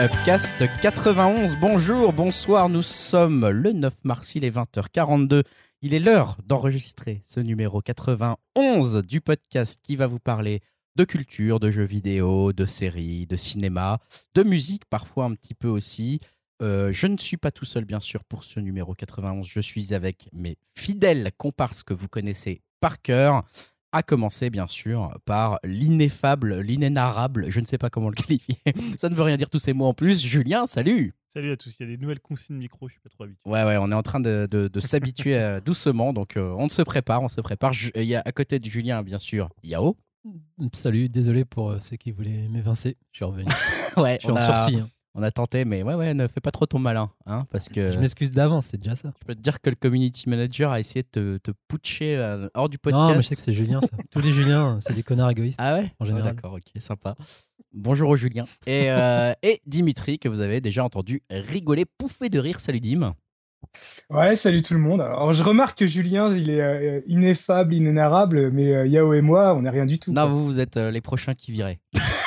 Upcast 91. Bonjour, bonsoir, nous sommes le 9 mars, il est 20h42. Il est l'heure d'enregistrer ce numéro 91 du podcast qui va vous parler de culture, de jeux vidéo, de séries, de cinéma, de musique parfois un petit peu aussi. Je ne suis pas tout seul bien sûr pour ce numéro 91, je suis avec mes fidèles comparses que vous connaissez par cœur. À commencer, bien sûr, par l'ineffable, l'inénarrable, je ne sais pas comment le qualifier, ça ne veut rien dire tous ces mots en plus. Julien, salut! Salut à tous, il y a des nouvelles consignes micro, je suis pas trop habitué. Ouais, on est en train de s'habituer doucement, donc on se prépare. Il y a à côté de Julien, bien sûr, Yao. Salut, désolé pour ceux qui voulaient m'évincer, je suis revenu. Ouais, Je suis en sursis. Hein. On a tenté, mais ouais, ne fais pas trop ton malin, hein, parce que... Je m'excuse d'avance, c'est déjà ça. Je peux te dire que le community manager a essayé de te putcher hors du podcast. Non, mais je sais que c'est Julien, ça. Tous les Juliens, c'est des connards égoïstes. Ah ouais? En général. D'accord, ok, sympa. Bonjour au Julien. Et Dimitri, que vous avez déjà entendu rigoler, pouffer de rire. Salut Dim. Ouais, salut tout le monde. Alors, je remarque que Julien, il est ineffable, inénarrable, mais Yao et moi, on n'est rien du tout. Non, quoi. vous êtes les prochains qui viraient.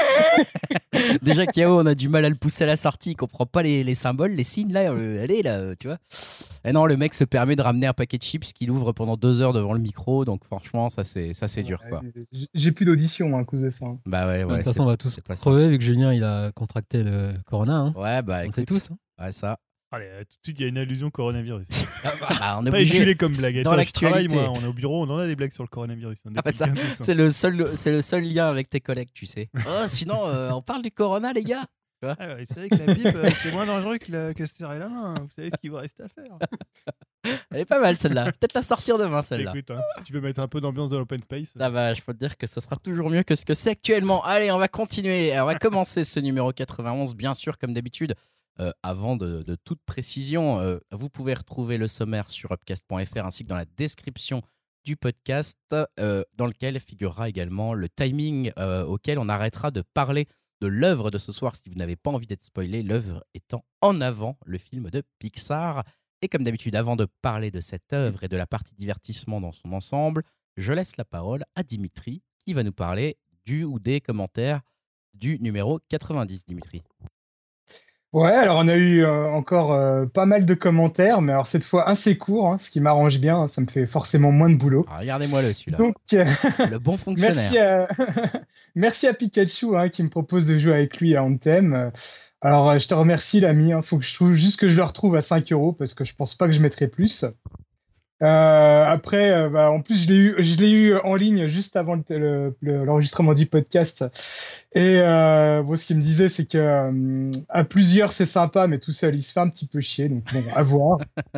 Déjà qu'Yao, on a du mal à le pousser à la sortie, il comprend pas les symboles, les signes, là, allez, là, tu vois. Et non, le mec se permet de ramener un paquet de chips qu'il ouvre pendant 2 heures devant le micro, donc franchement, ça c'est dur, quoi. J'ai plus d'audition à cause de ça. Bah ouais, De toute façon, on va tous c'est pas ça. crever vu que Julien il a contracté le corona. Hein. Ouais, bah On écoute, sait tous. Hein. ouais, ça. Allez, tout de suite, il y a une allusion coronavirus. Bah, on est Pas obligé. éculé comme blague. Dans Attends, je travaille, l'actualité. moi, on est au bureau, on en a des blagues sur le coronavirus. Hein, Ah bah ça, c'est le seul lien avec tes collègues, tu sais. Oh, sinon, on parle du corona, les gars. Ah ouais, vous savez que la pipe, c'est moins dangereux que se serrer la main. Vous savez ce qu'il vous reste à faire. Elle est pas mal, celle-là. Peut-être la sortir demain, celle-là. Écoute, hein, si tu veux mettre un peu d'ambiance dans l'open space. Ah bah, je peux te dire que ça sera toujours mieux que ce que c'est actuellement. Allez, on va continuer. On va commencer ce numéro 91, bien sûr, comme d'habitude. Avant de toute précision, vous pouvez retrouver le sommaire sur upcast.fr ainsi que dans la description du podcast, dans lequel figurera également le timing auquel on arrêtera de parler de l'œuvre de ce soir si vous n'avez pas envie d'être spoilé, l'œuvre étant En Avant, le film de Pixar. Et comme d'habitude, avant de parler de cette œuvre et de la partie divertissement dans son ensemble, je laisse la parole à Dimitri qui va nous parler du ou des commentaires du numéro 90, Dimitri. Ouais, alors on a eu encore pas mal de commentaires, mais alors cette fois assez court, hein, ce qui m'arrange bien, hein, ça me fait forcément moins de boulot. Ah, regardez-moi le celui-là. Donc, le bon fonctionnaire. merci à Pikachu hein, qui me propose de jouer avec lui à Anthem. Alors, je te remercie l'ami, hein, faut que je trouve juste que je le retrouve à 5 € parce que je pense pas que je mettrai plus. Après, en plus, je l'ai eu en ligne juste avant l'enregistrement du podcast. Et ce qu'il me disait, c'est que à plusieurs, c'est sympa, mais tout seul, il se fait un petit peu chier. Donc, bon, à voir.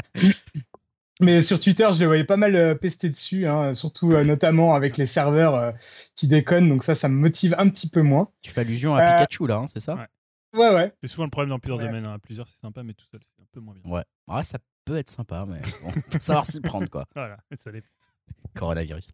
Mais sur Twitter, je le voyais pas mal pester dessus, hein, surtout notamment avec les serveurs qui déconnent. Donc, ça me motive un petit peu moins. Tu fais allusion à Pikachu, là, hein, c'est ça? Ouais. C'est souvent le problème dans plusieurs domaines. Hein. À plusieurs, c'est sympa, mais tout seul, c'est un peu moins bien. Ouais. Ah, ça peut être sympa, mais bon, faut savoir s'y prendre, quoi. Voilà, ça dépend. Coronavirus.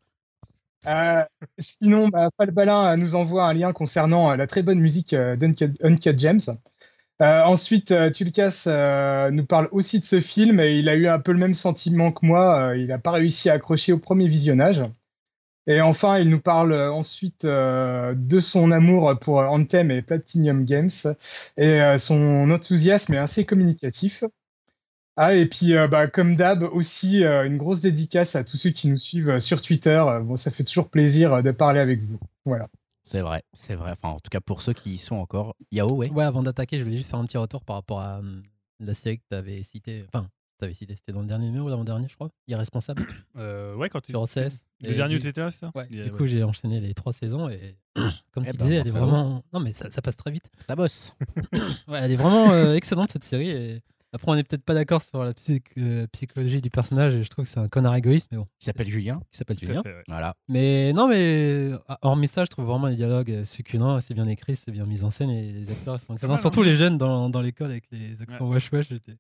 Sinon, Falbalin nous envoie un lien concernant la très bonne musique d'Uncut Gems. Ensuite, Tulkas nous parle aussi de ce film et il a eu un peu le même sentiment que moi. Il n'a pas réussi à accrocher au premier visionnage. Et enfin, il nous parle ensuite de son amour pour Anthem et Platinum Games et son enthousiasme est assez communicatif. Ah, et puis, comme d'hab, aussi une grosse dédicace à tous ceux qui nous suivent sur Twitter. Ça fait toujours plaisir de parler avec vous. Voilà. C'est vrai. Enfin, en tout cas, pour ceux qui y sont encore. Yao, ouais. Ouais, avant d'attaquer, je voulais juste faire un petit retour par rapport à la série que tu avais citée. Enfin, c'était dans le dernier numéro ou l'avant-dernier, je crois. Irresponsable. Ouais, quand tu. Sur OCS. Le dernier où tu étais là, c'est ça? Ouais. Du coup, j'ai enchaîné les 3 saisons et comme tu ben, disais, elle est vraiment. Non, mais ça passe très vite. Ça bosse. Ouais, elle est vraiment excellente cette série. Et après, on n'est peut-être pas d'accord sur la psychologie du personnage et je trouve que c'est un connard égoïste, mais bon. Il s'appelle Julien. Julien. Fait, ouais. Voilà. Mais non, mais hormis ça, je trouve vraiment les dialogues succulents, c'est bien écrit, c'est bien mis en scène et les acteurs sont excellents. Surtout les jeunes dans l'école avec les accents wesh wesh.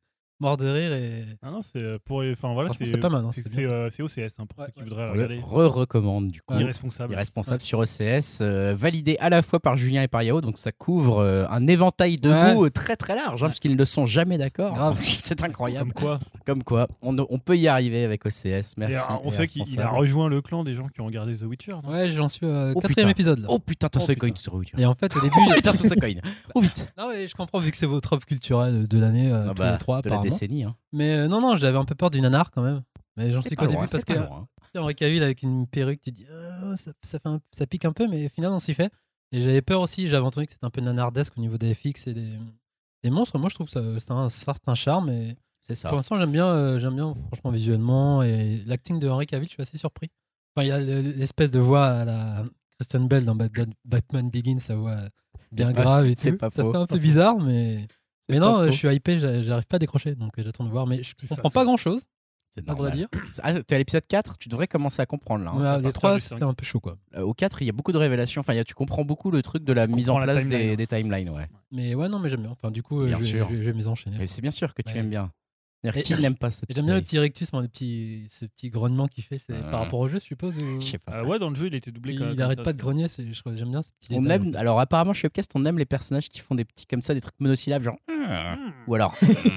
mort de rire et. Ah non, c'est pour. Enfin voilà, Franchement, c'est pas mal, hein, c'est c'est OCS hein, pour Ouais, ceux qui ouais. voudraient On regarder. le recommande du coup. Ouais. Irresponsable. Irresponsable sur OCS, validé à la fois par Julien et par Yao, donc ça couvre un éventail de Ouais. goûts très très large, hein, parce qu'ils ne sont jamais d'accord. Grave. C'est incroyable. Comme quoi. Comme quoi, on peut y arriver avec OCS. Merci. Et, on sait qu'il a Irresponsable. rejoint le clan des gens qui ont regardé The Witcher. Non Ouais, j'en suis au Oh, 4e putain. épisode là. Oh putain, Oh, Tosa putain. Coin sur Witcher. Et en fait, au début, Oh putain, Tosa Coin. Oh vite. non, mais je comprends vu que c'est votre œuvre culturelle de l'année, Ah tous bah, les trois de la apparemment. décennie. Hein. Mais non, j'avais un peu peur du nanar quand même. Mais j'en suis C'est qu'au pas début loin, parce c'est que pas loin. Henri Cavill avec une perruque, tu te dis ça pique un peu, mais au final on s'y fait. Et j'avais peur aussi, j'avais entendu que c'était un peu nanardesque au niveau des FX et des monstres. Moi je trouve que c'est un certain charme et C'est ça. pour l'instant j'aime bien franchement visuellement et l'acting de Henri Cavill, je suis assez surpris. Enfin, il y a l'espèce de voix à la Kristen Bell dans Batman Begins, sa voix bien C'est pas- grave et c'est tout. pas Ça faux. fait un peu bizarre, mais C'est pas non, faux. je suis hypé, j'arrive pas à décrocher, donc j'attends de voir. Mais je C'est ça, comprends c'est- pas grand chose, C'est à vrai normal. dire. Ah, t'es à l'épisode 4, tu devrais commencer à comprendre là. hein. Ouais, à les partir 3, du c'était 5. un peu chaud quoi. Au 4, il y a beaucoup de révélations. Enfin, tu comprends beaucoup le truc de la Tu mise en comprends la place timeline. des timelines. Ouais. Mais ouais, non, mais j'aime bien. Enfin, du coup, Bien je sûr. vais m'y enchaîner. Mais c'est bien sûr que tu Ouais. aimes bien. D'ailleurs, Et- qui n'aime pas cette Et j'aime bien le série petit rectus, ce petit grognement qu'il fait. C'est par rapport au jeu, je suppose. Ou... Je sais pas. Ouais, dans le jeu, il était doublé quand même. Il arrête pas de grogner. J'aime bien ce petit On détail, aime, en fait. alors apparemment chez Upcast, on aime les personnages qui font des petits comme ça, des trucs monosyllabes, genre ou alors.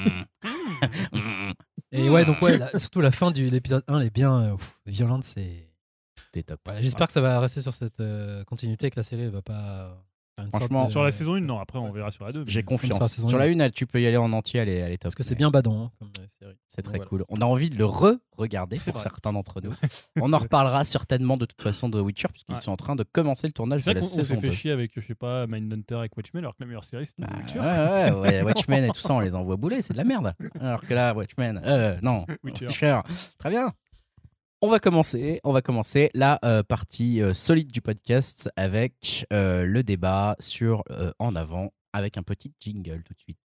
Et ouais, donc ouais, surtout la fin de l'épisode 1, elle est bien violente. T'es top. Ouais, j'espère que ça va rester sur cette continuité, que la série elle va pas. faire une sorte Franchement, de- Sur la saison 1, non. Après, on verra sur la 2. J'ai confiance. sur la saison Sur la 1. 1, tu peux y aller en entier, elle est top. Parce que c'est Mais bien badant hein, comme série. C'est Donc très voilà. cool. On a envie de le re-regarder pour vrai. certains d'entre nous. On en reparlera certainement de toute façon de Witcher, puisqu'ils Ouais. sont en train de commencer le tournage C'est de vrai la qu'on s'est saison fait 2. chier avec, je sais pas, Mindhunter avec Watchmen, alors que la meilleure série c'était The Ah, Witcher. ouais, Watchmen et tout ça, on les envoie bouler, c'est de la merde. Alors que là, Watchmen, non, Witcher. Très bien. On va commencer la partie solide du podcast avec le débat sur En Avant, avec un petit jingle tout de suite.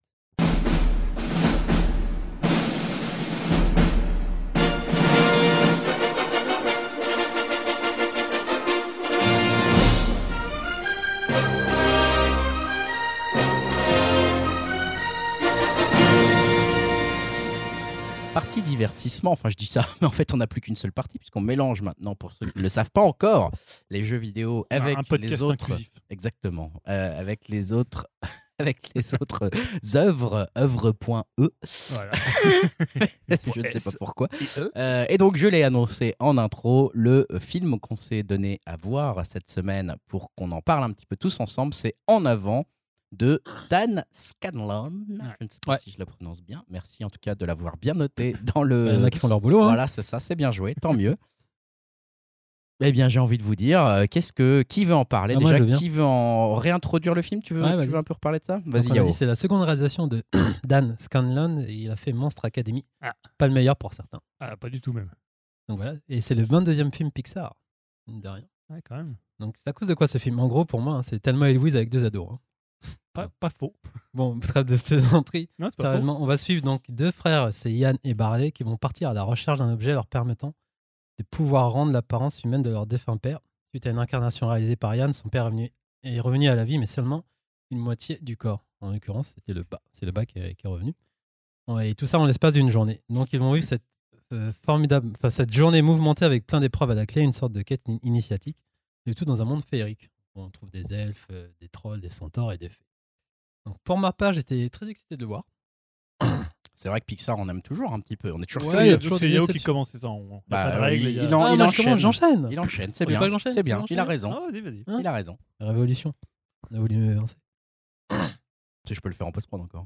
Partie divertissement, enfin je dis ça, mais en fait on n'a plus qu'une seule partie, puisqu'on mélange maintenant, pour ceux qui ne le savent pas encore, les jeux vidéo avec un podcast les autres. inclusif. Exactement, avec les autres. Avec les autres œuvres, œuvre.e. Voilà. Je ne sais pas pourquoi. Et donc, je l'ai annoncé en intro, le film qu'on s'est donné à voir cette semaine pour qu'on en parle un petit peu tous ensemble, c'est En Avant de Dan Scanlon. Je ne sais pas Ouais. si je le prononce bien. Merci en tout cas de l'avoir bien noté dans le... Il y en a qui font leur boulot. Hein. Voilà, c'est ça, c'est bien joué, tant mieux. Eh bien, j'ai envie de vous dire, qui veut en parler Ah, moi, déjà? je veux bien. Qui veut en réintroduire le film? Tu veux, Ouais, tu vas-y. veux un peu reparler de ça? Donc, Vas-y, on a Yao. dit, c'est la seconde réalisation de Dan Scanlon et il a fait Monstre Academy. Ah. Pas le meilleur pour certains. Ah, pas du tout même. Donc voilà. Et c'est le 22e film Pixar. Mine de rien. Ouais, quand même. Donc c'est à cause de quoi ce film? En gros, pour moi, hein, c'est Thelma et Louise avec deux ados. hein. Pas faux. Bon, trêve de plaisanterie. Non, c'est pas faux. Sérieusement, on va suivre donc deux frères, c'est Ian et Barley, qui vont partir à la recherche d'un objet leur permettant de pouvoir rendre l'apparence humaine de leur défunt père. Suite à une incarnation réalisée par Ian, son père est revenu à la vie, mais seulement une moitié du corps. En l'occurrence, c'était le bas. C'est le bas qui est revenu. Et tout ça en l'espace d'une journée. Donc ils vont vivre cette journée mouvementée avec plein d'épreuves à la clé, une sorte de quête initiatique, et tout dans un monde féerique. On trouve des elfes, des trolls, des centaures et des fées. Donc pour ma part, j'étais très excité de le voir. C'est vrai que Pixar, on aime toujours un petit peu. On est toujours Ouais, curieux. il y a Donc toujours c'est des Yao qui déceptions. commence, c'est ça. Il y a Bah, pas de règles. il il y a- en- Ah, moi, je commence, j'enchaîne. Il enchaîne, c'est Vous voulez bien. pas que j'enchaîne? C'est bien, J'enchaîne il a raison. Ah, vas-y, vas-y. Hein Il a raison. Révolution. On a voulu m'évincer. Tu sais, je peux le faire en post-prod encore.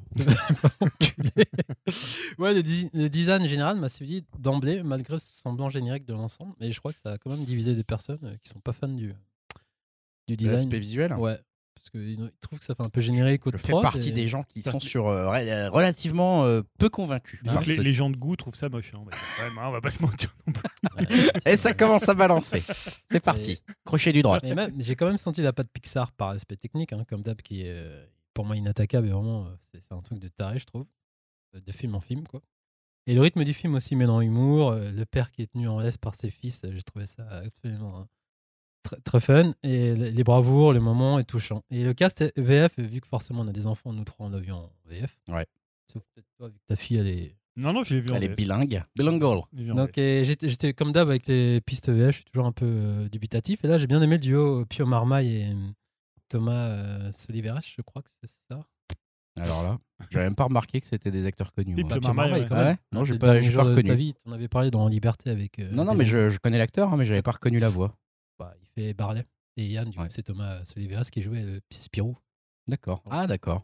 Ouais, le design général m'a séduit d'emblée, malgré le semblant générique de l'ensemble. Mais je crois que ça a quand même divisé des personnes qui sont pas fans du design. L'aspect visuel. Ouais, parce qu'ils trouvent que ça fait un peu générique ou de Je fais prod. partie et- des gens qui Ça sont fait- sur relativement peu convaincus. Donc, par les, ce- les gens de goût trouvent ça moche. Hein. On va dire, quand même, hein, on va pas se mentir non plus. Et ça commence à balancer. C'est parti. Crochet du droit. Mais même, j'ai quand même senti la patte Pixar par aspect technique, hein, comme d'hab, qui est pour moi inattaquable et vraiment, c'est un truc de taré, je trouve, de film en film, quoi. Et le rythme du film aussi mêlant humour, le père qui est tenu en laisse par ses fils, j'ai trouvé ça absolument très, très fun. Et les bravoures, les moments est touchant. Et le cast VF, vu que forcément on a des enfants, nous trois on l'a vu en VF. Ouais. Sauf peut-être toi, vu que ta fille elle est Non, je l'ai vu en Elle est VF. bilingue. Bilingual. Je l'ai vu en Donc VF. j'étais comme d'hab avec les pistes VF, je suis toujours un peu dubitatif. Et là, j'ai bien aimé le duo Pio Marmaille et Thomas Soliveres, je crois que c'est ça. Alors là, j'avais même pas remarqué que c'était des acteurs connus. Oui, moi. Pio Pio Marmaille, Marmaille, ouais. quand Ah même. ouais Non, j'ai Les pas derniers jours de reconnu. ta vie, t'en avais parlé dans Liberté avec. Non, mais je connais l'acteur, hein, mais j'avais pas reconnu la voix. Bah, il fait Barley. Et Yann, du coup, Ouais. c'est Thomas Soliveres qui jouait le petit Spirou. D'accord. Ah, d'accord.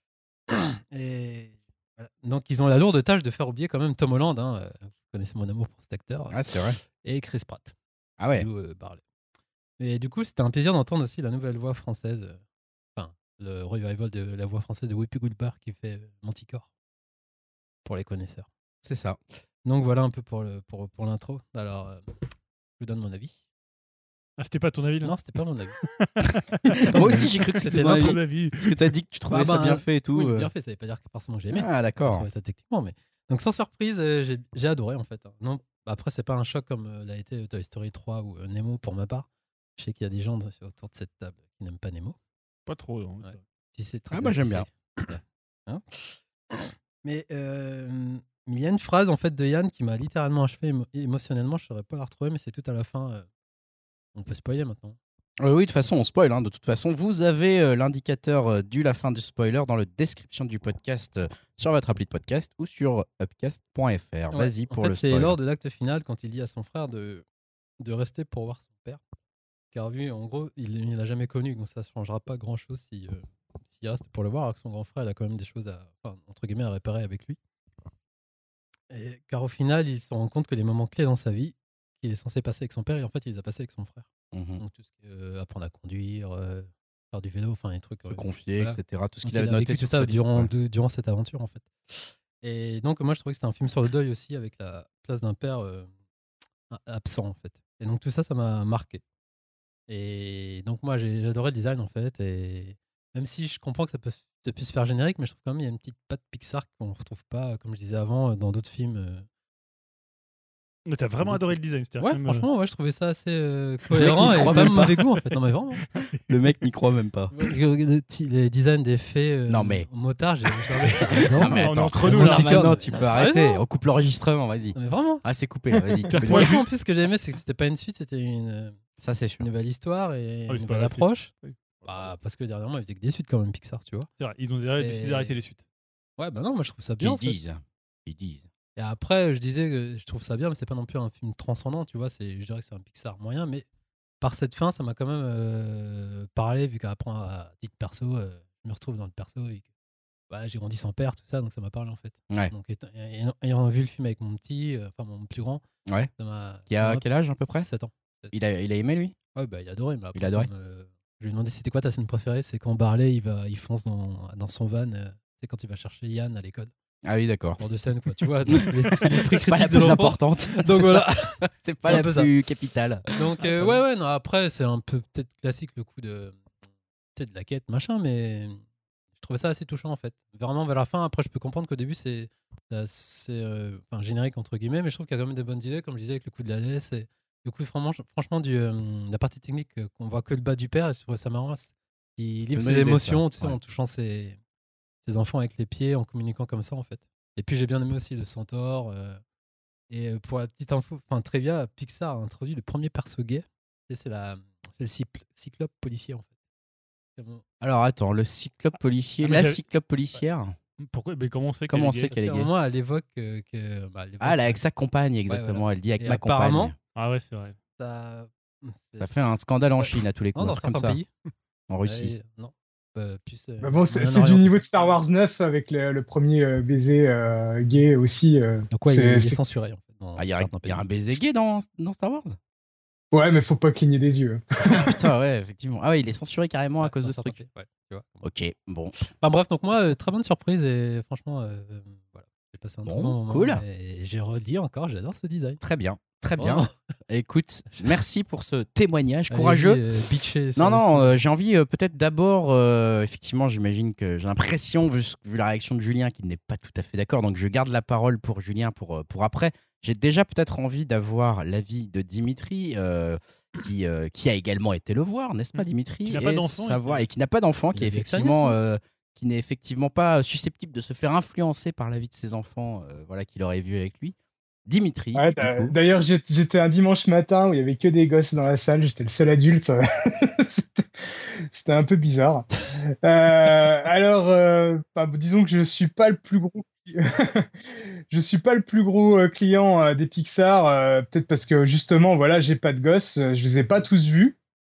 Et voilà. Donc, ils ont la lourde tâche de faire oublier quand même Tom Holland. Vous connaissez mon amour pour cet acteur. Ah, c'est vrai. Et Chris Pratt. Ah ouais. Qui joue Barley. Et du coup, c'était un plaisir d'entendre aussi la nouvelle voix française. Enfin, le revival de la voix française de Whoopi Goldberg qui fait Manticore. Pour les connaisseurs. C'est ça. Donc, voilà un peu pour l'intro. Alors, je vous donne mon avis. Ah, c'était pas ton avis là Non, c'était pas mon avis. Moi aussi, j'ai cru que c'était C'était ton ton avis. avis. Parce que t'as dit que tu trouvais ça bien fait et tout. Oui, bien fait, ça veut pas dire que forcément que j'ai aimé. Ah, Je d'accord. trouvais ça techniquement, mais donc sans surprise, j'ai adoré en fait. Non, après c'est pas un choc comme l'a été Toy Story 3 ou Nemo pour ma part. Je sais qu'il y a des gens autour de cette table qui n'aiment pas Nemo. Pas trop. Non, Ouais. Si c'est très Ah, bah, bien j'aime fait. Hein mais il y a une phrase en fait de Yann qui m'a littéralement achevé émotionnellement. Je saurais pas la retrouver, mais c'est tout à la fin. On peut spoiler maintenant. Oui, de toute façon, on spoil. Hein. De toute façon, vous avez l'indicateur du la fin du spoiler dans la description du podcast sur votre appli de podcast ou sur upcast.fr. Vas-y pour en fait, le c'est spoil. lors de l'acte final quand il dit à son frère de rester pour voir son père. Car lui, en gros, il l'a jamais connu, donc ça ne changera pas grand-chose s'il reste pour le voir, alors que son grand frère, il a quand même des choses entre guillemets, à réparer avec lui. Car au final, il se rend compte que les moments clés dans sa vie qu'il est censé passer avec son père, et en fait, il les a passés avec son frère. Mhm. Donc tout ce qui est apprendre à conduire, faire du vélo, enfin des trucs. Se confier, voilà. etc. Tout ce Donc, qu'il avait il a noté vécu sur tout ça sa liste, durant, ouais. durant cette aventure, en fait. Et donc, moi, je trouvais que c'était un film sur le deuil aussi, avec la place d'un père absent, en fait. Et donc, tout ça, ça m'a marqué. Et donc, moi, j'ai adoré le design, en fait. Et même si je comprends que ça puisse se faire générique, mais je trouve quand même qu'il y a une petite patte Pixar qu'on ne retrouve pas, comme je disais avant, dans d'autres films. Mais t'as vraiment adoré le design. Ouais, même, franchement, ouais, je trouvais ça assez cohérent il et croit pas même pas. mauvais goût, en fait. Non, mais vraiment. Le mec n'y croit même pas. Les designs des fées Non, mais- motards, j'ai trouvé ça adorable. Non, mais on est attends, entre nous, là. maintenant, tu Non, peux sérieusement. arrêter. On coupe l'enregistrement, vas-y. Non, mais vraiment. Ah, c'est coupé, là, vas-y. tu peux Moi, le dire. en plus, ce que j'ai aimé, c'est que c'était pas une suite, c'était une Ça, c'est sûr. nouvelle histoire et Ah oui, une c'est pas nouvelle la suite. approche. Oui. Bah, parce que dernièrement, ils faisaient que des suites quand même, Pixar, tu vois. C'est vrai, ils ont déjà Et- décidé d'arrêter les suites. Ouais, bah non, moi je trouve ça bien. Ils en fait. disent. Ils disent. Et après, je disais que je trouve ça bien, mais c'est pas non plus un film transcendant, tu vois. Je dirais que c'est un Pixar moyen, mais par cette fin, ça m'a quand même parlé, vu qu'après, à titre perso, je me retrouve dans le perso et que bah, j'ai grandi sans père, tout ça, donc ça m'a parlé en fait. Ouais. Donc, ayant vu le film avec mon petit, enfin mon plus grand, Ouais. ça m'a. Qui a quel âge à peu près 7 ans. il a aimé, lui Ouais, bah, il a adoré. Mais après, Il a adoré. comme, je lui ai demandé c'était quoi ta scène préférée. C'est quand Barley il fonce dans son van. C'est quand il va chercher Yann à l'école. Ah oui, d'accord. Genre de scène, quoi. Tu vois, donc, l'esprit C'est pas la critique de plus l'enfant. importante. Donc C'est voilà. ça. C'est pas Un la peu ça. plus capitale. Donc ouais, non. Après, c'est un peu peut-être classique le coup de la quête, machin, mais je trouvais ça assez touchant en fait. Vraiment vers la fin. Après, je peux comprendre qu'au début c'est enfin, générique entre guillemets, mais je trouve qu'il y a quand même des bonnes idées, comme je disais avec le coup de la laisse et le coup franchement la partie technique qu'on voit que le bas du père. Je trouvais ça marrant. Il livre une ses bonne idée, émotions, ça. tu sais, Ouais. en touchant ses enfants avec les pieds, en communiquant comme ça en fait. Et puis j'ai bien aimé aussi le centaure. Et pour la petite info, enfin trivia, Pixar a introduit le premier perso gay. Et c'est le cyclope policier en fait. C'est bon. Alors attends, le cyclope policier, Ah, mais la j'avais- cyclope policière. Pourquoi Mais comment on sait Comment on qu'elle est sait gay qu'elle est Parce qu'à gay un moment, elle évoque que. Elle évoque, Ah, là, avec sa compagne, exactement. voilà. Elle dit avec Et ma apparemment, compagne. Ah ouais, c'est vrai. Ça fait un scandale en Ouais. Chine à tous les coups, Non, un dans truc comme certains ça. pays. En Russie. Non. Plus, Bah bon, c'est Moyen-Orient, du tout niveau ça. de Star Wars 9 avec le premier baiser gay aussi. Donc, ouais, il est c'est- censuré en fait. Dans Ah, il y a certains un pays. baiser gay dans Star Wars Ouais, mais faut pas cligner des yeux. Ah, putain, ouais, effectivement. Ah ouais, il est censuré carrément à Ouais, cause dans de ce certains truc. pays, ouais, tu vois. Ok, bon. Enfin, bref, donc moi, très bonne surprise et franchement, voilà. J'ai passé un Bon, très bon moment. cool. Et j'ai redit encore, j'adore ce design. Très bien, très bien. Vraiment. Écoute, merci pour ce témoignage Allez-y, courageux. bitcher sur Non, le non, film. j'ai envie peut-être d'abord, effectivement, j'imagine que j'ai l'impression, vu la réaction de Julien, qu'il n'est pas tout à fait d'accord, donc je garde la parole pour Julien pour après. J'ai déjà peut-être envie d'avoir l'avis de Dimitri, qui a également été le voir, n'est-ce pas, Dimitri? Qui n'a pas Et d'enfant, savoir, et qui n'a pas d'enfant, Il qui a est vu avec sa effectivement qui n'est effectivement pas susceptible de se faire influencer par la vie de ses enfants, voilà, qu'il aurait vu avec lui. Dimitri, Ouais, du coup. d'ailleurs, j'étais un dimanche matin où il y avait que des gosses dans la salle. J'étais le seul adulte. C'était c'était un peu bizarre. Disons que je suis pas le plus gros. Je suis pas le plus gros client des Pixar, peut-être parce que justement, voilà, j'ai pas de gosses, je les ai pas tous vus,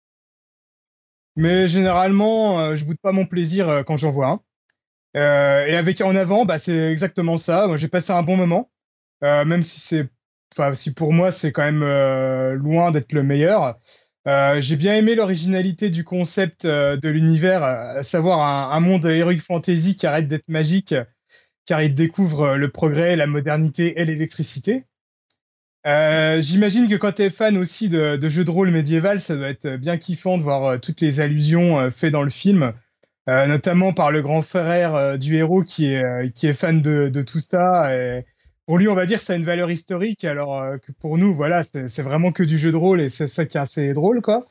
mais généralement, je boude pas mon plaisir quand j'en vois un. Et avec En Avant, bah, c'est exactement ça. Moi, j'ai passé un bon moment, même si si pour moi, c'est quand même loin d'être le meilleur. J'ai bien aimé l'originalité du concept de l'univers, à savoir un monde heroic fantasy qui arrête d'être magique, car il découvre le progrès, la modernité et l'électricité. J'imagine que quand tu es fan aussi de jeux de rôle médiéval, ça doit être bien kiffant de voir toutes les allusions faites dans le film, notamment par le grand frère du héros qui est fan de tout ça. Et pour lui, on va dire que ça a une valeur historique, alors que pour nous, voilà, c'est vraiment que du jeu de rôle et c'est ça qui est assez drôle, quoi.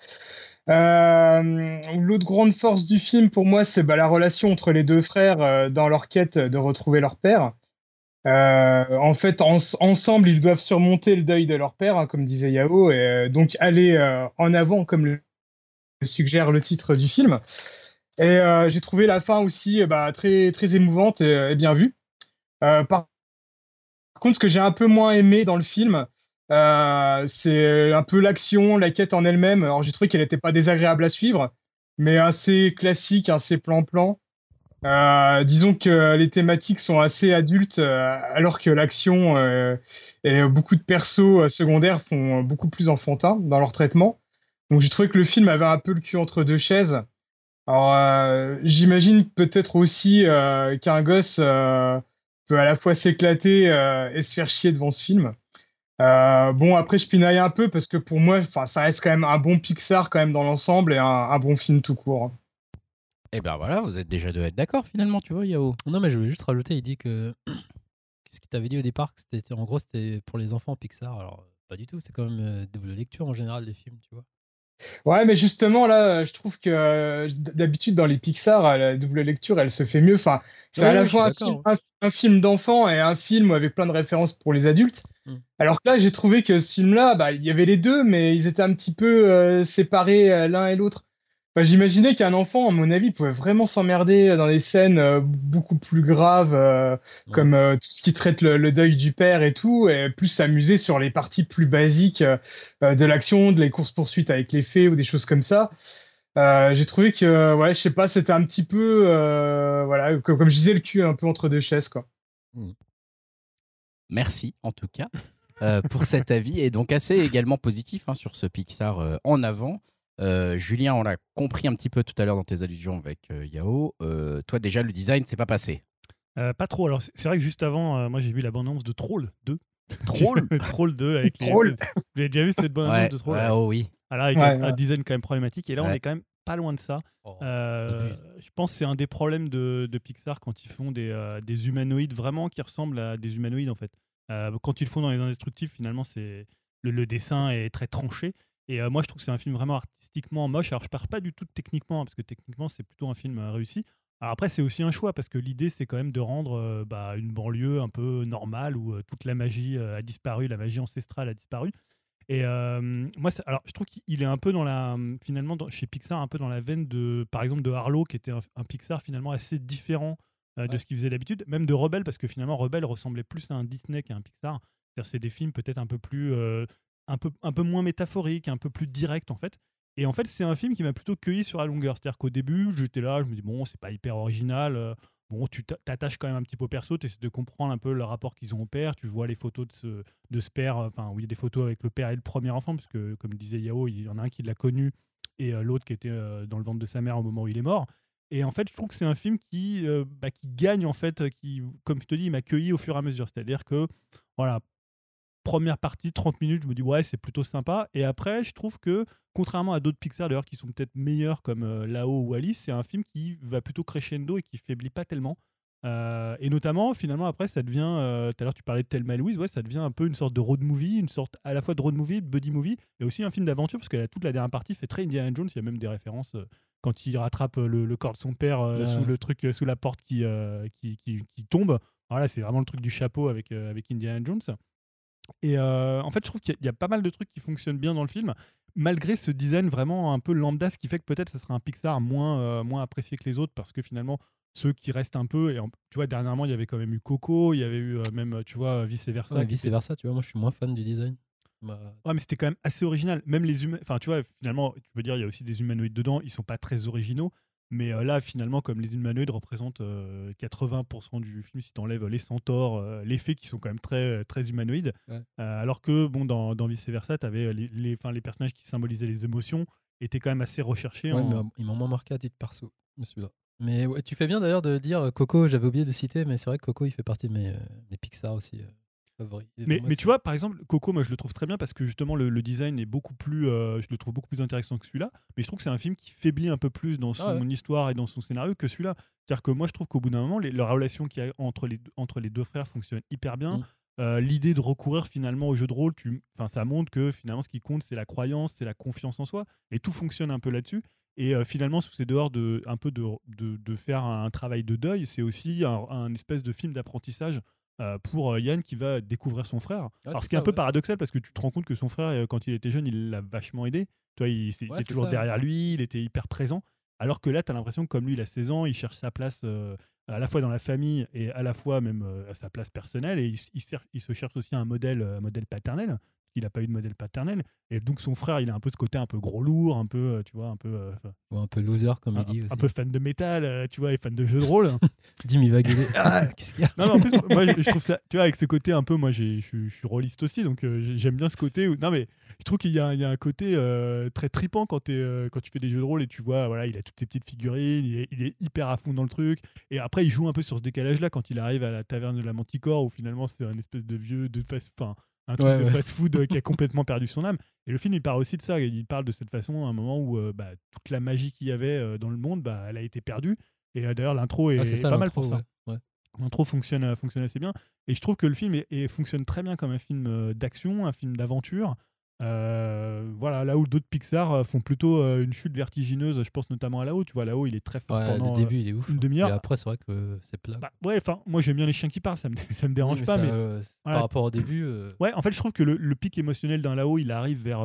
L'autre grande force du film, pour moi, c'est la relation entre les deux frères dans leur quête de retrouver leur père. En fait, ensemble, ils doivent surmonter le deuil de leur père, hein, comme disait Yao, et donc aller en avant, comme le suggère le titre du film. Et j'ai trouvé la fin aussi très, très émouvante et bien vue. Par contre, ce que j'ai un peu moins aimé dans le film, c'est un peu l'action, la quête en elle-même. Alors, j'ai trouvé qu'elle n'était pas désagréable à suivre, mais assez classique, assez plan-plan. Disons que les thématiques sont assez adultes, alors que l'action et beaucoup de persos secondaires font beaucoup plus enfantin dans leur traitement. Donc j'ai trouvé que le film avait un peu le cul entre deux chaises. Alors j'imagine peut-être aussi qu'un gosse peut à la fois s'éclater et se faire chier devant ce film. Bon, après je pinaille un peu parce que pour moi, enfin, ça reste quand même un bon Pixar quand même dans l'ensemble et un bon film tout court, hein. Et ben voilà, vous êtes déjà deux à être d'accord finalement, tu vois, Yao. Non, mais je voulais juste rajouter, il dit que ce qu'il t'avait dit au départ, que en gros, c'était pour les enfants Pixar. Alors, pas du tout, c'est quand même double lecture en général des films, tu vois. Ouais, mais justement, là, je trouve que d'habitude, dans les Pixar, la double lecture, elle se fait mieux. Enfin, c'est à la Je suis fois d'accord. un film d'enfant et un film avec plein de références pour les adultes. Mm. Alors que là, j'ai trouvé que ce film-là, il y avait les deux, mais ils étaient un petit peu séparés l'un et l'autre. Enfin, j'imaginais qu'un enfant, à mon avis, pouvait vraiment s'emmerder dans des scènes beaucoup plus graves, Ouais. comme tout ce qui traite le deuil du père et tout, et plus s'amuser sur les parties plus basiques de l'action, de les courses-poursuites avec les fées ou des choses comme ça. J'ai trouvé que, ouais, je sais pas, c'était un petit peu, voilà, comme je disais, le cul un peu entre deux chaises, quoi. Merci en tout cas pour cet avis et donc assez également positif hein, sur ce Pixar en avant. Julien, on l'a compris un petit peu tout à l'heure dans tes allusions avec Yao. Toi déjà le design c'est pas passé. Pas trop. Alors, c'est vrai que juste avant, moi j'ai vu la bande-annonce de Troll 2. Troll. Troll 2 avec Troll. Vous avez déjà vu cette bande-annonce Ouais, de Troll? ouais, oh oui. Alors, avec Ouais, un ouais. design quand même problématique. Et là, on Ouais. est quand même pas loin de ça. Oh, Je pense que c'est un des problèmes de Pixar quand ils font des humanoïdes vraiment qui ressemblent à des humanoïdes en fait. Quand ils le font dans Les Indestructibles, finalement, le dessin est très tranché. Et moi, je trouve que c'est un film vraiment artistiquement moche. Alors, je parle pas du tout techniquement, hein, parce que techniquement, c'est plutôt un film réussi. Alors après, c'est aussi un choix, parce que l'idée, c'est quand même de rendre une banlieue un peu normale, où toute la magie a disparu, la magie ancestrale a disparu. Et moi, alors, je trouve qu'il est un peu finalement, chez Pixar, un peu dans la veine par exemple, de Arlo, qui était un Pixar finalement assez différent de ce qu'il faisait d'habitude, même de Rebelle, parce que finalement, Rebelle ressemblait plus à un Disney qu'à un Pixar. C'est-à-dire, c'est des films peut-être un peu plus, un peu moins métaphoriques, un peu plus directs en fait. Et en fait, c'est un film qui m'a plutôt cueilli sur la longueur. C'est-à-dire qu'au début, j'étais là, je me dis bon, c'est pas hyper original. Bon, tu t'attaches quand même un petit peu au perso, tu essaies de comprendre un peu le rapport qu'ils ont au père, tu vois les photos de ce père, où il y a des photos avec le père et le premier enfant, parce que comme disait Yao, il y en a un qui l'a connu et l'autre qui était dans le ventre de sa mère au moment où il est mort. Et en fait, je trouve que c'est un film qui gagne, en fait, qui, comme je te dis, il m'a cueilli au fur et à mesure. C'est-à-dire que, voilà, première partie, 30 minutes, je me dis ouais, c'est plutôt sympa. Et après, je trouve que, contrairement à d'autres Pixar d'ailleurs qui sont peut-être meilleurs comme Lao ou Alice, c'est un film qui va plutôt crescendo et qui faiblit pas tellement. Et notamment, finalement, après, ça devient. Tout à l'heure, tu parlais de Thelma et Louise, ouais, ça devient un peu une sorte de road movie, une sorte à la fois de road movie, de buddy movie, et aussi un film d'aventure, parce que toute la dernière partie fait très Indiana Jones. Il y a même des références quand il rattrape le corps de son père sous le truc, sous la porte qui tombe. Voilà, c'est vraiment le truc du chapeau avec Indiana Jones. Et en fait, je trouve qu'il y a pas mal de trucs qui fonctionnent bien dans le film, malgré ce design vraiment un peu lambda, ce qui fait que peut-être ce sera un Pixar moins apprécié que les autres, parce que finalement, ceux qui restent un peu, tu vois, dernièrement, il y avait quand même eu Coco, il y avait eu même, tu vois, vice-versa. Ouais, vice-versa, tu vois, moi je suis moins fan du design. Ouais, mais c'était quand même assez original. Même les humains, enfin, tu vois, finalement, tu peux dire, il y a aussi des humanoïdes dedans, ils sont pas très originaux. Mais là, finalement, comme les humanoïdes représentent 80% du film, si tu enlèves les centaures, les fées qui sont quand même très humanoïdes. Ouais. Alors que, bon, dans vice-versa, tu avais les personnages qui symbolisaient les émotions étaient quand même assez recherchés. Ouais, mais ils m'ont moins marqué à titre perso, celui-là. Mais ouais, tu fais bien d'ailleurs de dire Coco, j'avais oublié de citer, mais c'est vrai que Coco, il fait partie de mes Pixar aussi favoris. Mais tu vois, par exemple, Coco, moi je le trouve très bien parce que justement le design est beaucoup plus, je le trouve beaucoup plus intéressant que celui-là. Mais je trouve que c'est un film qui faiblit un peu plus dans son histoire et dans son scénario que celui-là. C'est-à-dire que moi je trouve qu'au bout d'un moment, la relation qu'il y a entre les deux frères fonctionne hyper bien. L'idée de recourir finalement au jeu de rôle, ça montre que finalement ce qui compte c'est la croyance, c'est la confiance en soi, et tout fonctionne un peu là-dessus. Et finalement, sous ces dehors de faire un travail de deuil, c'est aussi un espèce de film d'apprentissage pour Yann qui va découvrir son frère. Alors, ce qui est un peu paradoxal parce que tu te rends compte que son frère, quand il était jeune, il l'a vachement aidé. Toi, il était toujours derrière lui, il était hyper présent. Alors que là, tu as l'impression que comme lui, il a 16 ans, il cherche sa place à la fois dans la famille et à la fois même à sa place personnelle. Et il se cherche aussi un modèle paternel. Il n'a pas eu de modèle paternel. Et donc, son frère, il a un peu ce côté un peu gros lourd, un peu, tu vois, un peu loser, comme il dit aussi. Un peu fan de métal, tu vois, et fan de jeux de rôle. Dim, il va gueuler. Qu'est-ce qu'il y a ? Non, mais en plus, moi, je trouve ça, tu vois, avec ce côté un peu, moi, je suis rôliste aussi, donc j'aime bien ce côté. Non, mais je trouve qu'il y a un côté très tripant quand tu fais des jeux de rôle et tu vois, voilà, il a toutes ses petites figurines, il est hyper à fond dans le truc. Et après, il joue un peu sur ce décalage-là quand il arrive à la taverne de la Manticore, où finalement, c'est un espèce de vieux, un truc de fast-food qui a complètement perdu son âme. Et le film, il parle aussi de ça. Il parle de cette façon à un moment où toute la magie qu'il y avait dans le monde, elle a été perdue. Et d'ailleurs, l'intro est pas mal pour ça. Ouais. L'intro fonctionne assez bien. Et je trouve que le film fonctionne très bien comme un film d'action, un film d'aventure. Voilà, là où d'autres Pixar font plutôt une chute vertigineuse, je pense notamment à là-haut. Tu vois, là-haut, il est très fort pendant le début, il est ouf, une demi-heure. Et après, c'est vrai que c'est plat. Moi j'aime bien les chiens qui parlent, ça me dérange pas. Mais par rapport au début. Ouais, en fait, je trouve que le pic émotionnel d'un là-haut, il arrive vers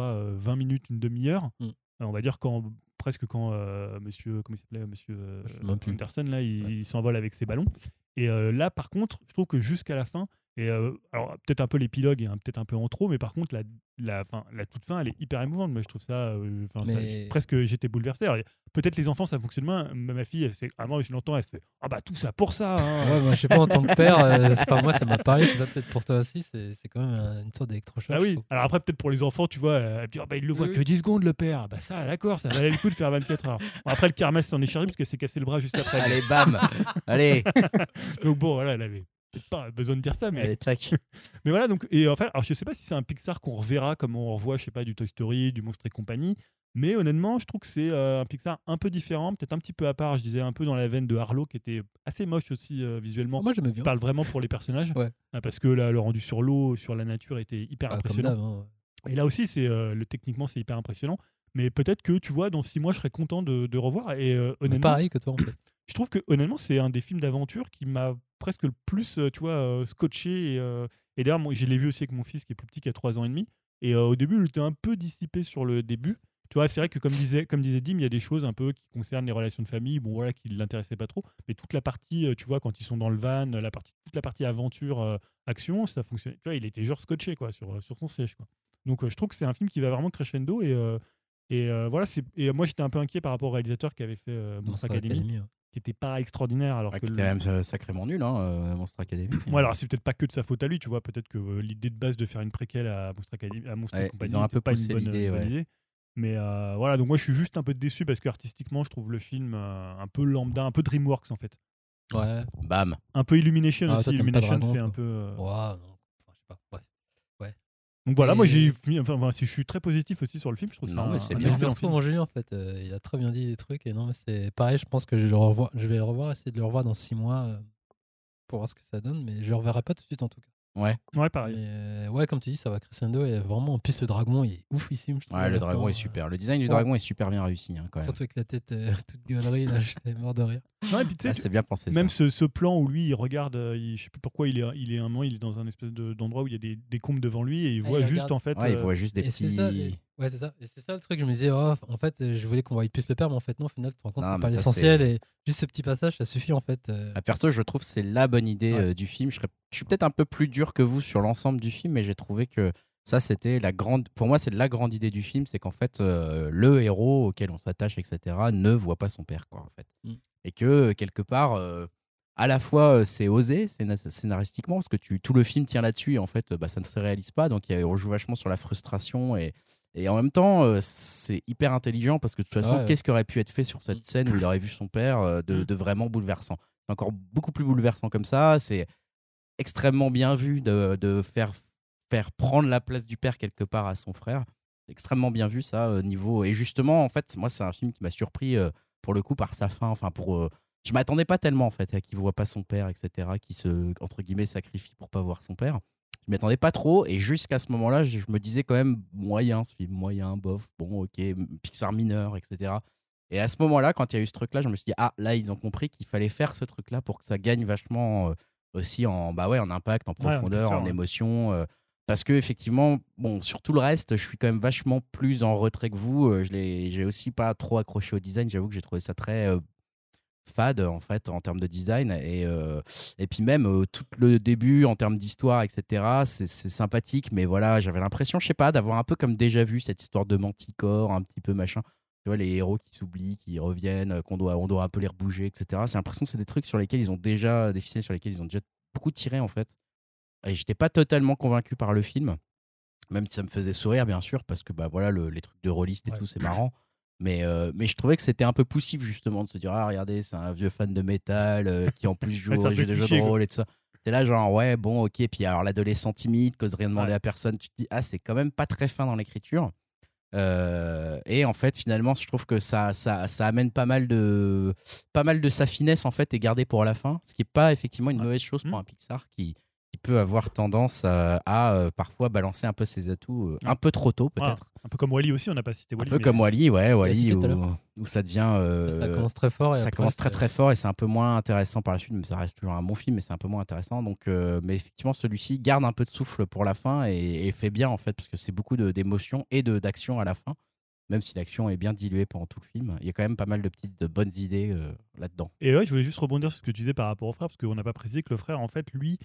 20 minutes, une demi-heure. On va dire presque quand monsieur, comment il s'appelait, monsieur Anderson, là, il s'envole avec ses ballons. Et là, par contre, je trouve que jusqu'à la fin, et alors peut-être un peu l'épilogue est peut-être un peu en trop, mais par contre la toute fin elle est hyper émouvante. Moi je trouve ça, presque j'étais bouleversé. Alors, peut-être les enfants ça fonctionne moins. Ma fille moi je l'entends, elle fait tout ça pour ça. Hein. Ouais, moi je sais pas, en tant que père, c'est pas moi, ça m'a parlé. Je sais pas, peut-être pour toi aussi, c'est quand même une sorte d'électrochoc. Ah oui. Alors après peut-être pour les enfants, tu vois, elle dit il le voit que 10 secondes le père. Ça d'accord, ça valait le coup de faire 24 heures. Bon, après le kermesse s'en est chargé parce qu'elle s'est cassé le bras juste après. Allez bam, allez. Donc bon voilà, elle avait pas besoin de dire ça, mais allez, tac. Mais voilà, donc, et enfin, alors je sais pas si c'est un Pixar qu'on reverra comme on revoit, je sais pas, du Toy Story, du Monstres et compagnie, mais honnêtement, je trouve que c'est un Pixar un peu différent, peut-être un petit peu à part, je disais un peu dans la veine de Harlow, qui était assez moche aussi visuellement. Moi, j'aimais bien. Je parle vraiment pour les personnages, parce que là, le rendu sur l'eau, sur la nature était hyper impressionnant. Comme d'hab, Et là aussi, techniquement, c'est hyper impressionnant, mais peut-être que, tu vois, dans 6 mois, je serais content de revoir. Et honnêtement, pareil que toi, en fait. Je trouve que honnêtement, c'est un des films d'aventure qui m'a presque le plus, scotché. Et d'ailleurs, moi, je l'ai vu aussi avec mon fils qui est plus petit, qui a 3 ans et demi. Et au début, il était un peu dissipé sur le début. Tu vois, c'est vrai que comme disait Dim, il y a des choses un peu qui concernent les relations de famille, bon voilà, qui ne l'intéressaient pas trop. Mais toute la partie, tu vois, quand ils sont dans le van, toute la partie aventure, action, ça fonctionnait. Tu vois, il était genre scotché quoi, sur son siège. Quoi. Donc je trouve que c'est un film qui va vraiment crescendo. Et voilà, et moi j'étais un peu inquiet par rapport au réalisateur qui avait fait Monster Academy. Qui n'était pas extraordinaire. Alors qui était même sacrément nul, Monstre Academy. Ouais, alors c'est peut-être pas que de sa faute à lui, tu vois. Peut-être que l'idée de base de faire une préquelle à Monstre Academy, à Monstre Compagnie, ils ont un peu pas poussé une bonne l'idée. idée. Mais voilà, donc moi je suis juste un peu déçu parce qu'artistiquement, je trouve le film un peu lambda, un peu DreamWorks en fait. Ouais. Bam. Un peu Illumination aussi. Toi, Illumination Dragon, fait un peu. Non, je sais pas. Ouais. Donc voilà, Et- moi si je suis très positif aussi sur le film, je trouve que Non, mais c'est un bien. Je le excellent retrouve film. en Julien en fait. Il a très bien dit des trucs. Et non, mais c'est pareil. Je pense que je vais le revoir, essayer de le revoir dans 6 mois pour voir ce que ça donne. Mais je le reverrai pas tout de suite en tout cas. Ouais, Ouais, pareil. Mais ouais, comme tu dis, ça va crescendo. Et vraiment, en plus, le dragon, il est oufissime. Je trouve, à ouais, le la dragon fin, est super. Le design du ouais. dragon est super bien réussi hein, quand même. Surtout avec la tête toute galerie, là, j'étais mort de rire. Non, et puis, tu sais, Ouais, c'est bien pensé même ça. ce plan où lui il regarde, je sais plus pourquoi il est un moment, il est dans un espèce d'endroit où il y a des combes devant lui et il Ah, voit il juste regarde. en fait. Ouais, il voit juste des Et c'est ça, petits. ouais, c'est ça. Et c'est ça le truc. Je me disais, oh, en fait, je voulais qu'on voie plus le père, mais en fait, non, au final, tu te rends compte, Non, c'est mais pas ça, l'essentiel. Et juste ce petit passage, ça suffit en fait. Ah, perso, je trouve que c'est la bonne idée Ouais. du film. Je suis peut-être un peu plus dur que vous sur l'ensemble du film, mais j'ai trouvé que ça, c'était la grande. Pour moi, c'est la grande idée du film, c'est qu'en fait, le héros auquel on s'attache, etc., ne voit pas son père, quoi, en fait. Mm. Et que quelque part, à la fois, c'est osé scénaristiquement, parce que tout le film tient là-dessus, et en fait, ça ne se réalise pas. Donc, on joue vachement sur la frustration et en même temps, c'est hyper intelligent parce que de toute façon, Ouais. qu'est-ce qui aurait pu être fait sur cette scène où il aurait vu son père de vraiment bouleversant? C'est encore beaucoup plus bouleversant comme ça. C'est extrêmement bien vu de faire prendre la place du père quelque part à son frère. Extrêmement bien vu ça niveau. Et justement, en fait, moi, c'est un film qui m'a surpris pour le coup par sa fin. Enfin, je m'attendais pas tellement en fait à qu'il voit pas son père, etc. Qui se entre guillemets sacrifie pour pas voir son père. Je m'y attendais pas trop et jusqu'à ce moment-là, je me disais quand même moyen ce film, moyen, bof, bon, ok, Pixar mineur, etc. Et à ce moment-là, quand il y a eu ce truc-là, je me suis dit ah là ils ont compris qu'il fallait faire ce truc-là pour que ça gagne vachement aussi en en impact, en profondeur, épaisseur, en ouais. émotion. Parce que effectivement, bon, sur tout le reste, je suis quand même vachement plus en retrait que vous. J'ai aussi pas trop accroché au design. J'avoue que j'ai trouvé ça très fade en fait en termes de design et puis même tout le début en termes d'histoire, etc. C'est sympathique, mais voilà, j'avais l'impression, je sais pas, d'avoir un peu comme déjà vu cette histoire de Manticore, un petit peu machin. Tu vois, les héros qui s'oublient, qui reviennent, on doit un peu les rebouger, etc. J'ai l'impression que c'est des trucs sur lesquels ils ont déjà des ficelles sur lesquels ils ont déjà beaucoup tiré en fait. Et j'étais pas totalement convaincu par le film, même si ça me faisait sourire bien sûr, parce que bah voilà, les trucs de rôliste et Ouais. tout, c'est marrant. Mais je trouvais que c'était un peu poussif justement de se dire ah regardez, c'est un vieux fan de métal qui en plus joue Ouais, c'est un aux peu jeux de cliché, rôle et tout ça. T'es là genre ouais bon ok, puis alors l'adolescent timide qui ose rien demander Ouais. à personne, tu te dis ah c'est quand même pas très fin dans l'écriture. Et en fait finalement je trouve que ça amène pas mal de sa finesse en fait est gardée pour la fin, ce qui est pas effectivement une Ouais. mauvaise chose pour un Pixar qui peut avoir tendance à parfois balancer un peu ses atouts un peu trop tôt Voilà. peut-être. Un peu comme Wall-E aussi, on n'a pas cité Un Wall-E. peu comme Wall-E, ouais, Wall-E cité tout à l'heure. où ça devient. Ça commence très fort. Et Ça après, commence très c'est- très fort et c'est un peu moins intéressant par la suite, mais ça reste toujours un bon film, mais c'est un peu moins intéressant. Donc, mais effectivement, celui-ci garde un peu de souffle pour la fin et fait bien en fait, parce que c'est beaucoup d'émotions et d'action à la fin, même si l'action est bien diluée pendant tout le film. Il y a quand même pas mal de petites de bonnes idées là-dedans. Et ouais, je voulais juste rebondir sur ce que tu disais par rapport au frère, parce qu'on n'a pas précisé que le frère, en fait, lui,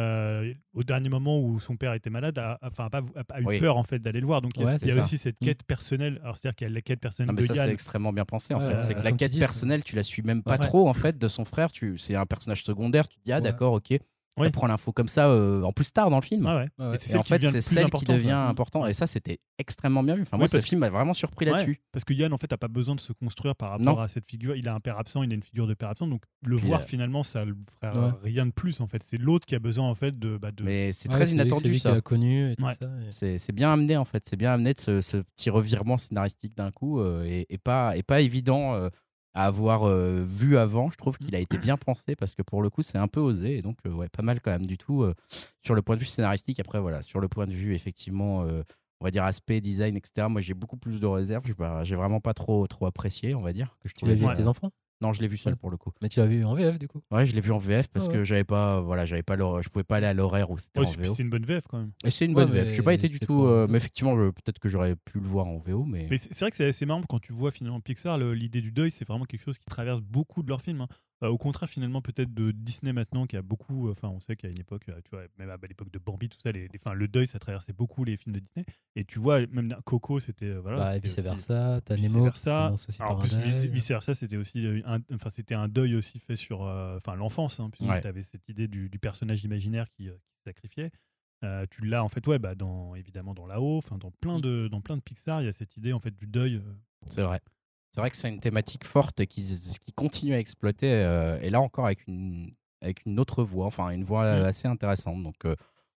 au dernier moment où son père était malade, a eu Oui. peur en fait d'aller le voir. Donc il y a, Ouais, il y a c'est ça. aussi cette quête personnelle. Alors c'est-à-dire qu'il y a la quête personnelle Non, mais de ça, c'est Yann. extrêmement bien pensé en Ouais, fait. C'est que la comme tu quête dis, personnelle, tu la suis même pas Ouais. trop en fait de son frère. C'est un personnage secondaire. Tu te dis, ah Ouais. d'accord, ok. Oui. Tu prends l'info comme ça, en plus tard dans le film. Ouais, ouais. Ouais, ouais. Et c'est Et celle en qui fait, devient c'est le plus celle qui importante, devient ouais. important. Et ça, c'était extrêmement bien vu. Enfin, Oui, moi, ce parce film m'a vraiment surpris Ouais, là-dessus. parce que Yann, en fait, n'a pas besoin de se construire par rapport Non. à cette figure. Il a un père absent, il a une figure de père absent. Donc le Puis, voir, finalement, ça le ferait Ouais. rien de plus. En fait, c'est l'autre qui a besoin en fait de. Mais c'est Ouais, très c'est lui inattendu qui ça. l'a connu et tout Ouais. ça. Et- C'est bien amené en fait. C'est bien amené de ce petit revirement scénaristique d'un coup et pas évident à avoir vu avant. Je trouve qu'il a été bien pensé parce que pour le coup, c'est un peu osé. Et donc, ouais, pas mal quand même du tout sur le point de vue scénaristique. Après, voilà, sur le point de vue, effectivement, on va dire aspect, design, etc. Moi, j'ai beaucoup plus de réserves. J'ai vraiment pas trop apprécié, on va dire. Que je Tu l'as trouvais vu ça- avec tes enfants? Non, je l'ai vu seul Ouais. pour le coup. Mais tu l'as vu en VF du coup? Ouais, je l'ai vu en VF parce Ah ouais. que j'avais pas je pouvais pas aller à l'horaire où c'était Ouais, en VO. c'est une bonne VF quand même. Et c'est une Ouais, bonne VF. J'ai mais pas été du c'est tout. pas- Mais effectivement, peut-être que j'aurais pu le voir en VO, mais. Mais c'est vrai que c'est assez marrant quand tu vois finalement Pixar, l'idée du deuil, c'est vraiment quelque chose qui traverse beaucoup de leurs films. Hein. Au contraire, finalement, peut-être de Disney maintenant, qui a beaucoup. Enfin, on sait qu'à une époque, tu vois, même à l'époque de Bambi, tout ça, le deuil, ça traversait beaucoup les films de Disney. Et tu vois, même dans Coco, c'était. Voilà, Bah, c'était vice aussi- versa, t'as vice Nemo. versa. Qui aussi Alors, en par plus, un deuil. vice versa, c'était aussi c'était un deuil aussi fait sur l'enfance, hein, puisque Ouais. tu avais cette idée du personnage imaginaire qui se sacrifiait. Tu l'as en fait, ouais, bah, évidemment dans là-haut, dans plein de Pixar, il y a cette idée en fait du deuil. C'est vrai. C'est vrai que c'est une thématique forte qui continue à exploiter, et là encore avec une autre voix, enfin une voix assez intéressante. Donc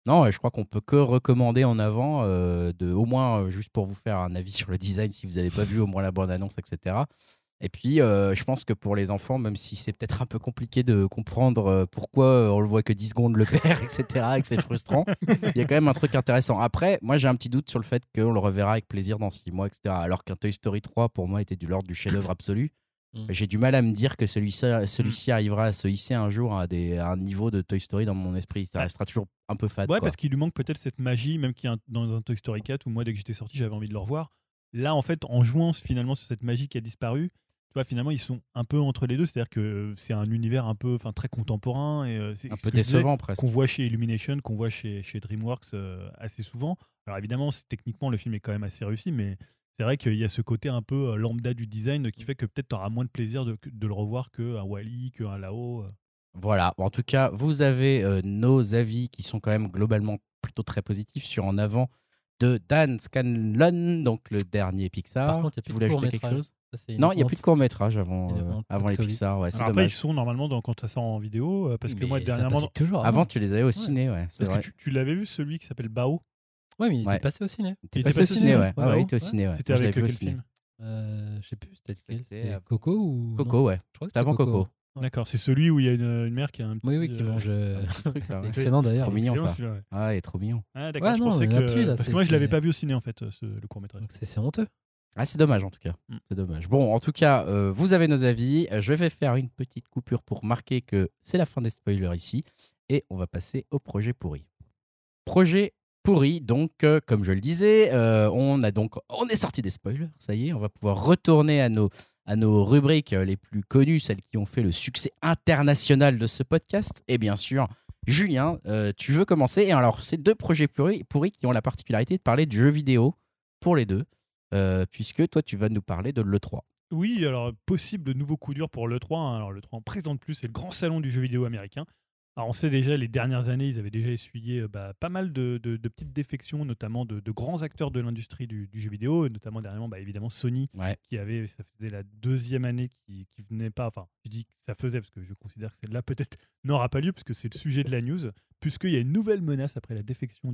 Non, je crois qu'on peut que recommander en avant, au moins juste pour vous faire un avis sur le design si vous n'avez pas vu au moins la bande-annonce, etc. Et puis, je pense que pour les enfants, même si c'est peut-être un peu compliqué de comprendre pourquoi on le voit que 10 secondes le père, etc., et que c'est frustrant, il y a quand même un truc intéressant. Après, moi, j'ai un petit doute sur le fait qu'on le reverra avec plaisir dans 6 mois, etc. Alors qu'un Toy Story 3, pour moi, était de l'ordre du chef-d'œuvre absolu. J'ai du mal à me dire que celui-ci arrivera à se hisser un jour à un niveau de Toy Story dans mon esprit. Ça restera toujours un peu fade. Ouais, quoi. parce qu'il lui manque peut-être cette magie, même qu'il y a dans un Toy Story 4 où moi, dès que j'étais sorti, j'avais envie de le revoir. Là, en fait, en jouant finalement sur cette magie qui a disparu, tu vois, finalement, ils sont un peu entre les deux. C'est-à-dire que c'est un univers un peu, très contemporain. Et, c'est Un ce peu que je disais, décevant presque. qu'on voit chez Illumination, qu'on voit chez DreamWorks assez souvent. Alors évidemment, techniquement, le film est quand même assez réussi, mais c'est vrai qu'il y a ce côté un peu lambda du design qui fait que peut-être tu auras moins de plaisir de le revoir qu'un Wall-E, qu'un Lao. Voilà. En tout cas, vous avez nos avis qui sont quand même globalement plutôt très positifs sur En avant de Dan Scanlon, donc le dernier Pixar. Par contre, il Tu n'y a voulais plus de ajouter quelque court-métrage. chose? Ça, c'est Non, il n'y a une plus de honte. court-métrage avant, Une honte avant les absolue. Pixar. Ouais, c'est Alors après, dommage. ils sont normalement quand ça sort en vidéo, parce que Mais moi, ça dernièrement. passait toujours Avant, tu les avais au ciné, ouais. C'est Parce vrai. que tu l'avais vu, celui qui s'appelle Bao. Ouais, mais il Ouais. était passé au ciné. T'es il passé était au passé ciné, au ouais. ciné. Ouais, Ouais, il était au ouais. ciné, ouais. C'était Moi, je avec l'avais vu quel au ciné. film? Je sais plus, c'était C'était, Coco ou Coco, ouais. Je crois que C'était avant Coco. Ouais. D'accord, c'est celui où il y a une mère qui a un petit. Oui, qui mange. Un petit truc, là, ouais. C'est excellent d'ailleurs. Trop mignon, Excellent, ça. celui-là, ouais. Ah, il est trop mignon. Ah, d'accord, Ouais, je non, pensais il y en a que. plus, là, Parce c'est- que moi, je l'avais c'est- pas vu au ciné, en fait, le court-métrage. Donc c'est honteux. Ah, c'est dommage en tout cas. Mm. C'est dommage. Bon, en tout cas, vous avez nos avis. Je vais faire une petite coupure pour marquer que c'est la fin des spoilers ici. Et on va passer au projet pourri. Projet pourri, donc, comme je le disais, on est sorti des spoilers. Ça y est, on va pouvoir retourner à nos rubriques les plus connues, celles qui ont fait le succès international de ce podcast. Et bien sûr, Julien, tu veux commencer. Et alors, c'est 2 projets pourris qui ont la particularité de parler de jeux vidéo pour les deux. Puisque toi, tu vas nous parler de l'E3. Oui, alors, possible nouveau coup dur pour l'E3. Hein. Alors, l'E3 en présente plus, c'est le grand salon du jeu vidéo américain. Alors, on sait déjà, les dernières années, ils avaient déjà essuyé pas mal de petites défections, notamment de grands acteurs de l'industrie du jeu vidéo, et notamment dernièrement, évidemment, Sony, Ouais. ça faisait la 2e année qui venait pas, enfin, je dis que ça faisait, parce que je considère que celle-là, peut-être, n'aura pas lieu, puisque c'est le sujet de la news, puisqu'il y a une nouvelle menace après la défection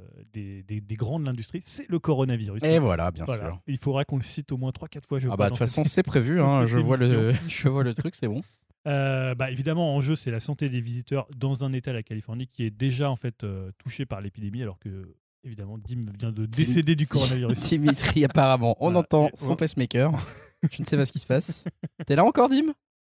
des grands de l'industrie, c'est le coronavirus. Et voilà, bien Voilà. sûr. Il faudra qu'on le cite au moins 3-4 fois, je Ah crois, bah, de dans toute façon, cette- c'est prévu. dans Hein. cette Je vois émission. le truc, c'est bon. Évidemment, en jeu, c'est la santé des visiteurs dans un État, la Californie, qui est déjà en fait touché par l'épidémie, alors que évidemment, Dim vient de décéder du coronavirus. Dimitri, apparemment, on Voilà. entend Et son on- pacemaker. Je ne sais pas ce qui se passe. T'es là encore, Dim?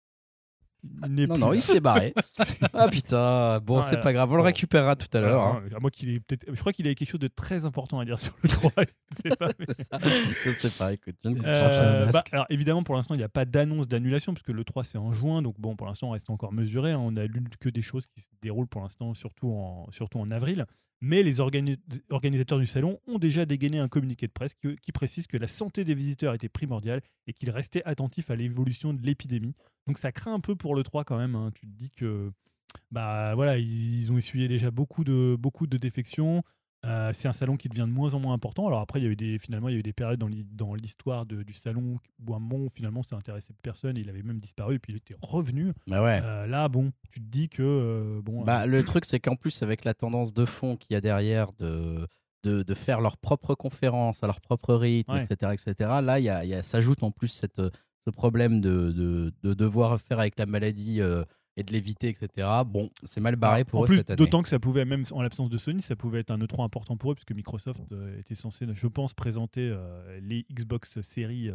Il n'est Non, plus non, là. il s'est barré. Ah putain, bon, c'est Voilà. pas grave, on le Bon. récupérera tout à l'heure. hein. À moi qu'il est peut-être. Je crois qu'il avait quelque chose de très important à dire sur le 3. Je sais pas, mais- C'est ça. Je sais pas, écoute. Je ne comprends Chercher pas. un masque. alors évidemment, pour l'instant, il n'y a pas d'annonce d'annulation, puisque le 3 c'est en juin, donc bon, pour l'instant, on reste encore mesuré. Hein. On n'a lu que des choses qui se déroulent pour l'instant, surtout en avril. Mais les organisateurs du salon ont déjà dégainé un communiqué de presse qui précise que la santé des visiteurs était primordiale et qu'ils restaient attentifs à l'évolution de l'épidémie. Donc ça craint un peu pour le 3 quand même. Hein. Tu te dis que voilà, ils ont essuyé déjà beaucoup de défections. C'est un salon qui devient de moins en moins important. Alors après, il y a eu des périodes dans l'histoire du salon où un moment, finalement, ça intéressait personne. Il avait même disparu et puis il était revenu. Bah ouais. Là, bon, tu te dis que Le truc, c'est qu'en plus, avec la tendance de fond qu'il y a derrière de faire leur propre conférence à leur propre rythme, Ouais. etc., là, s'ajoute en plus ce problème de devoir faire avec la maladie et de l'éviter, etc. Bon, c'est mal barré pour en eux plus, cette année. d'autant que ça pouvait, même en l'absence de Sony, ça pouvait être un E3 important pour eux, puisque Microsoft était censé, je pense, présenter les Xbox Series.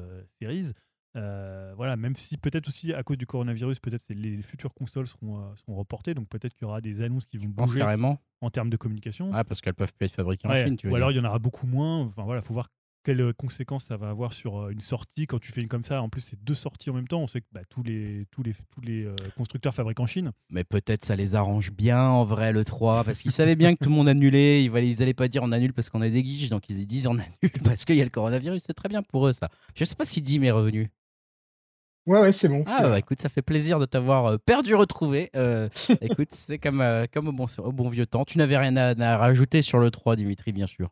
Voilà, même si peut-être aussi à cause du coronavirus, peut-être les futures consoles seront reportées, donc peut-être qu'il y aura des annonces qui vont Je pense bouger carrément. en termes de communication. Ouais, parce qu'elles peuvent plus être fabriquées en Ouais, Chine, tu veux ou dire. alors il y en aura beaucoup moins. Enfin voilà, faut voir quelles conséquences ça va avoir sur une sortie quand tu fais une comme ça. En plus, c'est 2 sorties en même temps. On sait que tous les constructeurs fabriquent en Chine. Mais peut-être ça les arrange bien en vrai le 3 parce qu'ils savaient bien que tout le monde annulait, ils allaient pas dire on annule parce qu'on a des guiches, donc ils disent on annule parce qu'il y a le coronavirus, c'est très bien pour eux ça. Je sais pas si Dim est revenu. Ouais, c'est bon. Ah bah écoute, ça fait plaisir de t'avoir perdu retrouvé. Écoute, c'est comme au bon vieux temps. Tu n'avais rien à rajouter sur le 3, Dimitri, bien sûr.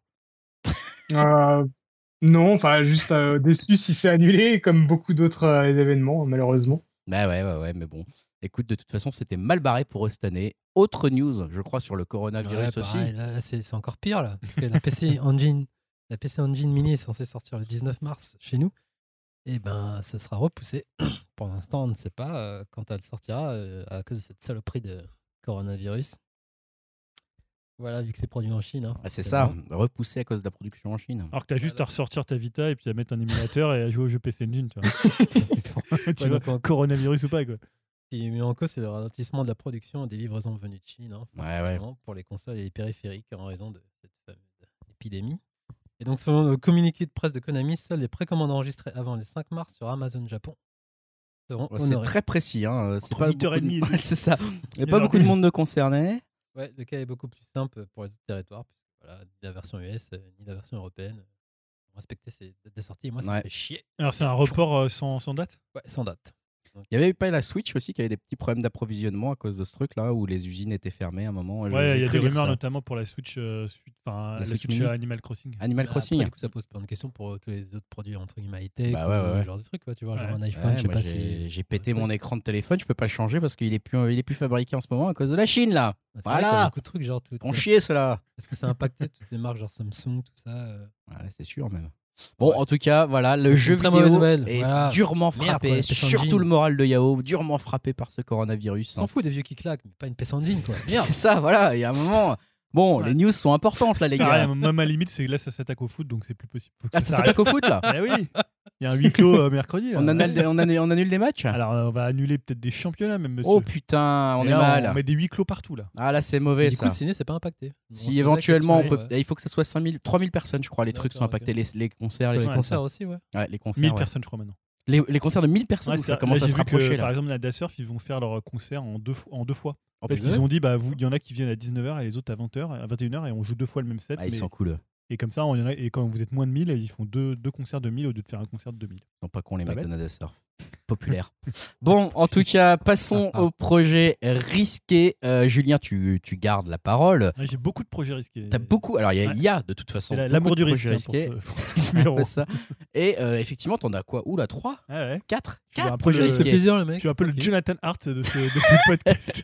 Non, enfin, juste déçu si c'est annulé, comme beaucoup d'autres événements, malheureusement. Bah ouais, mais bon. Écoute, de toute façon, c'était mal barré pour eux cette année. Autre news, je crois, sur le coronavirus Ouais, aussi. pareil, là, c'est encore pire, là. Parce que la PC Engine Mini est censée sortir le 19 mars chez nous. Et ben, ça sera repoussé. Pour l'instant, on ne sait pas quand elle sortira à cause de cette saloperie de coronavirus. Voilà, vu que c'est produit en Chine. Hein, C'est forcément. ça, repoussé à cause de la production en Chine. Alors que t'as juste Voilà. à ressortir ta Vita et puis à mettre un émulateur et à jouer au jeu PC Engine, tu vois. Tu Ouais, vois, donc, coronavirus ou pas, quoi. Ce qui est mis en cause, c'est le ralentissement de la production et des livraisons venues de Chine. Hein, Ouais. forcément, pour les consoles et les périphériques en raison de cette fameuse épidémie. Et donc, selon le communiqué de presse de Konami, seules les précommandes enregistrées avant le 5 mars sur Amazon Japon seront C'est honorées. très précis. Hein. C'est Entre pas 8h30 beaucoup de- et 12h. C'est ça. Il n'y a Et pas alors, beaucoup de monde de concerné. Ouais, le cas est beaucoup plus simple pour les autres territoires, puisque voilà, ni la version US ni la version européenne ont respecté ces dates de sortie. Et moi, ça Ouais. me fait chier. Alors, c'est un report sans date. Ouais, sans date. Il y avait pas la Switch aussi qui avait des petits problèmes d'approvisionnement à cause de ce truc-là, où les usines étaient fermées à un moment. Ouais, J'ai il y a cru des lire rumeurs, ça. notamment pour la Switch, la Switch Switch Mini. Animal Crossing. Animal Mais Crossing. Après, du coup, ça pose plein de questions pour tous les autres produits entre guillemets high-tech, Bah ouais. ce genre de truc, quoi, tu vois, genre Ouais. un iPhone, Ouais, je sais moi, pas j'ai si. pété Ouais, mon écran de téléphone, je peux pas le changer parce qu'il est plus fabriqué en ce moment à cause de la Chine là. C'est vrai qu'il y a Voilà. beaucoup de trucs, genre tout. Font chier ceux-là. Est-ce que ça a impacté toutes les marques, genre Samsung, tout ça Ouais, c'est sûr même. Bon, Ouais. en tout cas, voilà, le C'est jeu une très mauvaise vidéo nouvelle. est Voilà. durement Merde, quoi, frappé, la PC surtout Engine. le moral de Yao, durement frappé par ce coronavirus. S'en fout des vieux qui claquent, mais pas une PC Engine, quoi. Merde. C'est ça, voilà, il y a un moment. Bon, Ouais. les news sont importantes là, les Ah, gars. ouais, moi, ma limite, c'est que là, ça s'attaque au foot, donc c'est plus possible. Faut que Ah, ça ça s'arrête. s'attaque au foot là. Eh oui, il y a un huis clos mercredi. là. On annule des matchs. Alors, on va annuler peut-être des championnats, même, monsieur. Oh putain, on Et est là, mal. On met des huis clos partout, là. Ah là, c'est Mais mauvais du coup, ça. le ciné, c'est pas impacté. On se Si posait la éventuellement, question, il faut que ça soit 3000 personnes, je crois, les trucs sont D'accord, impactés, ok. les concerts, Sur les les Ouais. concerts aussi, ouais. Ouais, les concerts. 1000 ouais. personnes, je crois, maintenant. Les concerts de 1000 personnes, Ouais, donc c'est ça commence là, à se j'ai vu rapprocher que, là. par exemple, la Dassurf, ils vont faire leur concert en deux fois. Oh, En fait, putain. ils ont dit, il y en a qui viennent à 19h et les autres à 20h, à 21h, et on joue deux fois le même set. Ah, ils sont cool. Et comme ça, il y en a, et quand vous êtes moins de 1000, ils font deux concerts de 1000 au lieu de faire un concert de 2000. Ils sont pas cons les Pas mecs de bête. Nadasurf. Populaire. Bon, en tout cas, passons au projet risqué. Julien, tu gardes la parole. Ouais, j'ai beaucoup de projets risqués. T'as beaucoup. Alors, il y a de toute façon. C'est l'amour beaucoup du de risque projets hein, risqués. pour ce C'est un numéro. peu ça. Et effectivement, t'en as quoi? Oula, 3 Ouais, ouais. 4 Tu vois un 4 peu projets le- C'est risqués. plaisir, le mec. Je suis un peu le Ok. Jonathan Hart de ce podcast.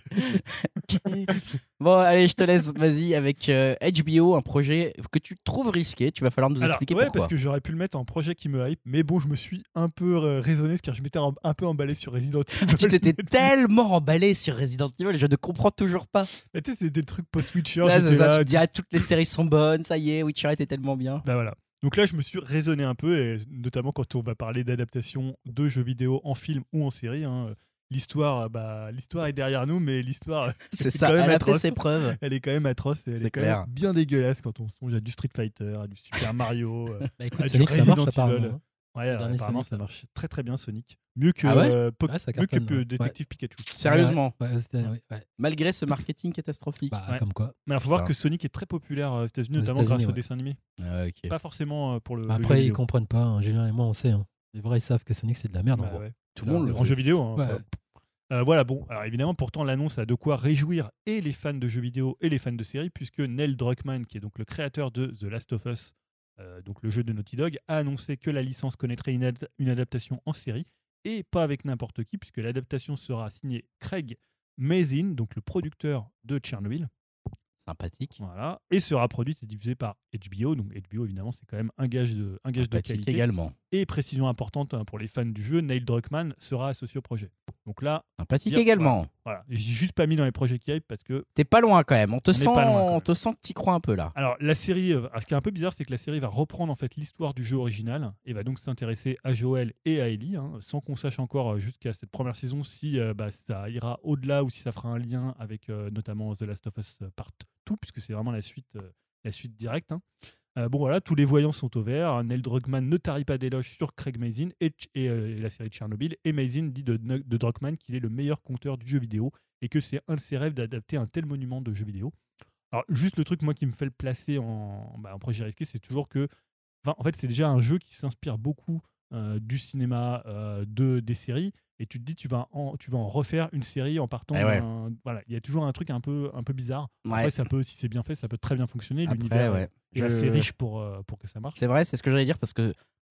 Bon, allez, je te laisse. Vas-y, avec HBO, un projet que tu trouves risqué. Tu vas falloir nous Alors, expliquer ouais, pourquoi. parce que j'aurais pu le mettre en projet qui me hype, mais bon, je me suis un peu raisonné car je m'étais un peu emballé sur Resident Evil. Tu t'étais tellement emballé sur Resident Evil, je ne comprends toujours pas. Mais tu sais, c'était le truc post-Witcher. Là, c'est j'étais ça, là, tu te dis, ah, toutes les séries sont bonnes, ça y est, Witcher était tellement bien. Bah voilà. Donc là, je me suis raisonné un peu, et notamment quand on va parler d'adaptation de jeux vidéo en film ou en série. Hein. L'histoire est derrière nous, mais l'histoire, C'est c'est ça, quand même elle a fait atroce. ses preuves. Elle est quand même atroce et elle C'est est quand clair. même bien dégueulasse quand on songe à du Street Fighter, à du Super Mario. Bah écoute, Ah, du Sonic, ça marche Resident apparemment. Evil. hein. Ouais, dernier apparemment, Sonic, ça là. marche très très bien, Sonic. Mieux que, Ah ouais Ouais, ça mieux que cartonne, ouais. Détective Pikachu. Sérieusement, Ouais, ouais. malgré ce marketing catastrophique. Bah, Ouais. comme quoi. Mais il faut voir Putain. que Sonic est très populaire aux États-Unis, Aux notamment grâce États-Unis, aux ouais. dessins animés. Ah, ok. Pas forcément pour le. Bah, le après, jeu ils vidéo. comprennent pas. hein. Julien et moi, on sait. hein. Les vrais, ils savent que Sonic, c'est de la merde. en Bah gros. ouais. Tout le monde le En jeu vidéo. Hein, Ouais. Voilà, bon, alors évidemment, pourtant, l'annonce a de quoi réjouir et les fans de jeux vidéo et les fans de séries, puisque Neil Druckmann, qui est donc le créateur de The Last of Us, donc le jeu de Naughty Dog, a annoncé que la licence connaîtrait une adaptation en série, et pas avec n'importe qui, puisque l'adaptation sera signée Craig Mazin, donc le producteur de Tchernobyl, Sympathique. voilà, et sera produite et diffusée par HBO. Donc HBO, évidemment, c'est quand même un gage de Sympathique qualité. également. Et précision importante pour les fans du jeu, Neil Druckmann sera associé au projet. Donc là, Sympathique dire- également. voilà, j'ai juste pas mis dans les projets qui hype parce que T'es pas loin quand même. On te On est sent, pas loin, quand même. on te sent que t'y crois un peu là. alors la série, ce qui est un peu bizarre, c'est que la série va reprendre en fait l'histoire du jeu original et va donc s'intéresser à Joel et à Ellie, hein, sans qu'on sache encore jusqu'à cette première saison si ça ira au-delà ou si ça fera un lien avec notamment The Last of Us Part 2, puisque c'est vraiment la suite directe. Hein. Bon voilà, tous les voyants sont au vert. Neil Druckmann ne tarit pas d'éloges sur Craig Mazin et la série de Tchernobyl. Et Mazin dit de Druckmann qu'il est le meilleur conteur du jeu vidéo et que c'est un de ses rêves d'adapter un tel monument de jeu vidéo. Alors juste le truc moi qui me fait le placer en projet risqué, c'est toujours que, en fait, c'est déjà un jeu qui s'inspire beaucoup du cinéma, des séries. Et tu te dis, tu vas en refaire une série en partant. Eh ouais. Voilà, il y a toujours un truc un peu bizarre. Ouais. Après, si c'est bien fait, ça peut très bien fonctionner. Après, L'univers ouais. est assez riche pour que ça marche. C'est vrai, c'est ce que j'allais dire parce que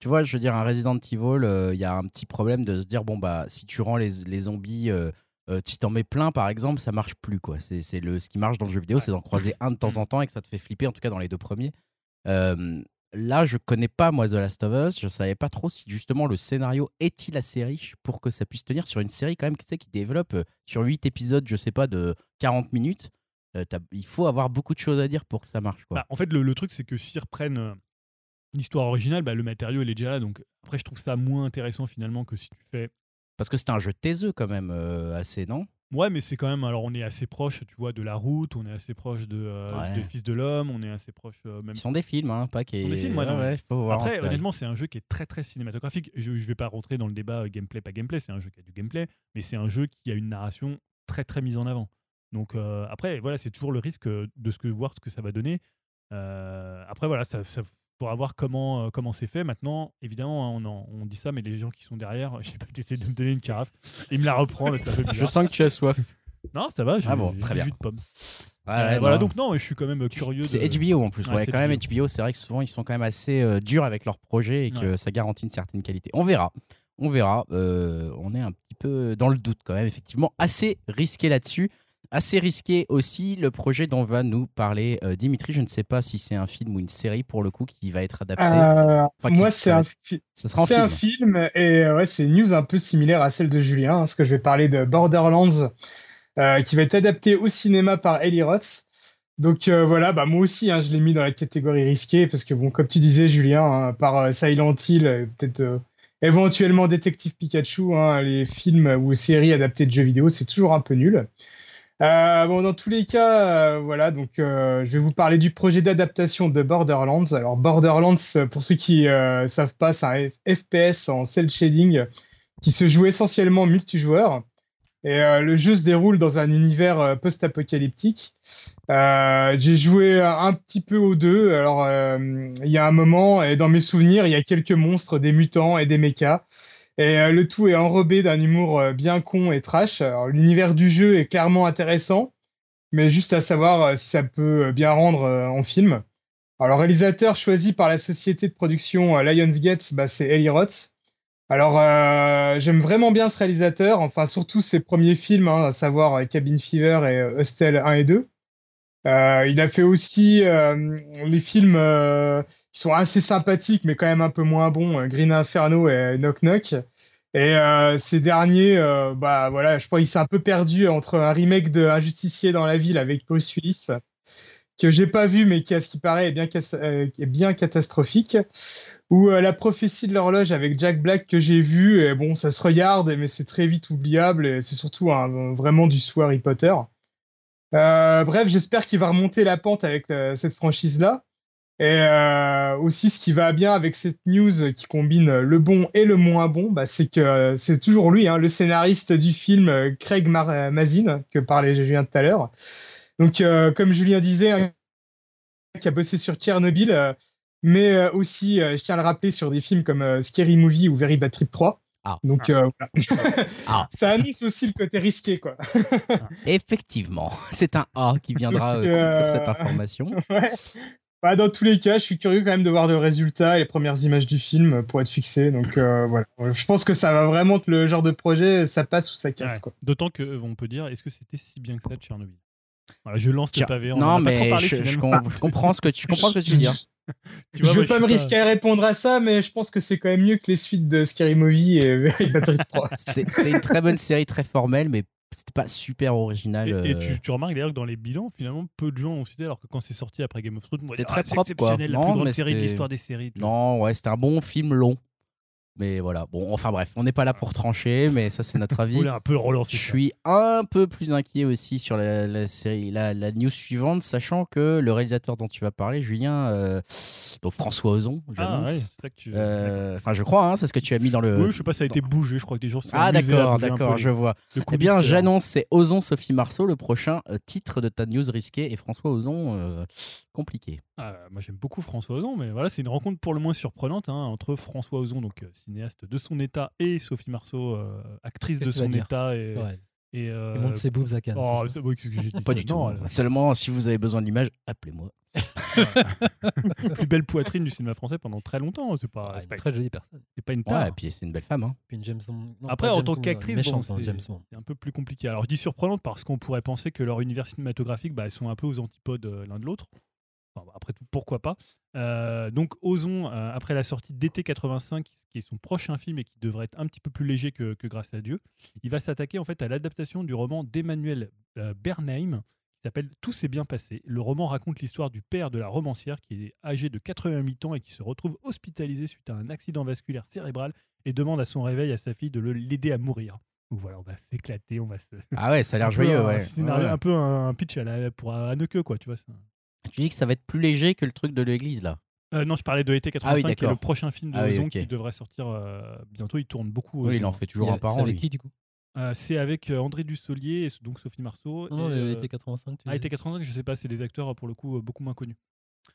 tu vois, je veux dire, un Resident Evil, il y a un petit problème de se dire, bon, bah, si tu rends les zombies, si t'en mets plein, par exemple, ça marche plus, quoi. Ce qui marche dans le jeu vidéo, c'est d'en croiser un de temps en temps et que ça te fait flipper, en tout cas dans les 2 premiers. Là, je connais pas, moi, The Last of Us. Je savais pas trop si, justement, le scénario est-il assez riche pour que ça puisse tenir sur une série, quand même, tu sais, qui développe sur 8 épisodes, je sais pas, de 40 minutes. Il faut avoir beaucoup de choses à dire pour que ça marche, quoi. Bah, en fait, le truc, c'est que s'ils reprennent l'histoire originale, bah, le matériau, il est déjà là. Donc, après, je trouve ça moins intéressant, finalement, que si tu fais... Parce que c'était un jeu taiseux, quand même, assez, non? Ouais, mais c'est quand même... Alors, on est assez proche, tu vois, de La Route, on est assez proche de Fils de l'Homme, on est assez proche... même... Ils sont des films, hein, pas Ils sont des films, ouais, non, ouais, faut voir. Après, honnêtement, c'est un jeu qui est très, très cinématographique. Je vais pas rentrer dans le débat gameplay, pas gameplay, c'est un jeu qui a du gameplay, mais c'est un jeu qui a une narration très, très mise en avant. Donc, après, voilà, c'est toujours le risque de voir ce que ça va donner. Après, voilà, ça faudra voir comment c'est fait. Maintenant, évidemment, hein, on dit ça, mais les gens qui sont derrière, je sais pas, t'essaies de me donner une carafe. Il me la reprend, mais c'est un peu bizarre. Je sens que tu as soif. Non, ça va, j'ai très du bien. jus de pomme. Ouais, voilà, non. donc non, je suis quand même curieux. C'est HBO en plus. Ouais, Ouais, c'est quand même, HBO. HBO, c'est vrai que souvent, ils sont quand même assez durs avec leurs projets et que ça garantit une certaine qualité. On verra. On est un petit peu dans le doute quand même, effectivement. Assez risqué là-dessus. Assez risqué aussi le projet dont va nous parler Dimitri. Je ne sais pas si c'est un film ou une série pour le coup qui va être adapté. Moi, c'est un film et c'est une news un peu similaire à celle de Julien, parce que je vais parler de Borderlands qui va être adapté au cinéma par Eli Roth. Donc voilà, bah, moi aussi, hein, je l'ai mis dans la catégorie risquée parce que, bon, comme tu disais, Julien, hein, par Silent Hill, peut-être éventuellement Détective Pikachu, hein, les films ou séries adaptées de jeux vidéo, c'est toujours un peu nul. Bon, dans tous les cas, voilà, donc je vais vous parler du projet d'adaptation de Borderlands. Alors Borderlands, pour ceux qui savent pas, c'est un FPS en cel shading qui se joue essentiellement multijoueur. Et le jeu se déroule dans un univers post-apocalyptique. J'ai joué un petit peu aux deux. Alors, il y a un moment, et dans mes souvenirs, il y a quelques monstres, des mutants et des mechas. Et le tout est enrobé d'un humour bien con et trash. Alors, l'univers du jeu est clairement intéressant, mais juste à savoir si ça peut bien rendre en film. Alors, le réalisateur choisi par la société de production Lionsgate, bah, c'est Eli Roth. Alors, j'aime vraiment bien ce réalisateur, enfin surtout ses premiers films, hein, à savoir Cabin Fever et Hostel 1 et 2. Il a fait aussi les films qui sont assez sympathiques, mais quand même un peu moins bons, Green Inferno et Knock Knock. Et ces derniers, bah voilà, je crois qu'il s'est un peu perdu entre un remake de Un justicier dans la ville avec Bruce Willis, que j'ai pas vu, mais qui, à ce qui paraît, est bien catastrophique. Ou La prophétie de l'horloge avec Jack Black que j'ai vu. Et bon, ça se regarde, mais c'est très vite oubliable. Et c'est surtout vraiment du sous Harry Potter. Bref, j'espère qu'il va remonter la pente avec cette franchise-là. Et aussi, ce qui va bien avec cette news qui combine le bon et le moins bon, bah, c'est que c'est toujours lui, hein, le scénariste du film Craig Mazin, que parlait Julien tout à l'heure. Donc, comme Julien disait, hein, qui a bossé sur Tchernobyl, mais aussi, je tiens à le rappeler, sur des films comme Scary Movie ou Very Bad Trip 3. Donc, voilà. Ça annonce aussi le côté risqué, quoi. Effectivement, c'est un A qui viendra conclure cette information. Ouais. Bah, dans tous les cas, je suis curieux quand même de voir le résultat et les premières images du film pour être fixé. Donc voilà, je pense que ça va vraiment être le genre de projet, ça passe ou ça casse. Quoi. D'autant qu'on peut dire, est-ce que c'était si bien que ça, Tchernobyl? Voilà, je lance le pavé. Non, mais je comprends ce que tu veux dire. Je ne veux pas me risquer à répondre à ça, mais je pense que c'est quand même mieux que les suites de Scary Movie et Bad Trip 3. C'était une très bonne série, très formelle, mais c'était pas super original. Et tu remarques d'ailleurs que dans les bilans, finalement, peu de gens l'ont cité, alors que quand c'est sorti après Game of Thrones, c'était très propre, quoi. La plus grande série de l'histoire des séries. Non, ouais, c'était un bon film long. Mais voilà, bon, enfin bref, on n'est pas là pour trancher, mais ça c'est notre avis. Un peu relancer. Je suis un peu plus inquiet aussi sur la série, la news suivante, sachant que le réalisateur dont tu vas parler, Julien, donc François Ozon, j'annonce. Ouais, c'est ça que tu... Enfin, je crois, hein, c'est ce que tu as mis dans le. Oui, je sais pas, ça a été bougé, je crois que des gens se sont d'accord, je vois. Eh bien, j'annonce, c'est Ozon Sophie Marceau, le prochain titre de ta news risquée, et François Ozon, compliqué. Moi j'aime beaucoup François Ozon, mais voilà, c'est une rencontre pour le moins surprenante entre François Ozon, donc cinéaste de son état, et Sophie Marceau, actrice de son état. Et... Et Il monte ses boobs à Cannes. oh, c'est ça oui, qu'est-ce que j'ai dit Pas ça du tout. Non, Seulement, si vous avez besoin d'image, appelez-moi. la plus belle poitrine du cinéma français pendant très longtemps. C'est pas, Ouais, c'est une pas, très jolie personne. c'est pas une Ouais, tare. et puis c'est une belle femme. Hein. Puis une James Bond. non, Après, pas en James tant Bond, qu'actrice, méchante, bon, hein, James Bond. c'est un peu plus compliqué. Alors, je dis surprenante parce qu'on pourrait penser que leur univers cinématographique, elles sont un peu aux antipodes l'un de l'autre. Enfin, après tout, pourquoi pas. Donc, Ozon, après la sortie d'été 85, qui est son prochain film et qui devrait être un petit peu plus léger que Grâce à Dieu, il va s'attaquer en fait à l'adaptation du roman d'Emmanuel Bernheim qui s'appelle Tout s'est bien passé. Le roman raconte l'histoire du père de la romancière qui est âgé de 88 ans et qui se retrouve hospitalisé suite à un accident vasculaire cérébral et demande à son réveil à sa fille de l'aider à mourir. Donc voilà, on va s'éclater, on va se... Ah ouais, ça a l'air un peu joyeux. un Ouais. scénario, Ouais. un peu un pitch pour Haneke, quoi, tu vois. Tu dis que ça va être plus léger que le truc de l'église, là. Non, je parlais de été 85, qui est d'accord. le prochain film de Ah oui, Ozon ok. qui devrait sortir bientôt. Il tourne beaucoup. Oui, il Ozon. en fait toujours un par C'est an. avec lui. qui du coup C'est avec André Dussolier et donc Sophie Marceau. Non, et, l'été 85. Tu disais. été 85, je sais pas, c'est des acteurs pour le coup beaucoup moins connus.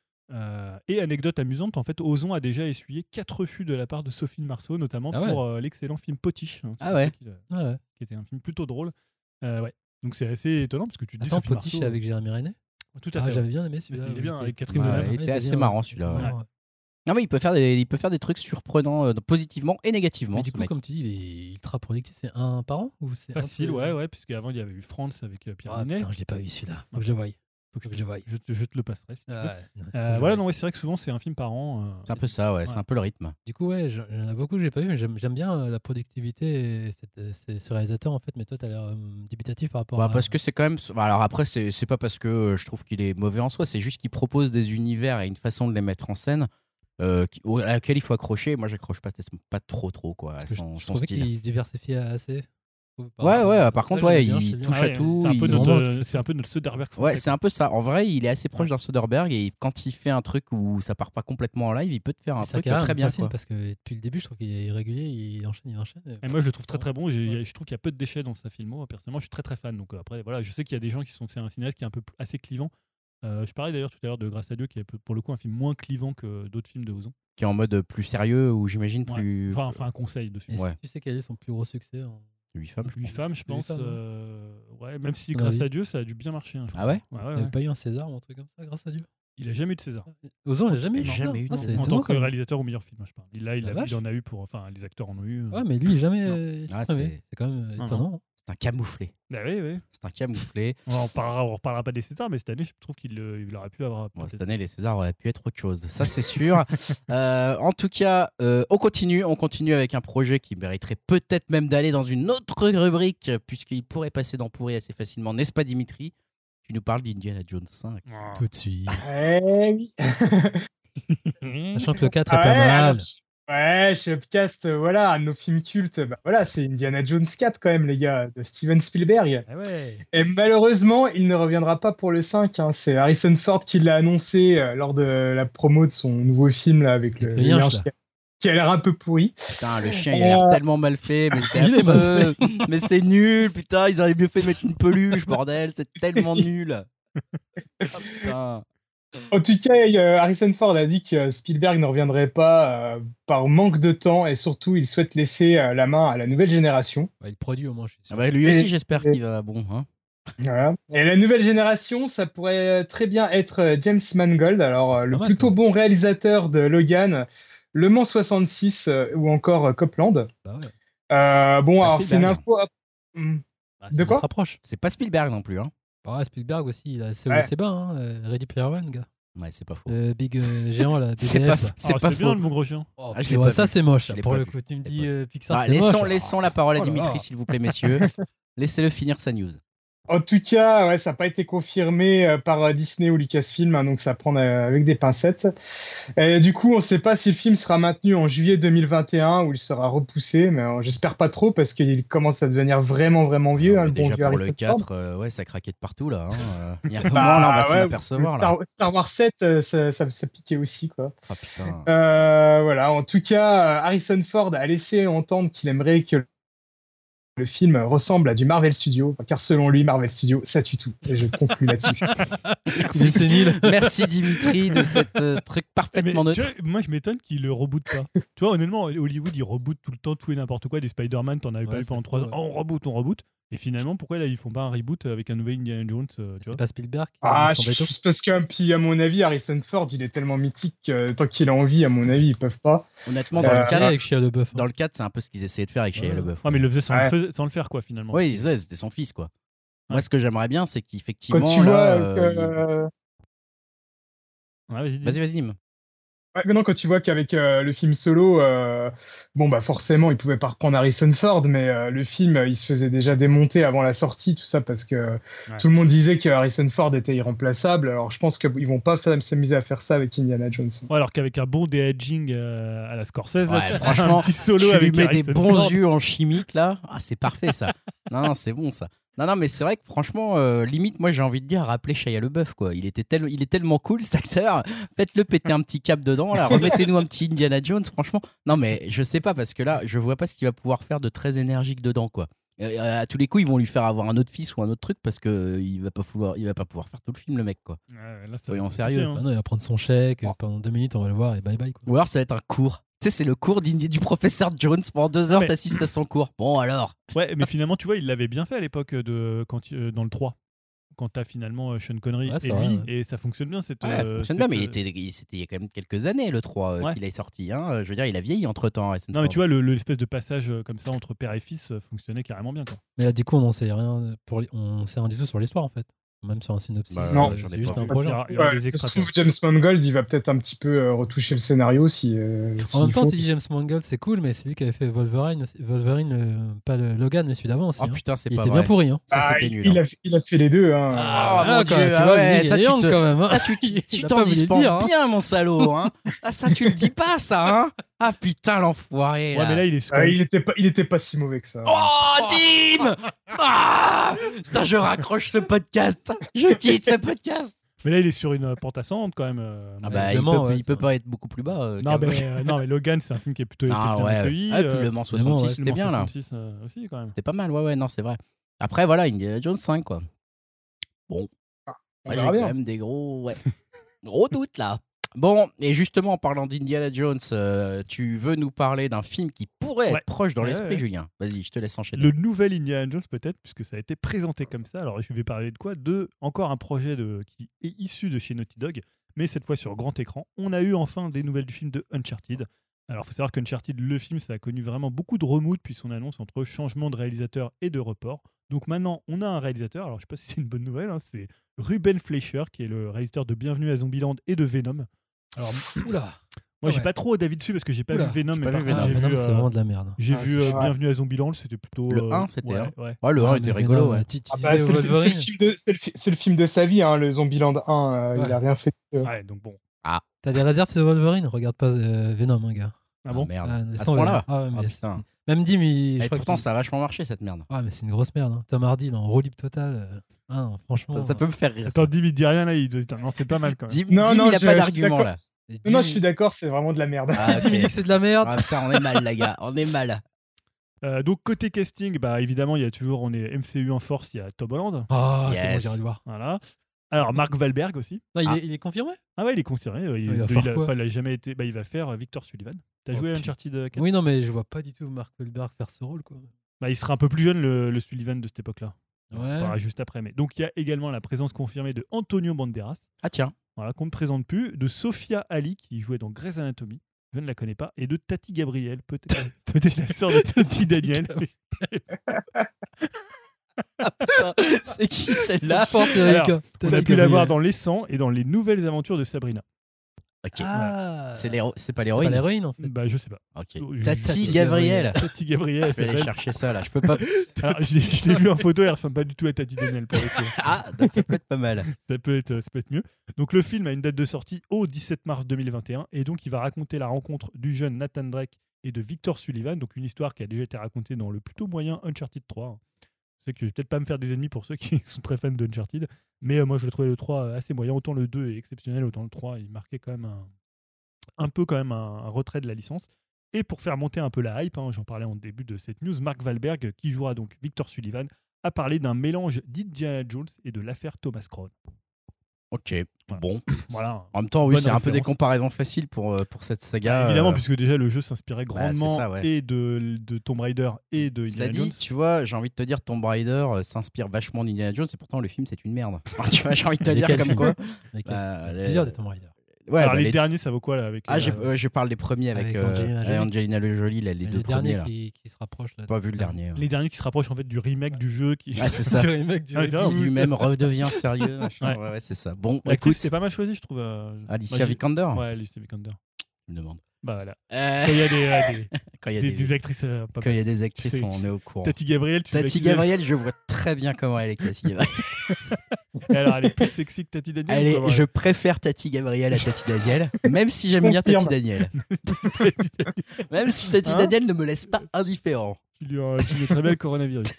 Et anecdote amusante, en fait, Ozon a déjà essuyé 4 refus de la part de Sophie Marceau, notamment Ah ouais. pour l'excellent film Potiche, hein, Ah ouais. Ah ouais. qui était un film plutôt drôle. Ouais. Donc c'est assez étonnant parce que tu te dis Attends, Sophie Potiche Marceau. avec Jérémy René. Tout à Ah, fait. j'avais bien aimé celui-là. Mais il est bien, ouais, avec était- Catherine Ouais, Deneuve. il était assez bien, marrant ouais. celui-là. Ouais, Ouais. ouais. Non, mais il peut faire des trucs surprenants, positivement et négativement. Mais du ce coup, mec. comme tu dis, il est ultra productif. C'est un par an ou c'est un Facile, peu- ouais, puisqu'avant il y avait eu France avec Pierre Ah Ninet. putain, je l'ai pas vu celui-là. Faut que je le voie. Faut que je le voie. Je te le passerai si tu veux. Ah ouais, non, faut que je le Voilà, voie. non, ouais, c'est vrai que souvent c'est un film par an. C'est un peu ça, ouais. C'est Ouais. un peu le rythme. Du coup, ouais, il y en a beaucoup que j'ai pas vu, mais j'aime bien la productivité et ce réalisateur en fait. Mais toi, t'as l'air dubitatif par rapport Bah, à. parce que c'est quand même. Bah, alors après, c'est pas parce que je trouve qu'il est mauvais en soi, c'est juste qu'il propose des univers et une façon de les mettre en scène à laquelle il faut accrocher. Moi, j'accroche pas trop, quoi. Parce À que son je trouvais style. qu'il se diversifiait assez. Ouais, par contre, ouais, j'aime bien, il j'aime bien. touche à tout. C'est un peu il- Vraiment, notre Soderbergh français. Ouais, c'est un peu ça. En vrai, il est assez proche Ouais. d'un Soderbergh et quand il fait un truc où ça part pas complètement en live, il peut te faire un Et sa truc carrière très me bien. fascine Quoi. parce que depuis le début, je trouve qu'il est irrégulier, il enchaîne. Et moi, je le trouve très très bon. Je trouve qu'il y a peu de déchets dans sa filmo. Personnellement, je suis très très fan. Donc après, voilà, je sais qu'il y a des gens qui sont. C'est un cinéaste qui est un peu assez clivant. Je parlais d'ailleurs tout à l'heure de Grâce à Dieu, qui est pour le coup un film moins clivant que d'autres films de Ozon. Qui est en mode plus sérieux ou j'imagine Ouais. plus. Enfin, un conseil de film. Est-ce Ouais. que tu sais quel est son plus gros succès 8 femmes, je 8 pense. femmes, je pense. femmes, hein. Ouais, même si À mon Grâce avis. à Dieu, ça a dû bien marcher. Hein, je Ah crois. ouais Ouais, Il ouais. n'y avait pas eu un César ou un truc comme ça, grâce à Dieu. Il a jamais eu de César. Ozon, il n'a jamais eu. Jamais eu, Ah, non. c'est En étonnant, tant que quand même. réalisateur au meilleur film, je parle. Là, La vache. il en a eu pour. Enfin, les acteurs en ont eu. Ouais, mais lui, jamais. Ah, jamais. C'est quand même Non, étonnant. C'est un camouflé. Bah oui. C'est un camouflé. On reparlera pas des Césars, mais cette année, je trouve qu'il aurait pu avoir. Bon, peut-être- cette année, les Césars auraient pu être autre chose. Ça, c'est sûr. En tout cas, on continue avec un projet qui mériterait peut-être même d'aller dans une autre rubrique, puisqu'il pourrait passer dans Pourri assez facilement. N'est-ce pas, Dimitri? Tu nous parles d'Indiana Jones 5. Ah. Tout de suite. Oui. Sachant que le 4 est Ah pas ouais, mal. alors, ouais, chez Upcast, voilà, un de nos films cultes, bah voilà, c'est Indiana Jones 4 quand même, les gars, de Steven Spielberg. Ah ouais. Et malheureusement, il ne reviendra pas pour le 5. Hein. C'est Harrison Ford qui l'a annoncé lors de la promo de son nouveau film là, avec le Avec le lien lien, qui a l'air un peu pourri. Putain, le chien, il a l'air tellement mal fait, mais c'est Il est mal affreux. Mais c'est nul, putain, ils auraient mieux fait de mettre une peluche, bordel, c'est tellement nul. Ah, putain. En tout cas, Harrison Ford a dit que Spielberg ne reviendrait pas par manque de temps et surtout, il souhaite laisser la main à la nouvelle génération. Ouais, il produit au moins, je suis Ah sûr. bah, lui aussi, Et- j'espère qu'il va bon. Hein. Voilà. Et la nouvelle génération, ça pourrait très bien être James Mangold, alors C'est le pas mal, plutôt quoi. bon réalisateur de Logan, Le Mans 66 ou encore Copland. Bah ouais. Bon, Pas alors c'est une Spielberg. info. Hmm. Bah, De c'est quoi notre approche. C'est pas Spielberg non plus. Hein. Bah, Spielberg aussi, il a assez haut Ouais. et assez bas. Hein. Ready Player One, gars. Ouais, c'est pas faux. Le big géant, là. C'est BDF, pas, là. c'est Ah, pas bien faux. le mon gros chien. Oh, Ah, je tu l'ai vois, pas ça, vu. c'est moche. Je l'ai Pour pas le vu. coup, tu me Je l'ai dis pas Pixar, Ah, c'est moche. laissons la parole à Oh là Dimitri, là. s'il vous plaît, messieurs. Laissez-le finir sa news. En tout cas, ouais, ça n'a pas été confirmé par Disney ou Lucasfilm, hein, donc ça prend avec des pincettes. Et du coup, on ne sait pas si le film sera maintenu en juillet 2021 ou il sera repoussé, mais j'espère pas trop parce qu'il commence à devenir vraiment, vraiment vieux. Non, Hein, mais le bon déjà vieux pour le Harrison 4, Ford. ouais, ça craquait de partout là. Hein. Il y a un moment, Bah, là, on va s'en ouais, apercevoir. Là. Star Wars 7, ça piquait aussi, quoi. Ah putain. Voilà. En tout cas, Harrison Ford a laissé entendre qu'il aimerait que le film ressemble à du Marvel Studios, car selon lui, Marvel Studios, ça tue tout. Et je conclue là-dessus. C'est sénile. Merci Dimitri de cette truc parfaitement Mais, tu neutre. vois, moi, je m'étonne qu'il le reboot pas. Tu vois, honnêtement, Hollywood, il reboot tout le temps tout et n'importe quoi. Des Spider-Man, t'en avais Ouais, pas eu c'est pendant 3 faux, ans. ouais. Oh, on reboot. Et finalement, pourquoi là, ils font pas un reboot avec un nouvel Indiana Jones tu C'est vois pas Spielberg qui Ah, s'en bête. c'est parce qu'un puis à mon avis, Harrison Ford, il est tellement mythique que tant qu'il a envie, à mon avis, ils peuvent pas. Honnêtement, Dans dans le le cas 4, avec Shia LaBeouf. dans le 4, c'est un peu ce qu'ils essayaient de faire avec Shia Ouais. LaBeouf. Ouais, mais il le faisait sans, Ouais. sans le faire, quoi, finalement. Oui, Parce que- c'était son fils, quoi. Ouais. Moi, ce que j'aimerais bien, c'est qu'effectivement. Quand tu vois là, que- Ouais, vas-y, dis. Vas-y, Dim. Ouais, mais non, quand tu vois qu'avec le film Solo, bon bah forcément, ils pouvaient pas reprendre Harrison Ford, mais le film, il se faisait déjà démonter avant la sortie, tout ça parce que tout le monde disait que Harrison Ford était irremplaçable. Alors je pense qu'ils vont pas s'amuser à faire ça avec Indiana Jones. Ouais, alors qu'avec un bon de-aging à la Scorsese, là, Ouais, tu fais franchement, un petit solo Tu lui avec mets des Harrison bons Ford. yeux en chimique, là. Ah, c'est parfait, ça. Non, c'est bon, ça. Non, mais c'est vrai que franchement, limite, moi, j'ai envie de dire, rappelez Shia LaBeouf, quoi. Il est tellement cool, cet acteur. Faites-le péter un petit cap dedans, là. Remettez-nous un petit Indiana Jones, franchement. Non, mais je sais pas, parce que là, je vois pas ce qu'il va pouvoir faire de très énergique dedans, quoi. À tous les coups, ils vont lui faire avoir un autre fils ou un autre truc parce que il va pas pouvoir faire tout le film, le mec, quoi. Ouais, là, ça Soyons va sérieux. compliquer, Bah non, il va prendre son chèque, pendant 2 minutes, on va le voir et bye bye. Quoi. Ou alors, ça va être un cours. Tu sais, c'est le cours du professeur Jones. Pendant 2 heures, Mais- t'assistes à son cours. Bon, alors. Ouais, mais finalement, tu vois, il l'avait bien fait à l'époque dans le 3. Quand t'as finalement Sean Connery Ouais, c'est et vrai, lui, ouais. et ça fonctionne bien. Cette, Ouais, ça fonctionne bien, mais c'était il y a quand même quelques années, le 3, Ouais. qu'il est sorti. Hein. Je veux dire, il a vieilli entre-temps. Harrison Non, mais Ford. tu vois, l'espèce de passage comme ça entre père et fils fonctionnait carrément bien. Quoi. Mais là, du coup, on n'en sait rien, on sait rien du tout sur l'histoire en fait. Même sur un synopsis, Bah, non, j'en ai c'est juste pas un vu. projet. Il y aura des ça se extras. trouve, James Mangold, il va peut-être un petit peu retoucher le scénario si. En s'il même temps, faut. tu dis James Mangold, c'est cool, mais c'est lui qui avait fait Wolverine, pas le Logan, mais celui d'avant aussi. Oh hein. putain, c'est Il pas était vrai. bien pourri. Hein. Ça, Ah, c'était nul. il hein. a fait les deux. Hein. Ah, Ah, mon quand- Dieu, tu ah vois, ouais, lui, il ça, est tu young te- quand même. Hein. Ça, tu Il a t'en pas voulu le dispenses dire, hein. bien, mon salaud. Hein. Ah, ça, tu le dis pas, ça. Hein. Ah putain, l'enfoiré. Ouais, là. mais là, il est. Il était pas si mauvais que ça. Oh, Dim. Ah putain, je raccroche ce podcast. Je quitte ce podcast. Mais là, il est sur une pente ascendante quand même. Ah mais- bah, il évidemment, peut, ouais, il c'est peut vrai. pas être beaucoup plus bas. Non, qu'un- non, mais Logan, c'est un film qui est plutôt été Ah bien ouais. accueilli. Ah, puis Le Mans 66, ouais. c'était bien, là. 66 aussi, quand même. C'était pas mal, ouais, non, c'est vrai. Après, voilà, Indiana Jones 5, quoi. Bon. On Ouais, j'ai verra quand bien. même des gros doutes, là. Bon, et justement, en parlant d'Indiana Jones, tu veux nous parler d'un film qui pourrait Ouais. être proche dans Ouais, l'esprit, ouais. Julien. Vas-y, je te laisse enchaîner. Le nouvel Indiana Jones peut-être, puisque ça a été présenté comme ça. Alors je vais parler de quoi? De encore un projet qui est issu de chez Naughty Dog, mais cette fois sur grand écran. On a eu enfin des nouvelles du film de Uncharted. Alors il faut savoir qu'Uncharted, le film, ça a connu vraiment beaucoup de remous depuis son annonce entre changement de réalisateur et de report. Donc maintenant, on a un réalisateur. Alors je sais pas si c'est une bonne nouvelle, hein, c'est Ruben Fleischer, qui est le réalisateur de Bienvenue à Zombieland et de Venom. Alors Oula. moi, j'ai ouais. pas trop d'avis dessus parce que j'ai pas Oula, vu Venom, j'ai mais pas par vu contre, Venom. j'ai Venom, vu, c'est vraiment de la merde. j'ai Ah, vu c'est vrai. Bienvenue à Zombieland, c'était plutôt. Le 1, c'était, ouais, hein. ouais. Ouais, le 1 Ouais, était mais rigolo, Venom, ouais. tu Ah bah, disais Wolverine. c'est le film de sa vie, hein, le Zombieland 1. Il Ouais. a rien fait. Ouais, donc bon. T'as des réserves sur Wolverine? Regarde pas Venom, hein, gars. Ah bon? Merde. Ah, À laisse ce tomber. point-là. Ah ouais, Ah, mais putain. même Dim, je Et crois pourtant, qu'il- ça a vachement marché, cette merde. Ah, mais c'est une grosse merde. Hein. Tom Hardy, il est en roue libre total. Ah non, franchement. Ça peut me faire rire. Attends, Dim, il dit rien là, il doit se dire non, c'est pas mal quand même. Dim, il a je pas suis d'argument, d'accord. là. Et Non, Dim, je suis d'accord, c'est vraiment de la merde. Ah, Si Dim, ok. il dit que c'est de la merde. Ah, putain, on est mal, les gars. On est mal. Donc côté casting, bah évidemment, on est MCU en force, il y a Tom Holland. Ah, c'est bon, Yes. j'irai le voir. Voilà. Alors Mark Wahlberg aussi. Non, Ah. il est confirmé? Ah ouais, il est considéré. Il va faire quoi? il a jamais été. Bah, il va faire Victor Sullivan. T'as Oh, joué à putain. Uncharted 4? Oui, non, mais je vois pas du tout Mark Wahlberg faire ce rôle, quoi. Bah, il sera un peu plus jeune le Sullivan de cette époque-là. On Ouais. parlera juste après. Mais donc il y a également la présence confirmée de Antonio Banderas. Ah, tiens. Voilà, qu'on ne présente plus, de Sophia Ali, qui jouait dans Grey's Anatomy, je ne la connais pas, et de Tati Gabriel, peut-être la sœur de Tati Daniel. C'est qui celle-là? Force, Eric. Alors, On a pu la voir dans Les 100 et dans les nouvelles aventures de Sabrina. Ok. Ah. C'est pas C'est pas l'héroïne. l'héroïne, en fait. Bah, je sais pas. Ok. Je- Tati Tati Gabriel. Tati Gabriel, Je vais aller s'appelle. chercher ça là. Je peux pas. Alors, je l'ai vu en photo, elle ressemble pas du tout à Tati Daniel pour le coup. Ah, donc ça peut être pas mal. Ça peut être mieux. Donc le film a une date de sortie au 17 mars 2021 et donc il va raconter la rencontre du jeune Nathan Drake et de Victor Sullivan, donc une histoire qui a déjà été racontée dans le plutôt moyen Uncharted 3. Je sais que je vais peut-être pas me faire des ennemis pour ceux qui sont très fans d'Uncharted, mais moi je le trouvais le 3 assez moyen. Autant le 2 est exceptionnel, autant le 3 il marquait quand même un retrait de la licence. Et pour faire monter un peu la hype, j'en parlais en début de cette news, Mark Wahlberg, qui jouera donc Victor Sullivan, a parlé d'un mélange d'Indiana Jones et de l'affaire Thomas Crown. Ok, bon. Voilà. En même temps, oui, Bonne c'est un peu des référence. comparaisons faciles pour cette saga. Évidemment, puisque déjà le jeu s'inspirait c'est grandement ça, ouais. et de Tomb Raider et de Cela Indiana dit, Jones. tu vois, j'ai envie de te dire, Tomb Raider s'inspire vachement d'Indiana Jones, et pourtant le film c'est une merde. Enfin, tu vois, j'ai envie de te dire Lesquels comme films quoi. Avec Bah, plusieurs des Tomb Raider. Ouais, Alors bah, les derniers, ça vaut quoi là avec je parle des premiers avec, Avec Angelina Jolie. Angelina Jolie, là, les Mais deux le premiers dernier là. qui se rapproche là. Pas vu le dernier. les derniers qui se rapprochent en fait du remake du jeu qui Ah, c'est ça. Du remake du Ah, c'est vrai, Qui lui-même redevient sérieux. Machin. Ouais. Ouais, c'est ça. Bon, L'actrice, écoute, c'était pas mal choisi, je trouve. Alicia Moi, j'ai- Vikander. Ouais, Alicia Vikander. Je me demande. Bah voilà. Euh, Quand il y a des, Quand il y a des actrices pas quand il y mal. a des actrices, sais, on est au courant. Tati Gabriel, tu sais Tati qui c'est Gabriel, je vois très bien comment elle est, Tati Gabriel. Et alors, elle est plus sexy que Tati Daniel. ou comment Je préfère Tati Gabriel à Tati Daniel, même si j'aime bien confirme. Tati Daniel. Même si Tati Hein Daniel ne me laisse pas indifférent. Tu lui as très bien le coronavirus.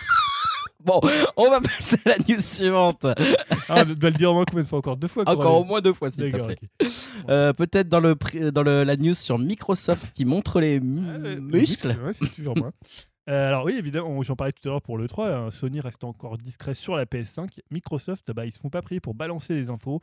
Bon, on va passer à la news suivante. Ah, tu dois le dire au moins combien de fois encore 2 fois Encore au moins 2 fois, s'il te D'accord, plaît. ok. Peut-être dans la news sur Microsoft qui montre les muscles. Ouais, c'est toujours moi. Alors oui, évidemment, j'en parlais tout à l'heure pour l'E3, hein, Sony reste encore discret sur la PS5. Microsoft, ils se font pas prier pour balancer les infos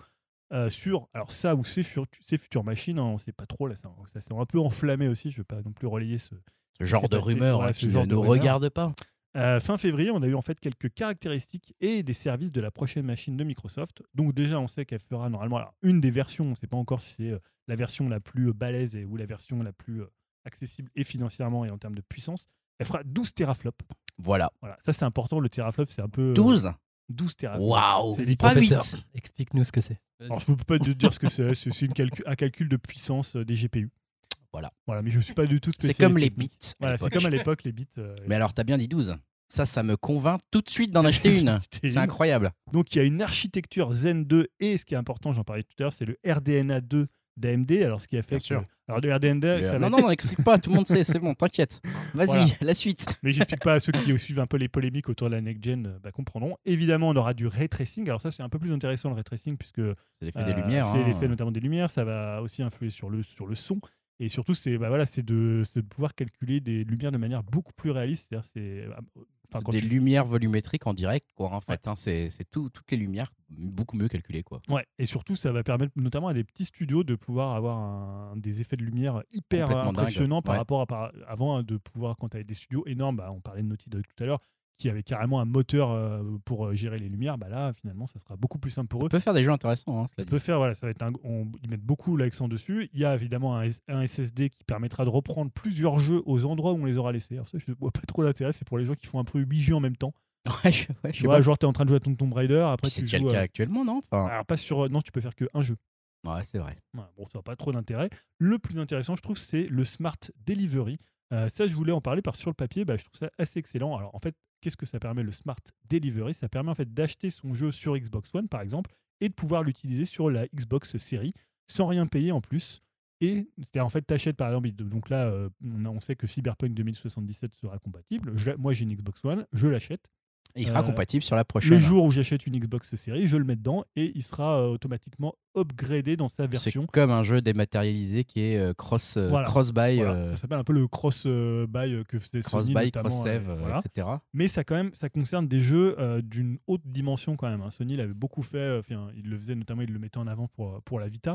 sur alors ça ou ces futures machines, hein, on sait pas trop, là ça s'est un peu enflammé aussi, je vais pas non plus relayer ce Genre c'est de passé, rumeurs ouais, hein, ce qui genre ne de nous rumeurs. regardent pas. Fin février, on a eu en fait quelques caractéristiques et des services de la prochaine machine de Microsoft. Donc déjà, on sait qu'elle fera normalement alors, une des versions, on ne sait pas encore si c'est la version la plus balèze ou la version la plus accessible et financièrement et en termes de puissance. Elle fera 12 teraflops. Voilà. Voilà, ça c'est important, le teraflop c'est un peu... 12 12 teraflops. Waouh. C'est dit Pas professeur. 8. Explique-nous ce que c'est. Alors je ne peux pas te dire ce que c'est, c'est un calcul de puissance des GPU. Voilà. Voilà, mais je ne suis pas du tout C'est spécialiste. comme les technique. bits. à Voilà, c'est l'époque. comme à l'époque les bits. Mais alors, t'as bien dit 12. Ça me convainc tout de suite d'en acheter une. C'est incroyable. Donc il y a une architecture Zen 2 et ce qui est important, j'en parlais tout à l'heure, c'est le RDNA 2 d'AMD. Alors ce qui a fait Bien sûr. alors le RDNA, ça va Non, être- non, explique pas. Tout le monde sait. C'est bon, t'inquiète. Vas-y, Voilà. la suite. mais j'explique pas à ceux qui suivent un peu les polémiques autour de la next gen, comprendront. Évidemment, on aura du ray tracing. Alors ça c'est un peu plus intéressant le ray tracing puisque C'est l'effet des lumières. c'est hein. l'effet notamment des lumières, ça va aussi influer sur le son. Et surtout, c'est de pouvoir calculer des lumières de manière beaucoup plus réaliste. C'est-à-dire, quand Des tu- lumières volumétriques en direct, quoi. En fait, hein, c'est toutes les lumières beaucoup mieux calculées, quoi. Ouais, et surtout, ça va permettre notamment à des petits studios de pouvoir avoir des effets de lumière hyper Complètement impressionnants dingue. par Ouais. rapport à avant hein, de pouvoir, quand tu avais des studios énormes, on parlait de Naughty Dog tout à l'heure, qui avait carrément un moteur pour gérer les lumières, là, finalement, ça sera beaucoup plus simple pour On eux. peut faire des jeux intéressants. Hein, cela Ça dit. peut faire, voilà, ça va être ils mettent beaucoup l'accent dessus. Il y a évidemment un SSD qui permettra de reprendre plusieurs jeux aux endroits où on les aura laissés. Alors ça, je ne vois pas trop l'intérêt, c'est pour les gens qui font un peu 8 jeux en même temps. Ouais, je Tu sais vois, pas. genre, tu es en train de jouer à ton Tomb Raider, après Puis c'est tu déjà joues... le cas actuellement, non enfin, alors, pas sur... Non, tu peux faire qu'un jeu. Ouais, c'est vrai. Voilà, bon, ça n'a pas trop d'intérêt. Le plus intéressant, je trouve, c'est le Smart Delivery. Ça, je voulais en parler parce que sur le papier, je trouve ça assez excellent. Alors, en fait, qu'est-ce que ça permet, le Smart Delivery? Ça permet en fait d'acheter son jeu sur Xbox One, par exemple, et de pouvoir l'utiliser sur la Xbox Series sans rien payer en plus. Et c'est-à-dire, en fait, tu achètes, par exemple, donc là, on sait que Cyberpunk 2077 sera compatible. Moi, j'ai une Xbox One, je l'achète. Et il sera compatible sur la Le prochaine. jour où j'achète une Xbox Series, je le mets dedans et il sera automatiquement upgradé dans sa C'est version. comme un jeu dématérialisé qui est Voilà. cross-buy, Voilà, ça s'appelle un peu le cross-buy que faisait Sony, cross-buy, notamment, cross-save, voilà. etc. Mais ça concerne des jeux d'une haute dimension quand même. Hein. Sony l'avait beaucoup fait, il le faisait notamment, il le mettait en avant pour la Vita.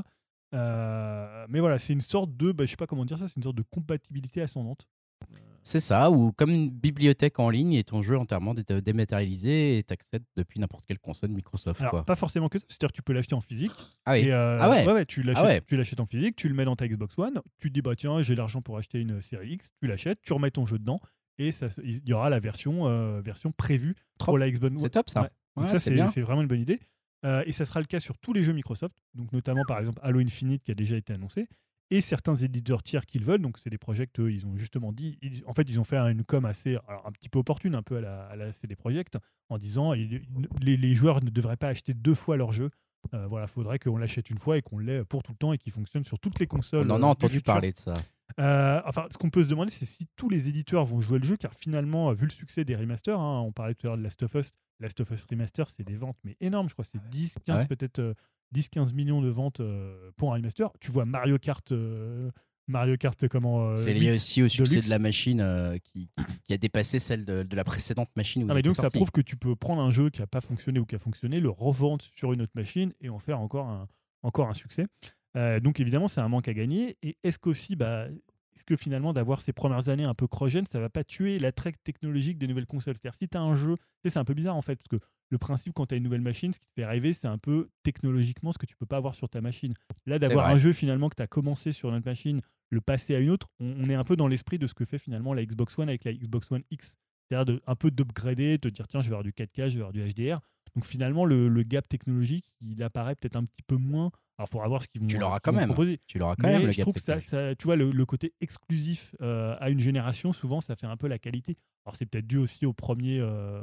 Mais voilà, c'est une sorte de, je sais pas comment dire ça, c'est une sorte de compatibilité ascendante. C'est ça, ou comme une bibliothèque en ligne et ton jeu entièrement dématérialisé et t'accèdes depuis n'importe quelle console Microsoft. Alors, Quoi. pas forcément que ça, c'est-à-dire que tu peux l'acheter en physique. Ah oui. Et, Ah ouais. tu l'achètes, Ah ouais. tu l'achètes en physique, tu le mets dans ta Xbox One, tu te dis bah tiens j'ai l'argent pour acheter une série X, tu l'achètes, tu remets ton jeu dedans et il y aura la version prévue pour la Xbox One. C'est top ça. Ouais. Donc Ouais, ça c'est bien. c'est vraiment une bonne idée. Et ça sera le cas sur tous les jeux Microsoft, donc notamment par exemple Halo Infinite qui a déjà été annoncé et certains éditeurs tiers qu'ils veulent. Donc c'est des projets que ils ont justement dit. En fait ils ont fait une com assez, alors, un petit peu opportune, un peu à la CD Projekt, en disant les joueurs ne devraient pas acheter 2 fois leur jeu. Voilà, faudrait qu'on l'achète une fois et qu'on l'ait pour tout le temps et qu'il fonctionne sur toutes les consoles. On en a du entendu futur. parler de ça. Enfin, ce qu'on peut se demander, c'est si tous les éditeurs vont jouer le jeu, car finalement, vu le succès des remasters, hein, on parlait tout à l'heure de Last of Us Remaster, c'est des ventes mais énormes, je crois que c'est 10, 15 Ah ouais. peut-être 10-15 millions de ventes pour un remaster. Tu vois Mario Kart Mario Kart, comment C'est lié 8 aussi au succès luxe. de la machine qui a dépassé celle de la précédente machine. Où Ah, il mais était donc ça sorti. prouve que tu peux prendre un jeu qui n'a pas fonctionné ou qui a fonctionné, le revendre sur une autre machine et en faire encore un succès. Donc évidemment, c'est un manque à gagner. Et est-ce qu'aussi, est-ce que finalement d'avoir ces premières années un peu cross-gen, ça va pas tuer l'attrait technologique des nouvelles consoles? C'est-à-dire si tu as un jeu, c'est un peu bizarre en fait, parce que le principe quand tu as une nouvelle machine, ce qui te fait rêver, c'est un peu technologiquement ce que tu peux pas avoir sur ta machine. Là, d'avoir vrai. un jeu finalement que tu as commencé sur notre machine, le passer à une autre, on est un peu dans l'esprit de ce que fait finalement la Xbox One avec la Xbox One X. C'est-à-dire un peu d'upgrader, de dire tiens, je vais avoir du 4K, je vais avoir du HDR. Donc finalement, le gap technologique, il apparaît peut-être un petit peu moins. Alors, il faudra voir ce qu'ils vont, Tu l'auras ce qu'ils quand vont même. proposer. Tu l'auras quand Mais même, le je gap trouve que technologique. tu vois, le côté exclusif à une génération, souvent, ça fait un peu la qualité. Alors, c'est peut-être dû aussi au premier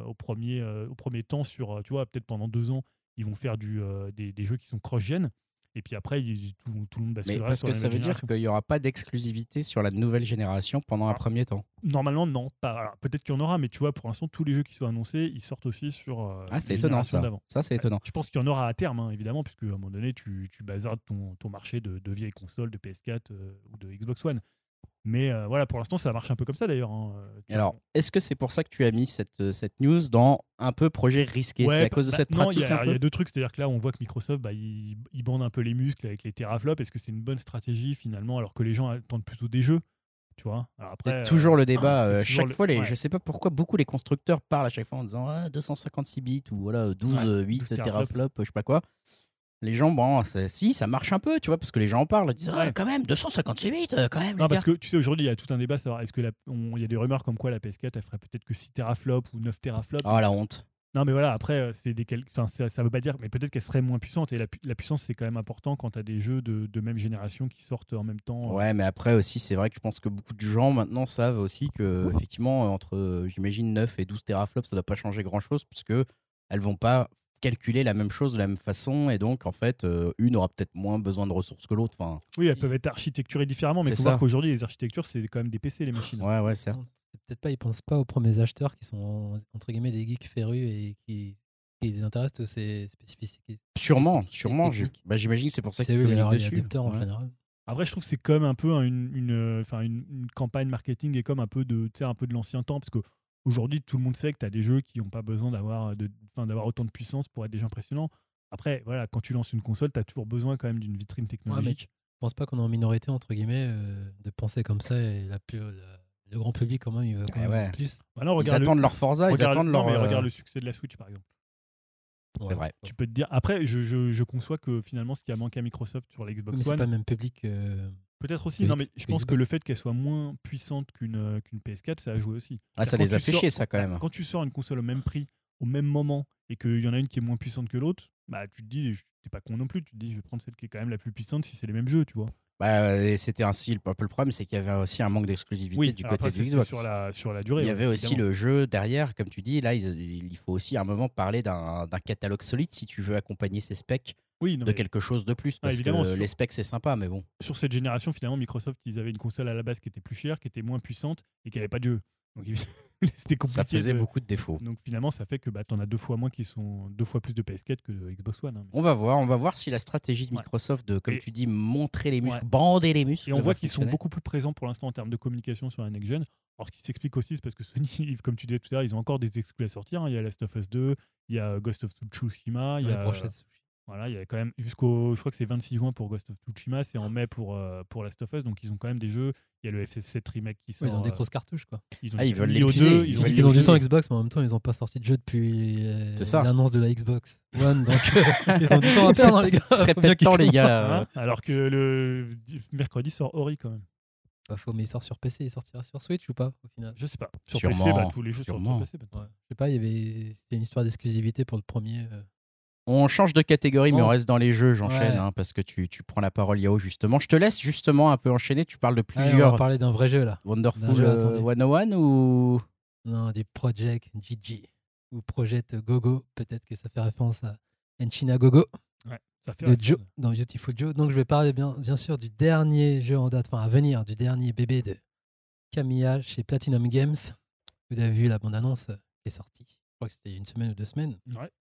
temps sur, tu vois, peut-être pendant 2 ans, ils vont faire des jeux qui sont cross-gen. Et puis après, tout le monde Mais basculera parce sur que la ça nouvelle veut dire génération. qu'il n'y aura pas d'exclusivité sur la nouvelle génération pendant un Ah. premier temps. Normalement, non. Alors, peut-être qu'il y en aura, mais tu vois, pour l'instant, tous les jeux qui sont annoncés, ils sortent aussi sur Ah, c'est les étonnant générations ça. d'avant. Ça, c'est étonnant. Je pense qu'il y en aura à terme, hein, évidemment, puisque à un moment donné, tu bazardes ton marché de vieilles consoles, de PS4 ou de Xbox One. Mais voilà, pour l'instant, ça marche un peu comme ça d'ailleurs. Hein. Et alors, est-ce que c'est pour ça que tu as mis cette news dans un peu projet risqué? C'est à cause de cette non, pratique un il y peu? a deux trucs, c'est-à-dire que là, on voit que Microsoft, ils bandent un peu les muscles avec les teraflops. Est-ce que c'est une bonne stratégie finalement, alors que les gens attendent plutôt des jeux, tu vois? Alors après, C'est toujours le débat. c'est toujours Chaque le- fois, ouais. je sais pas pourquoi beaucoup les constructeurs parlent à chaque fois en disant 256 bits ou voilà, 12, Ouais, 8 12 teraflops, je sais pas quoi. Les gens, bon, si, ça marche un peu, tu vois, parce que les gens en parlent. Ils disent, Ouais. quand même, 256 bits, quand même, Non, les parce gars. que tu sais, aujourd'hui, il y a tout un débat, savoir est-ce que il y a des rumeurs comme quoi la PS4, elle ferait peut-être que 6 teraflops ou 9 teraflops. Oh, la honte. Non, mais voilà, après, ça veut pas dire, mais peut-être qu'elle serait moins puissante. Et la puissance, c'est quand même important quand tu as des jeux de même génération qui sortent en même temps. Ouais, mais après aussi, c'est vrai que je pense que beaucoup de gens maintenant savent aussi que, effectivement, entre, j'imagine, 9 et 12 teraflops, ça doit pas changer grand-chose, puisque elles vont pas calculer la même chose de la même façon, et donc, en fait, une aura peut-être moins besoin de ressources que l'autre. Enfin, Oui, elles peuvent être architecturées différemment, mais il C'est faut ça. voir qu'aujourd'hui, les architectures, c'est quand même des PC, les machines. ouais, certes. Non, c'est peut-être pas, ils pensent pas aux premiers acheteurs qui sont entre guillemets des geeks férus et qui les intéressent toutes ces spécificités. Sûrement, spécificités techniques. j'imagine que c'est pour ça C'est qu'ils eux les communiquent early dessus. adopters en Ouais. général. Après, je trouve que c'est quand même un peu une campagne marketing et comme un peu de l'ancien temps, parce qu'aujourd'hui, tout le monde sait que tu as des jeux qui n'ont pas besoin d'avoir autant de puissance pour être déjà impressionnants. Après, voilà, quand tu lances une console, tu as toujours besoin quand même d'une vitrine technologique. Je pense pas qu'on est en minorité entre guillemets de penser comme ça et le grand public quand même il veut quand Eh même ouais. plus. Maintenant, Ils attendent leur Forza, ils attendent leur. regarde le succès de la Switch, par exemple. C'est Ouais. vrai. Tu peux te dire. Après, je conçois que finalement, ce qui a manqué à Microsoft sur la Xbox Mais c'est One, pas le même public. peut-être aussi. que Non, mais X- je que pense que Xbox. le fait qu'elle soit moins puissante qu'une PS4, ça a joué aussi. Ah, ça Quand les a tu fait sors- chier, ça, quand même. Quand tu sors une console au même prix, au même moment, et qu'il y en a une qui est moins puissante que l'autre, tu te dis, t'es pas con non plus, tu te dis, je vais prendre celle qui est quand même la plus puissante si c'est les mêmes jeux, tu vois. Et c'était ainsi un peu le problème, c'est qu'il y avait aussi un manque d'exclusivité du alors côté après, de c'était Xbox. sur la durée. Il y ouais, avait aussi évidemment. le jeu derrière, comme tu dis. Là, il faut aussi à un moment parler d'un catalogue solide si tu veux accompagner ces specs Oui, non, de mais quelque chose de plus. Parce évidemment, que les specs, c'est sympa, mais bon. sur cette génération, finalement, Microsoft, ils avaient une console à la base qui était plus chère, qui était moins puissante et qui n'avait pas de jeu. Donc c'était compliqué. Ça faisait beaucoup de défauts. Donc finalement, ça fait que tu en as 2 fois moins qui sont 2 fois plus de PS4 que de Xbox One. Hein. On va voir si la stratégie de Ouais. Microsoft de, comme Et- tu dis, montrer les muscles, Ouais. bander les muscles. Et on va voit qu'ils sont fonctionner. beaucoup plus présents pour l'instant en termes de communication sur la next-gen. Alors, ce qui s'explique aussi, c'est parce que Sony, comme tu disais tout à l'heure, ils ont encore des exclus à sortir. Hein. Il y a Last of Us 2, il y a Ghost of Tsushima, il y a, voilà, il y a quand même je crois que c'est 26 juin pour Ghost of Tsushima, c'est en mai pour Last of Us. Donc, ils ont quand même des jeux. Il y a le FF7 Remake qui sort. Ils ont des grosses cartouches quoi. Ils, ont Ah, ils veulent les Nioh utiliser, 2, ils Ils veulent ont du les temps utiliser. Xbox, mais en même temps ils n'ont pas sorti de jeu depuis C'est ça. l'annonce de la Xbox One, donc ils ont du temps à perdre hein, les gars. Ce serait Faut bien peut-être qu'ils temps, les commencent. gars. Hein, alors que le mercredi sort Ori quand même. Pas faux, mais il sort sur PC, il sortira sur Switch ou pas au final? Je sais pas. Sur Sûrement, PC, tous les jeux sortent sûrement. sur PC. maintenant. Ouais. Je sais pas, c'était une histoire d'exclusivité pour le premier. On change de catégorie, mais Bon. on reste dans les jeux, j'enchaîne, Ouais. hein, parce que tu prends la parole, Yao, justement. Je te laisse justement un peu enchaîner. Tu parles de Allez, on va plusieurs parler d'un vrai jeu là. Wonderful d'un jeu attendu. 101 ou. Non, du Project GG ou Project Gogo, peut-être que ça fait référence à Enchina Gogo Ouais, ça fait de référence. Joe dans Beautiful Joe. Donc je vais parler bien sûr du dernier jeu en date, enfin à venir, du dernier bébé de Camilla chez Platinum Games. Vous avez vu la bande-annonce qui est sortie. Je crois que c'était une semaine ou 2 semaines. Ouais.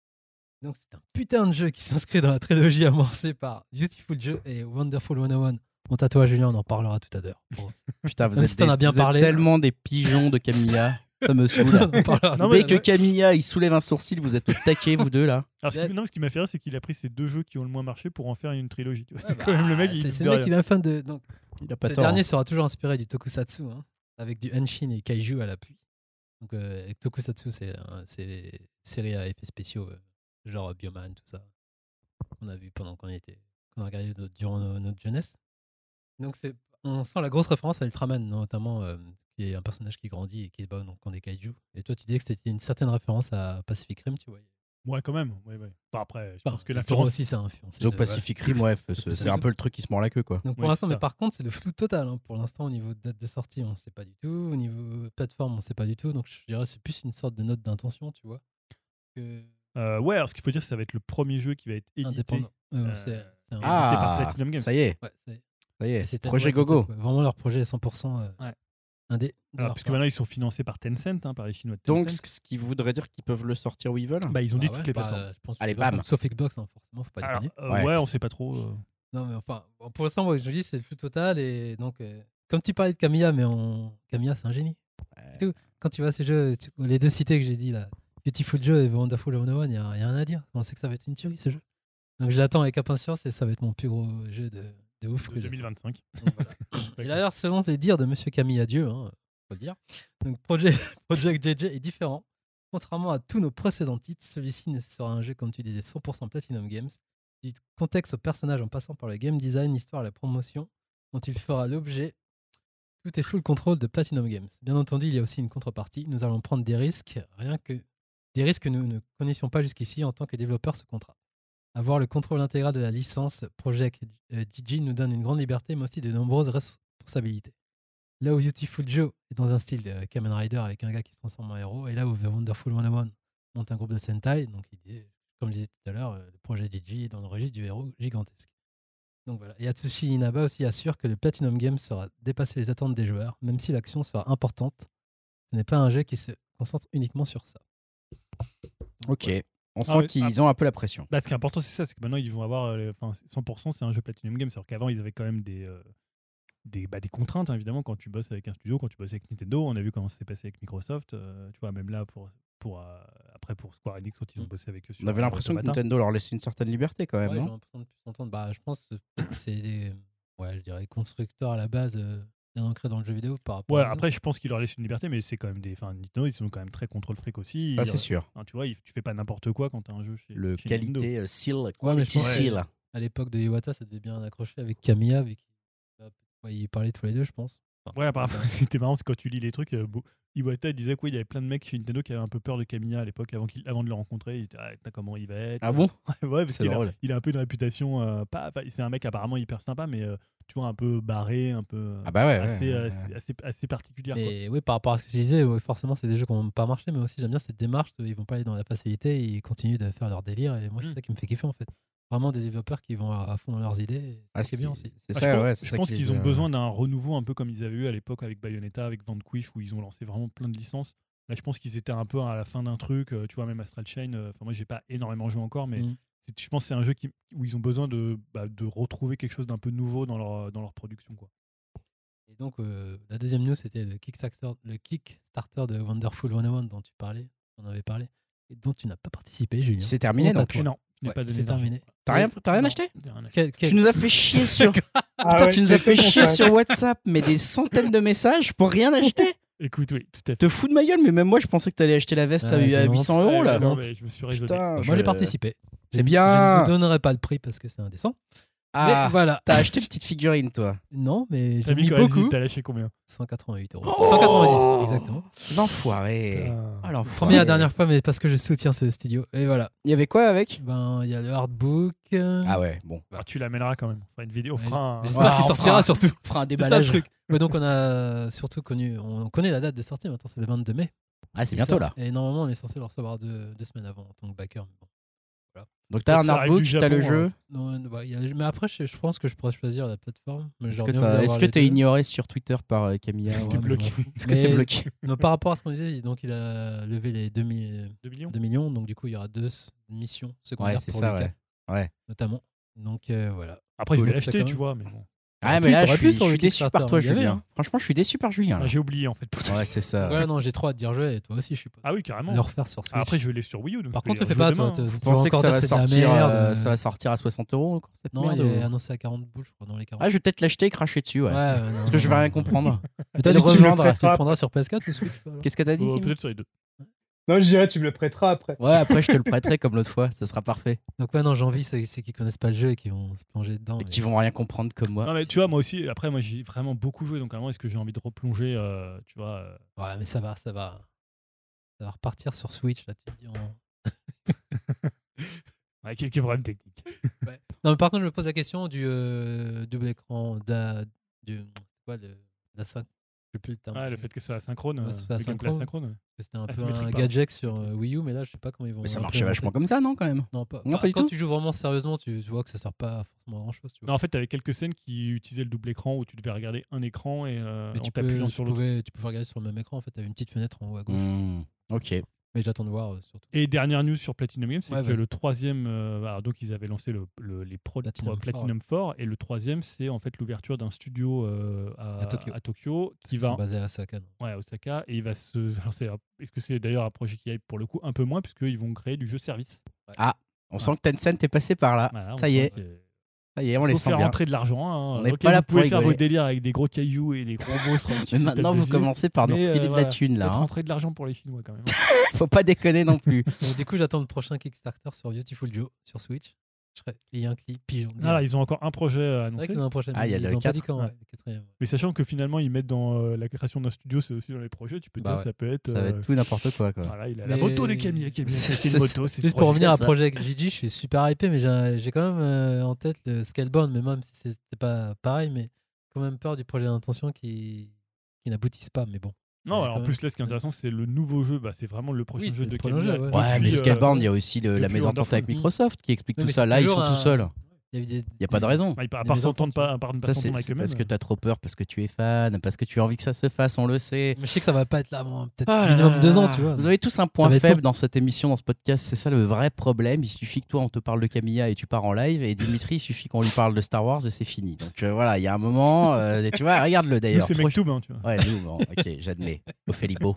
Donc c'est un putain de jeu qui s'inscrit dans la trilogie amorcée par Beautiful Joe et Wonderful 101 Honte à toi, Julien, on en parlera tout à l'heure. Bon, Putain, vous Même êtes, si t'en as bien vous êtes parlé. tellement des pigeons de Camilla. Ça me saoule. on en parlera. Non, Dès mais- que Camilla il soulève un sourcil, vous êtes au taquet, vous deux là. Alors, ce qui m'a fait rire, c'est qu'il a pris ces 2 jeux qui ont le moins marché pour en faire une trilogie. Tu vois. Ouais, C'est quand même le mec, c'est le mec, il est un fan de. Donc, Il a pas ce tort. dernier sera toujours inspiré du tokusatsu, hein, avec du Henshin et Kaiju à l'appui. Donc, avec tokusatsu, c'est des séries à effets spéciaux, genre Bioman, tout ça. On a vu pendant qu'on a regardé durant notre jeunesse. Donc, on sent la grosse référence à Ultraman, notamment, qui est un personnage qui grandit et qui se bat donc contre des Kaiju. Et toi, tu disais que c'était une certaine référence à Pacific Rim, tu vois. Ouais, quand même. Ouais. Enfin, après, je pense que la Toro l'influence. aussi, ça a influencé. Donc Pacific Rim, ouais, c'est un peu le truc qui se mord la queue quoi. Donc pour Ouais, l'instant, c'est mais ça. par contre, c'est le flou total. Hein. Pour l'instant, au niveau de date de sortie, on ne sait pas du tout. Au niveau plateforme, on ne sait pas du tout. Donc je dirais que c'est plus une sorte de note d'intention, tu vois. Que Ouais, alors ce qu'il faut dire, c'est que ça va être le premier jeu qui va être édité. indépendant. C'est un- édité par Ah, Platinum Games. ça y est, ouais, c'est- ça y est. c'est Projet tellement Gogo. concept, quoi. Vraiment, leur projet est 100% Ouais. indé. de Alors, leur parce que part. maintenant, ils sont financés par Tencent, hein, par les Chinois de Donc Tencent. ce qui voudrait dire qu'ils peuvent le sortir où ils veulent. Bah, ils ont dit Bah toutes ouais, les bah, plateformes. je pense Allez, que- bam. Sauf Xbox, hein, forcément, faut pas Alors, déconner. Ouais. ouais, on sait pas trop. Non, mais enfin, bon, pour l'instant, moi, je vous dis, c'est le flou total. Et donc, comme tu parlais de Camilla, mais Camilla, c'est un génie. C'est tout. Quand tu vois ces jeux, les 2 cités que j'ai dit là, Beautiful Joe et Wonderful 101, il n'y a rien à dire. On sait que ça va être une tuerie ce jeu. Donc je l'attends avec impatience et ça va être mon plus gros jeu de ouf. De que j'ai. 2025. Donc, voilà. Et d'ailleurs, selon les dires de Monsieur Camille Adieu, hein, faut le dire, donc Project JJ est différent. Contrairement à tous nos précédents titres, celui-ci sera un jeu, comme tu disais, 100% Platinum Games. Du contexte au personnage en passant par le game design, l'histoire et la promotion dont il fera l'objet, tout est sous le contrôle de Platinum Games. Bien entendu, il y a aussi une contrepartie. Nous allons prendre des risques, des risques que nous ne connaissions pas jusqu'ici en tant que développeurs sous contrat. Avoir le contrôle intégral de la licence Project JJ nous donne une grande liberté, mais aussi de nombreuses responsabilités. Là où Beautiful Joe est dans un style de Kamen Rider avec un gars qui se transforme en héros, et là où The Wonderful 101 monte un groupe de Sentai, donc comme je disais tout à l'heure, le projet JJ est dans le registre du héros gigantesque. Donc voilà. Et Atsushi Inaba aussi assure que le Platinum Game sera dépasser les attentes des joueurs, même si l'action sera importante. Ce n'est pas un jeu qui se concentre uniquement sur ça. Donc, Ok. voilà. On sent Ah ouais, qu'ils ont un peu la pression. Bah, ce qui est important, c'est ça, c'est que maintenant ils vont avoir. 100%, c'est un jeu Platinum Games. Alors qu'avant, ils avaient quand même des contraintes, hein, évidemment, quand tu bosses avec un studio, quand tu bosses avec Nintendo. On a vu comment ça s'est passé avec Microsoft. Tu vois, même là, après pour Square Enix, quand ils ont bossé avec eux. On avait l'impression que Nintendo leur laissait une certaine liberté quand même, Ouais, j'ai non l'impression de plus s'entendre. Bah, je pense que c'est des je dirais constructeurs à la base bien ancrés dans le jeu vidéo par rapport Ouais, aux autres. après, je pense qu'ils leur laissent une liberté, mais c'est quand même des. Enfin, Nintendo, ils sont quand même très contrôle fric aussi. Ça, c'est sûr. Hein, tu vois, tu fais pas n'importe quoi quand t'as un jeu chez. Le chez Nintendo. qualité seal, Ouais, mais quality je pense que seal. à l'époque de Iwata, ça devait bien accrocher avec Kamiya, avec ils parlaient tous les deux, je pense. Enfin, Ouais, apparemment, ce qui était marrant, c'est quand tu lis les trucs, Iwata disait qu'il y avait plein de mecs chez Nintendo qui avaient un peu peur de Kamiya à l'époque, avant de le rencontrer. Ils disaient, ah, putain, comment il va être. Ah bon Ouais, parce C'est qu'il drôle. il a un peu une réputation. C'est un mec apparemment hyper sympa, mais tu vois, un peu barré, un peu. Ah bah ouais, assez, ouais, ouais, assez particulière. Quoi. Et oui, par rapport à ce que je disais, ouais, forcément, c'est des jeux qui n'ont pas marché, mais aussi j'aime bien cette démarche. Ils vont pas aller dans la facilité, ils continuent de faire leur délire. Et moi, c'est ça qui me fait kiffer en fait. Vraiment des développeurs qui vont à fond dans leurs idées. Ah, C'est bien aussi. C'est Ah, ça, ouais. je pense qu'ils ont besoin d'un renouveau un peu comme ils avaient eu à l'époque avec Bayonetta, avec Vanquish, où ils ont lancé vraiment plein de licences. Là, je pense qu'ils étaient un peu à la fin d'un truc. Tu vois, même Astral Chain. Moi, j'ai pas énormément joué encore, mais je pense que c'est un jeu où ils ont besoin de retrouver quelque chose d'un peu nouveau dans leur production. Quoi. Et donc, la deuxième news, c'était le Kickstarter de Wonderful 101 dont tu parlais, on avait parlé, et dont tu n'as pas participé, Julien. C'est terminé, Honte à donc. toi. Non, je n'ai Ouais, pas donné c'est d'argent. terminé. T'as rien Non, acheté j'ai rien acheté. Tu nous as fait chier sur. Ah Putain, ouais, tu nous as c'était fait mon chier frère. sur WhatsApp, mais des centaines de messages pour rien acheter. Écoute, oui, tout à fait. Te fous de ma gueule, mais même moi, je pensais que t'allais acheter la veste Ouais, j'ai à honte. 800 euros là. Non, mais je me suis raisonné. Putain, Moi, j'ai participé. C'est Je bien. ne vous donnerai pas le prix parce que c'est indécent. Mais Ah, voilà. t'as acheté une petite figurine, toi. Non, mais T'as j'ai mis mis quoi, vas-y, beaucoup. T'as lâché combien 188 euros. Oh 190, exactement. L'enfoiré. Ah, l'enfoiré. Première, dernière fois, mais parce que je soutiens ce studio. Et voilà. Il y avait quoi avec Ben, il y a le hardbook. Ah ouais, bon. Alors, tu l'amèneras quand même. On fera une vidéo, on Ouais. fera un. J'espère Ouais, qu'il on sortira fera- surtout. On fera un C'est ça le déballage. truc. Ouais, donc on a surtout on connaît la date de sortie maintenant, c'est le 22 mai. Ah, c'est Il bientôt sort. là. Et normalement, on est censé le recevoir 2 semaines avant en tant que backer. Mais bon. Donc t'as Quand un ça arrive artbook, du t'as le Japon, jeu. Non, bah, mais après, je pense que je pourrais choisir la plateforme. Mais Est-ce j'aurais que bien voulu t'as avoir les été deux. ignoré sur Twitter par Camilla Ouais, T'es mais bloqué. je m'en fous. Est-ce que t'es Mais- bloqué mais par rapport à ce qu'on disait, donc il a levé les 2 millions. donc du coup, il y aura 2 missions secondaires Ouais, c'est pour ça, Lucas, ouais. Ouais. notamment. Donc voilà. Après, Cool. je vais Ça, l'acheter, quand tu même. vois. Mais bon. Ah, mais là, t'aurais je pu suis, sur je le suis déçu par toi, Kickstarter, il y avait, Julien. hein. Franchement, je suis déçu par Julien. là. Ah, j'ai oublié en fait. Ouais, c'est ça. Ouais, non, j'ai trop hâte d'y rejouer et toi aussi, je suis pas. Ah oui, carrément. Le refaire sur Switch. Après, je l'ai sur Wii U. Donc Par je peux contre, y le fais pas, rejouer toi. demain, hein. Vous pensez que encore ça dire va, c'est de la sortir, merde, ça va sortir à 60 € encore cette Non, merde il est ou- annoncé à 40 boules, je crois, dans les 40. Ah, je vais peut-être l'acheter et cracher dessus, ouais. non, Parce que je vais rien comprendre. Mais toi, Et tu le le revendre. prêteras. Tu le prendras sur PS4 ou Switch toi, alors Qu'est-ce que t'as dit, Simon Peut-être sur les deux. Non, je dirais, tu me le prêteras après. Ouais, après, je te le prêterai comme l'autre fois. Ça sera parfait. Donc, ouais, non, j'ai envie, c'est qu'ils connaissent pas le jeu et qui vont se plonger dedans. Et qui vont rien comprendre comme moi. Non, mais tu vois, moi aussi, après, moi, j'ai vraiment beaucoup joué. Donc, à un moment, est-ce que j'ai envie de replonger, tu vois Ouais, mais ça va repartir sur Switch, là, tu te dis. Ouais, quelques problèmes techniques. Non, mais par contre, je me pose la question du double écran, d'A5. Je sais plus le terme. Ah, le fait que ça soit asynchrone, Ouais, ça soit le gameplay asynchrone. asynchrone. C'était un peu Asymétrique, un pardon. gadget sur Wii U, mais là, je sais pas comment ils vont. Mais ça marchait implémenter. vachement comme ça, non, quand même Non, pas, Non, pas du quand tout. tu joues vraiment sérieusement, tu vois que ça sert pas forcément à grand chose. Tu vois. Non, en fait, t'avais quelques scènes qui utilisaient le double écran où tu devais regarder un écran et Mais en tu t'appuyant sur l'autre. tu pouvais regarder sur le même écran. En fait, tu avais une petite fenêtre en haut à gauche. Ok. Mais j'attends de voir surtout. Et dernière news sur Platinum Games, c'est Ouais, que vas-y. le troisième, alors donc ils avaient lancé les prods Platinum Platinum 4 et le troisième c'est en fait l'ouverture d'un studio À Tokyo. à Tokyo Parce qui qu'ils sont va basés à Osaka. non. à Osaka et il va se lancer. Est-ce que c'est d'ailleurs un projet qui aille pour le coup un peu moins puisqu'ils vont créer du jeu service. On sent que Tencent est passé par là. Voilà, Ça on y sent est. que- Ça y est, on les faut sent faire bien. rentrer de l'argent. Hein. On n'est Ok, pas là vous pouvez pour faire rigoler. vos délires avec des gros cailloux et des gros monstres. qui Mais se maintenant, tapent vous dessus. commencez par nous Mais, filer de voilà, la thune, là. Faites hein. rentrer de l'argent pour les Chinois quand même. Faut pas déconner non plus. Donc, du coup, j'attends le prochain Kickstarter sur Beautiful Joe sur Switch. Je serais client pigeon. Ah là, ils ont encore un projet C'est vrai annoncé. qu'ils ont un prochain. Ah, il y a ils le ont pas 4. dit quand. Ouais. Ouais, le quatrième. Mais sachant que finalement, ils mettent dans la création d'un studio, c'est aussi dans les projets, tu peux te Bah dire ouais. ça peut être. Ça va être tout et n'importe quoi, quoi. Voilà, il a Mais- la moto de Camille qui a bien C'est- acheté une c'est- moto. c'est Juste trop pour revenir à ça. Project Gigi, je suis super hypé, mais j'ai quand même en tête le Scalebound, mais même si c'était pas pareil, mais quand même peur du projet d'intention qui n'aboutisse pas. Mais bon. Non, Ouais, alors, en quand plus, là, ce qui est intéressant, c'est le nouveau jeu. Bah, c'est vraiment le prochain Oui, jeu c'est de le prochain Camilla. jeu, ouais. Ouais, depuis, mais Scalebound, il y a aussi la depuis mésentente Wonderful. avec Microsoft qui explique Oui, tout mais ça. c'est Là, ils toujours sont tout un- seuls. Il y Il n'y a pas de raison. Bah, à Les part enfants, s'entendre pas, à part ne pas Ça, s'entendre avec c'est eux-mêmes. parce que tu as trop peur, parce que tu es fan, parce que tu as envie que ça se fasse, on le sait. Mais je sais que ça va pas être là avant peut-être Oh là minimum là. 2 ans, tu vois. Vous avez tous un point va être faible long. dans cette émission, dans ce podcast. C'est ça le vrai problème. Il suffit que toi, on te parle de Camilla et tu pars en live. Et Dimitri, il suffit qu'on lui parle de Star Wars et c'est fini. Donc voilà, il y a un moment. Et tu vois, regarde-le Nous, d'ailleurs. c'est Mektoub, hein, tu vois. Ouais, nous, bon, ok, j'admets. Ophélibo.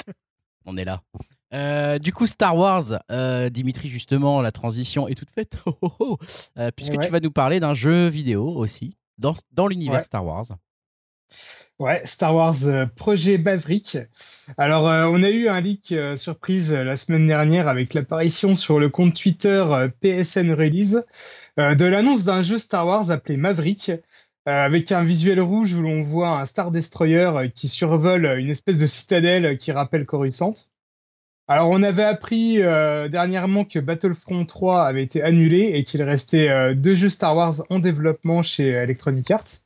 On est là. Du coup, Star Wars, Dimitri, justement, la transition est toute faite. Oh, oh, oh. Puisque Ouais. tu vas nous parler d'un jeu vidéo aussi, dans l'univers Ouais. Star Wars. Ouais, Star Wars Projet Maverick. Alors, on a eu un leak surprise la semaine dernière avec l'apparition sur le compte Twitter PSN Release de l'annonce d'un jeu Star Wars appelé Maverick, avec un visuel rouge où l'on voit un Star Destroyer qui survole une espèce de citadelle qui rappelle Coruscant. Alors, on avait appris dernièrement que Battlefront 3 avait été annulé et qu'il restait 2 jeux Star Wars en développement chez Electronic Arts.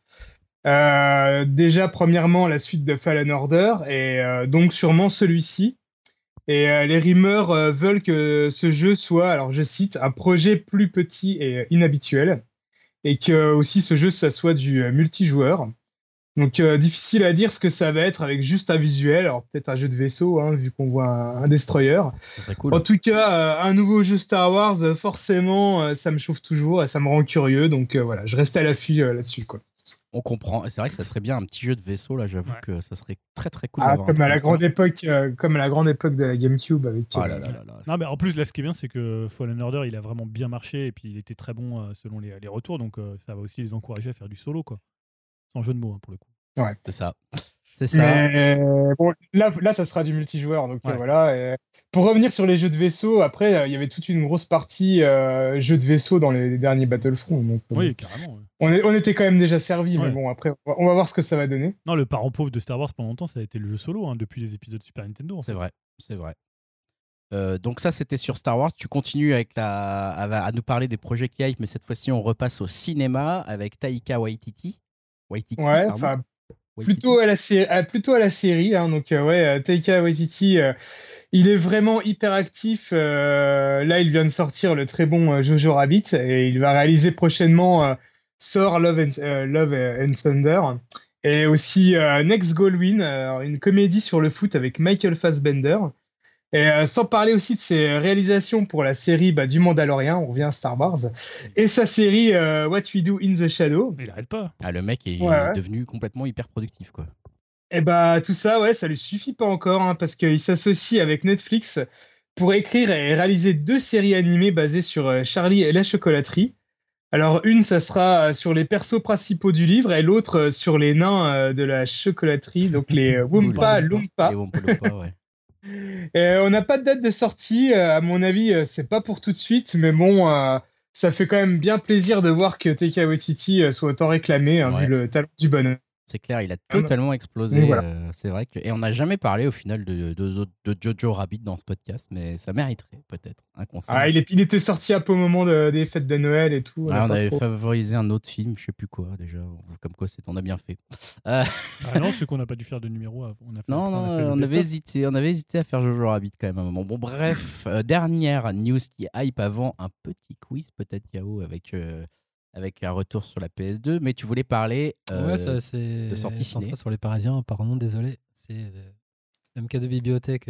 Déjà, premièrement, la suite de Fallen Order et donc sûrement celui-ci. Et les rumeurs veulent que ce jeu soit, alors je cite, un projet plus petit et inhabituel. Et que aussi ce jeu, ça soit du multijoueur. Donc difficile à dire ce que ça va être avec juste un visuel. Alors peut-être un jeu de vaisseau, hein, vu qu'on voit un destroyer. C'est très cool. En tout cas, un nouveau jeu Star Wars, forcément, ça me chauffe toujours et ça me rend curieux. Donc voilà, je reste à l'affût là-dessus, quoi. On comprend. Et c'est vrai que ça serait bien un petit jeu de vaisseau, là, j'avoue Ouais. que ça serait très très cool. Ah, d'avoir un comme à truc la comme ça. grande époque de la GameCube avec. Ah là là là là. Non, mais en plus, là, ce qui est bien, c'est que Fallen Order, il a vraiment bien marché et puis il était très bon selon les retours. Donc, ça va aussi les encourager à faire du solo, quoi. Sans jeu de mots, hein, pour le coup. C'est ça. C'est ça. Mais bon, là, ça sera du multijoueur. Donc Ouais. voilà. Et pour revenir sur les jeux de vaisseau, après, il y avait toute une grosse partie jeux de vaisseau dans les derniers Battlefront. Donc, Oui, carrément. ouais. on était quand même déjà servi. Ouais. Mais bon, après, on va voir ce que ça va donner. Non, le parent pauvre de Star Wars pendant longtemps, ça a été le jeu solo, hein, depuis les épisodes Super Nintendo. en C'est fait. vrai. C'est vrai. Donc ça, c'était sur Star Wars. Tu continues avec à nous parler des projets qui hype, mais cette fois-ci, on repasse au cinéma avec Taika Waititi. Waititi, Ouais, pardon. enfin, Waititi. plutôt à la série. Hein, donc, Taika Waititi, il est vraiment hyper actif. Là, il vient de sortir le très bon Jojo Rabbit et il va réaliser prochainement Thor Love and Thunder. Et aussi Next Goal Win, une comédie sur le foot avec Michael Fassbender. Et sans parler aussi de ses réalisations pour la série du Mandalorian, on revient à Star Wars, et sa série What We Do in the Shadow. Mais il arrête pas. Ah, le mec est Ouais. devenu complètement hyper productif, quoi. Et tout ça, ouais, ça lui suffit pas encore, hein, parce qu'il s'associe avec Netflix pour écrire et réaliser 2 séries animées basées sur Charlie et la chocolaterie. Alors une, ça sera sur les persos principaux du livre, et l'autre sur les nains de la chocolaterie, donc les Wumpa Loompa. Les Wumpa Loompa, ouais. On n'a pas de date de sortie, à mon avis, c'est pas pour tout de suite, mais bon, ça fait quand même bien plaisir de voir que Taika Waititi soit autant réclamé, hein, Ouais. vu le talent du bonhomme. C'est clair, il a totalement explosé. Donc, voilà. C'est vrai que... Et on n'a jamais parlé au final de Jojo Rabbit dans ce podcast, mais ça mériterait peut-être un conseil. Ah, il était sorti un peu au moment des fêtes de Noël et tout. On a pas avait trop- favorisé un autre film, je sais plus quoi déjà. Comme quoi, on a bien fait. Ah non, c'est qu'on n'a pas dû faire de numéro. On a fait, Non, on avait hésité à faire Jojo Rabbit quand même à un moment. Bon, bref, dernière news qui hype avant un petit quiz, peut-être Yao, avec un retour sur la PS2. Mais tu voulais parler Ouais, ça, c'est de sortie ciné. centré sur les Parisiens, pardon, désolé. C'est le MK2 Bibliothèque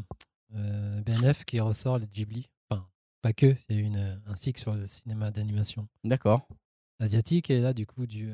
BNF qui ressort les Ghibli. Enfin, pas que, il y a eu un cycle sur le cinéma d'animation D'accord. asiatique. Et là, du coup, du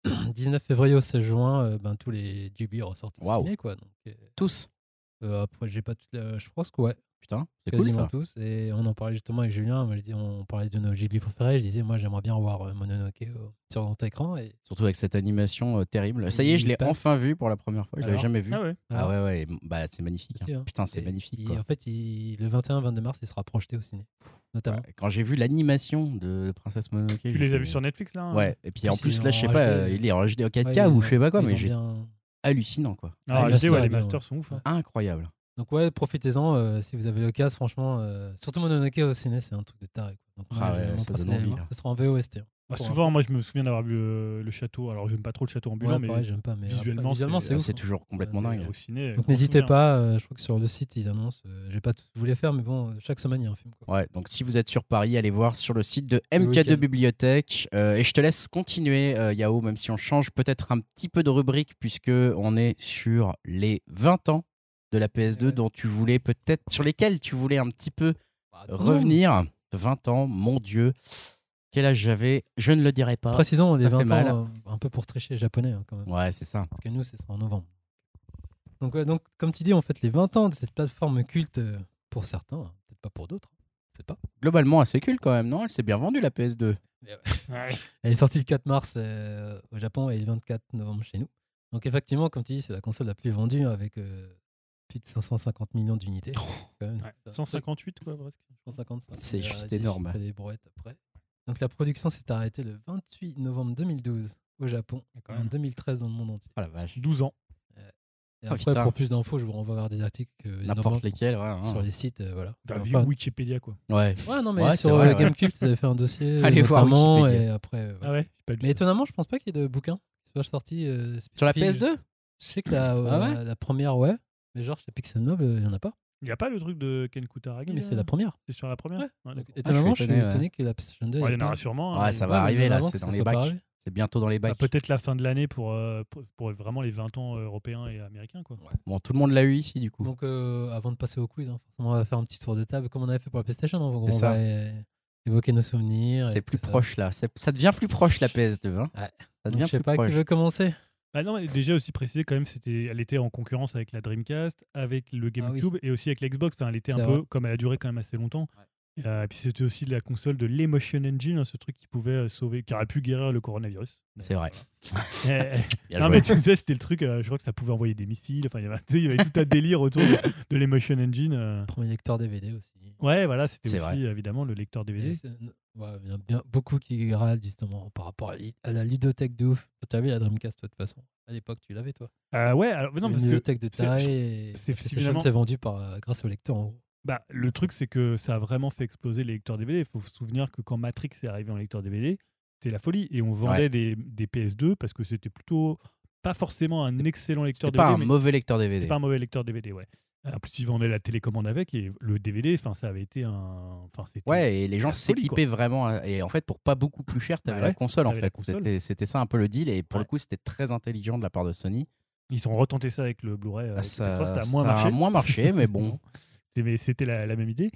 19 février au 16 juin, tous les Ghibli ressortent au Waouh. ciné, quoi. Donc, Tous. après, j'ai pas toute je pense que ouais. Putain, c'est cool Quasiment ça. tous. Et on en parlait justement avec Julien. Moi, on parlait de nos Ghibli préférés. Je disais, moi, j'aimerais bien voir Mononoke sur grand écran. Et Surtout avec cette animation terrible. Ça y est, je Il l'ai passe. enfin vu pour la première fois. Je l'avais Alors jamais vu. Ah ouais. Ah ouais, bah c'est magnifique. Aussi, hein. Putain, c'est Et magnifique. il- Quoi. En fait, le 21-22 mars, il sera projeté au ciné, notamment. Ouais, quand j'ai vu l'animation de Princesse Mononoke. Tu les as vus sur Netflix là hein Ouais, et puis en Puis plus c'est là, je sais en pas, HD. il est en HD 4K Ouais, ou je sais pas quoi, ils mais ont j'ai bien- hallucinant quoi. Ah, le HD, master ouais, est les bien, masters ouais. sont ouf. hein. Incroyable. Donc ouais, profitez-en si vous avez l'occasion, franchement. Surtout Mononoke au ciné, c'est un truc de taré. Quoi. Donc, Ah moi, ouais, j'ai vraiment ça passé donne d'aller envie, voir. là. Ce sera en VOST. hein. Bah, Pour souvent, moi je me souviens d'avoir vu le château. Alors, j'aime pas trop le château ambulant, Ouais, mais pareil, j'aime pas. Mais visuellement, visuellement, c'est ouf. C'est hein. toujours complètement mais dingue. au ciné. Donc gros n'hésitez souvenir. pas. Je crois que sur le site, ils annoncent. J'ai pas tout voulu faire, mais bon, chaque semaine, il y a un film. Quoi. Ouais, donc si vous êtes sur Paris, allez voir sur le site de Le MK2 week-end. Bibliothèque. Et je te laisse continuer, Yao, même si on change peut-être un petit peu de rubrique, puisque on est sur les 20 ans de la PS2 Ouais. dont tu voulais peut-être, sur lesquels tu voulais un petit peu revenir. 20 ans, mon Dieu. Quel âge j'avais? Je ne le dirai pas. Précisons, des ça fait 20 mal. ans, un peu pour tricher japonais hein, quand même. Ouais, c'est ça. Parce que nous, ce sera en novembre. Donc, ouais, donc, comme tu dis, on fête les 20 ans de cette plateforme culte pour certains, hein, peut-être pas pour d'autres. Je sais pas. Globalement, assez cool quand même, non? Elle s'est bien vendue, la PS2. Ouais. Elle est sortie le 4 mars au Japon et le 24 novembre chez nous. Donc, effectivement, comme tu dis, c'est la console la plus vendue avec plus de 550 millions d'unités. Quand même, Ouais. c'est ça. 158 quoi presque. 155. C'est Il y a juste des énorme. chiffres et des brouettes après. Donc, la production s'est arrêtée le 28 novembre 2012 au Japon Quand et même. en 2013 dans le monde entier. Oh la vache. 12 ans. Et Oh, après, putain. pour plus d'infos, je vous renvoie vers des articles N'importe lesquels, ouais. hein. sur les sites. Voilà. T'as Enfin, vu Wikipédia quoi. Ouais. ouais, non, mais Ouais, c'est sur vrai, ouais. Gamecube, ils avaient fait un dossier. Allez voir notamment, Wikipédia. et après. voilà. Ah ouais, j'ai pas lu Mais ça. étonnamment, je pense pas qu'il y ait de bouquin qui soit sorti Sur la spécifique. PS2? Je sais que la première, ouais. Mais genre, chez Pixel 9, il n'y en a pas. Il n'y a pas le truc de Ken Kutaragi Mais là c'est la première. C'est sur la première Ouais. Ouais, Donc, d'accord. étonnamment, je suis je suis étonné, étonné que la PlayStation 2. Ouais, il y en ait aura pas. sûrement. Ouais, hein, ça mais- va arriver, mais là, avant c'est que dans ça les soit pas bacs. arrivé. C'est bientôt dans les Bah, bacs. peut-être la fin de l'année pour vraiment les 20 ans européens et américains quoi. Bon, tout le monde l'a eu ici, du coup. Donc, avant de passer au quiz, hein, forcément, on va faire un petit tour de table comme on avait fait pour la PlayStation. Hein, donc C'est on ça. va évoquer nos souvenirs. et C'est tout plus ça. proche, là. Ça devient plus proche, la PS2. Hein. Ouais. Ça Donc, devient je sais plus pas proche. qui veut commencer. Bah non, mais déjà aussi préciser quand même, elle était en concurrence avec la Dreamcast, avec le GameCube et aussi avec l'Xbox. Enfin, elle était C'est un vrai. peu, comme elle a duré quand même assez longtemps. Et puis c'était aussi la console de l'Emotion Engine, hein, ce truc qui pouvait sauver, qui aurait pu guérir le coronavirus. C'est vrai. Eh, Bien non joué. mais tu sais, c'était le truc, je crois que ça pouvait envoyer des missiles. Enfin, il y avait tout un délire autour de l'Emotion Engine. Premier lecteur DVD aussi. Ouais, voilà, c'était C'est aussi évidemment le lecteur DVD. Et ouais, il y a bien beaucoup qui râlent justement par rapport à la ludothèque de ouf. Tu avais la Dreamcast, toi, de toute façon. À l'époque, tu l'avais, toi. Ouais, alors, mais non, Une parce que ludothèque de c'est- taré. je- Et c'est la PlayStation finalement- s'est vendue grâce au lecteur, en gros. bah, le truc, c'est que ça a vraiment fait exploser les lecteurs DVD. Il faut se souvenir que quand Matrix est arrivé en lecteur DVD, c'était la folie. Et on vendait des PS2 parce que c'était plutôt pas forcément un excellent lecteur C'était DVD. pas un mais mauvais lecteur DVD. c'était pas un mauvais lecteur DVD, ouais. En plus, ils vendaient la télécommande avec et le DVD, ça avait été un. C'était Ouais, et les gens la folie, s'équipaient vraiment. Et en fait, pour pas beaucoup plus cher, t'avais Bah ouais, la console, en t'avais la fait. console. C'était ça un peu le deal. Et pour Ouais. le coup, c'était très intelligent de la part de Sony. Ils ont retenté ça avec le Blu-ray. avec Ça, le PS3, ça a moins ça marché. a moins marché, mais bon. c'était la même idée.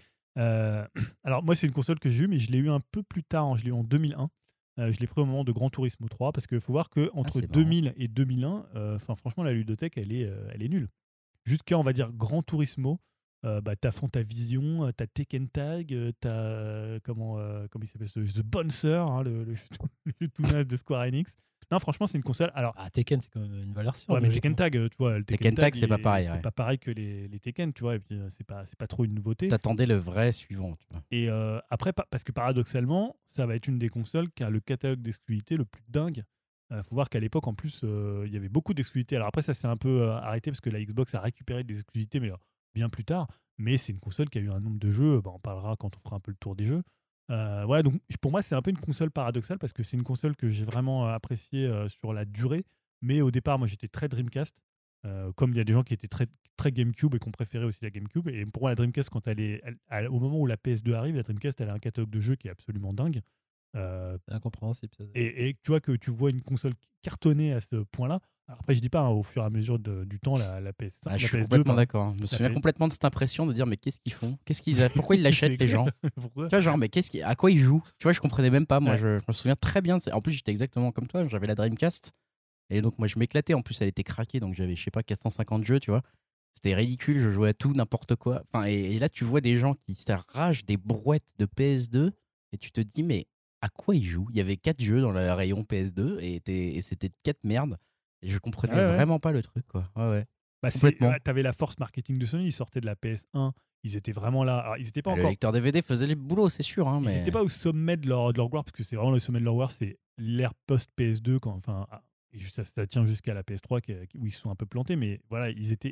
Alors moi, c'est une console que j'ai eue, mais je l'ai eue un peu plus tard. Je l'ai eue en 2001. Je l'ai pris au moment de Gran Turismo 3 parce qu'il faut voir qu'entre c'est marrant. 2000 et 2001, franchement, la ludothèque, elle est nulle. Jusqu'à, on va dire, Gran Turismo, t'as Fantavision, t'as Tekken Tag, t'as comment il s'appelle The Bouncer, hein, le jeu tout naze de Square Enix. Non, franchement, c'est une console. Alors, Tekken, c'est quand même une valeur sûre. ouais, mais logiquement. Tekken Tag, tu vois, le Tekken Tag, c'est pas pareil, C'est ouais. pas pareil que les Tekken, tu vois, et puis c'est pas trop une nouveauté. T'attendais le vrai suivant. Tu vois. Et après, parce que paradoxalement, ça va être une des consoles qui a le catalogue d'exclusivité le plus dingue. Faut voir qu'à l'époque, en plus, il y avait beaucoup d'exclusivité. Alors après, ça s'est un peu arrêté parce que la Xbox a récupéré des exclusivités, mais bien plus tard. Mais c'est une console qui a eu un nombre de jeux. On parlera quand on fera un peu le tour des jeux. Ouais, donc pour moi, c'est un peu une console paradoxale parce que c'est une console que j'ai vraiment appréciée sur la durée. Mais au départ, moi, j'étais très Dreamcast. Comme il y a des gens qui étaient très, très GameCube et qui ont préféré aussi la GameCube. Et pour moi, la Dreamcast, quand au moment où la PS2 arrive, la Dreamcast, elle a un catalogue de jeux qui est absolument dingue. C'est incompréhensible. Ça. Et tu vois que tu vois une console cartonnée à ce point-là. Alors après, je dis pas, hein, au fur et à mesure du temps, la PS5, Ah, la je suis PS2, complètement pardon. d'accord. Je me souviens PS- complètement de cette impression de dire mais qu'est-ce qu'ils font Pourquoi ils l'achètent C'est les gens Pourquoi Tu vois, genre, mais à quoi ils jouent Tu vois, je comprenais même pas. Moi, Ouais. je me souviens très bien. En plus, j'étais exactement comme toi. J'avais la Dreamcast. Et donc, moi, je m'éclatais. En plus, elle était craquée. Donc, j'avais, je sais pas, 450 jeux, tu vois. C'était ridicule. Je jouais à tout, n'importe quoi. Enfin, et là, tu vois des gens qui s'arrachent des brouettes de PS2. Et tu te dis, mais à quoi ils jouent Il y avait 4 jeux dans le rayon PS2. Et c'était 4 merdes. Et je comprenais Ouais, ouais. vraiment pas le truc, quoi. Ouais, ouais. Bah, Complètement. t'avais la force marketing de Sony, ils sortaient de la PS1, ils étaient vraiment là. Alors, ils étaient pas Le encore. lecteur DVD faisait le boulot, c'est sûr. Hein, Ils mais... n'étaient pas au sommet de leur gloire, parce que c'est vraiment le sommet de leur gloire, c'est l'ère post-PS2, et ça tient jusqu'à la PS3 où ils se sont un peu plantés, mais voilà,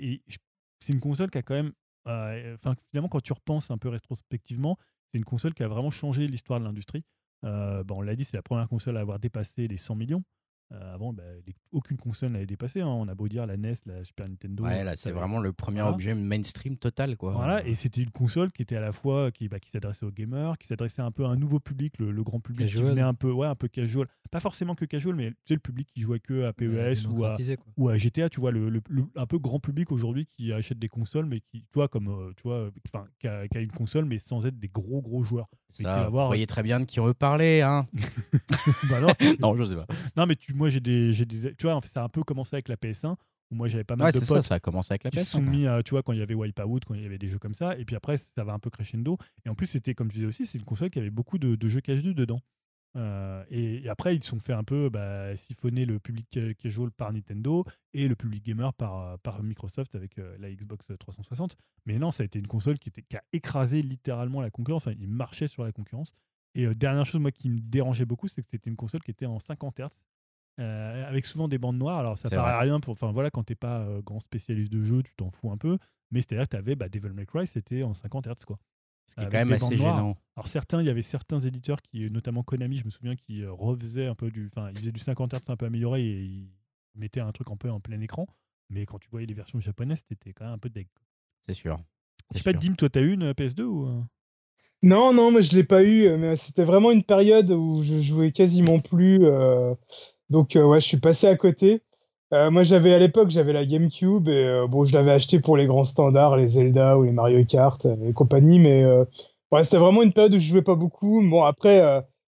c'est une console qui a quand même. Finalement, quand tu repenses un peu rétrospectivement, c'est une console qui a vraiment changé l'histoire de l'industrie. On l'a dit, c'est la première console à avoir dépassé les 100 millions. Avant, aucune console n'avait dépassé. Hein. On a beau dire la NES, la Super Nintendo. Ouais, là, c'est vraiment le premier Voilà. objet mainstream total, quoi. Voilà, et c'était une console qui était à la fois qui s'adressait aux gamers, qui s'adressait un peu à un nouveau public, le grand public Casual. qui venait un peu casual. Pas forcément que casual, mais tu sais, le public qui jouait que à PES Démocratisé, quoi. ou à GTA, tu vois, un peu grand public aujourd'hui qui achète des consoles, mais qui, tu vois, qui a une console, mais sans être des gros joueurs. Mais qui Ça, va vous avoir- voyez très bien de qui on veut parler, hein. Bah non, Non, je sais pas. non, mais moi, tu vois, en fait, ça a un peu commencé avec la PS1, où moi, j'avais pas mal Ouais, de c'est potes ça a commencé avec la qui se PS1. sont quoi. mis, tu vois, quand il y avait Wipeout, quand il y avait des jeux comme ça, et puis après, ça va un peu crescendo. Et en plus, c'était, comme je disais aussi, c'est une console qui avait beaucoup de jeux casse-du dedans. Et après, ils se sont fait un peu siphonner le public casual par Nintendo et le public gamer par Microsoft avec la Xbox 360. Mais non, ça a été une console qui a écrasé littéralement la concurrence. Enfin, il marchait sur la concurrence. Et dernière chose, moi, qui me dérangeait beaucoup, c'est que c'était une console qui était en 50 Hz. Avec souvent des bandes noires. Alors, ça C'est paraît vrai. rien voilà, quand t'es pas grand spécialiste de jeu, tu t'en fous un peu. Mais c'est-à-dire que t'avais Devil May Cry, c'était en 50 Hz, quoi. Ce qui est Avec quand même des assez bandes noires. gênant. Alors il y avait certains éditeurs qui, notamment Konami, je me souviens, qui refaisaient un peu ils faisaient du 50 Hz un peu amélioré et ils mettaient un truc un peu en plein écran. Mais quand tu voyais les versions japonaises, c'était quand même un peu deg. C'est sûr. Je sais pas, Dim, toi, t'as eu une PS2 ou Non, moi je l'ai pas eu, mais c'était vraiment une période où je jouais quasiment plus. Donc ouais, je suis passé à côté. Moi à l'époque, j'avais la GameCube et bon, je l'avais acheté pour les grands standards, les Zelda ou les Mario Kart et compagnie, mais ouais, c'était vraiment une période où je jouais pas beaucoup. Bon, après,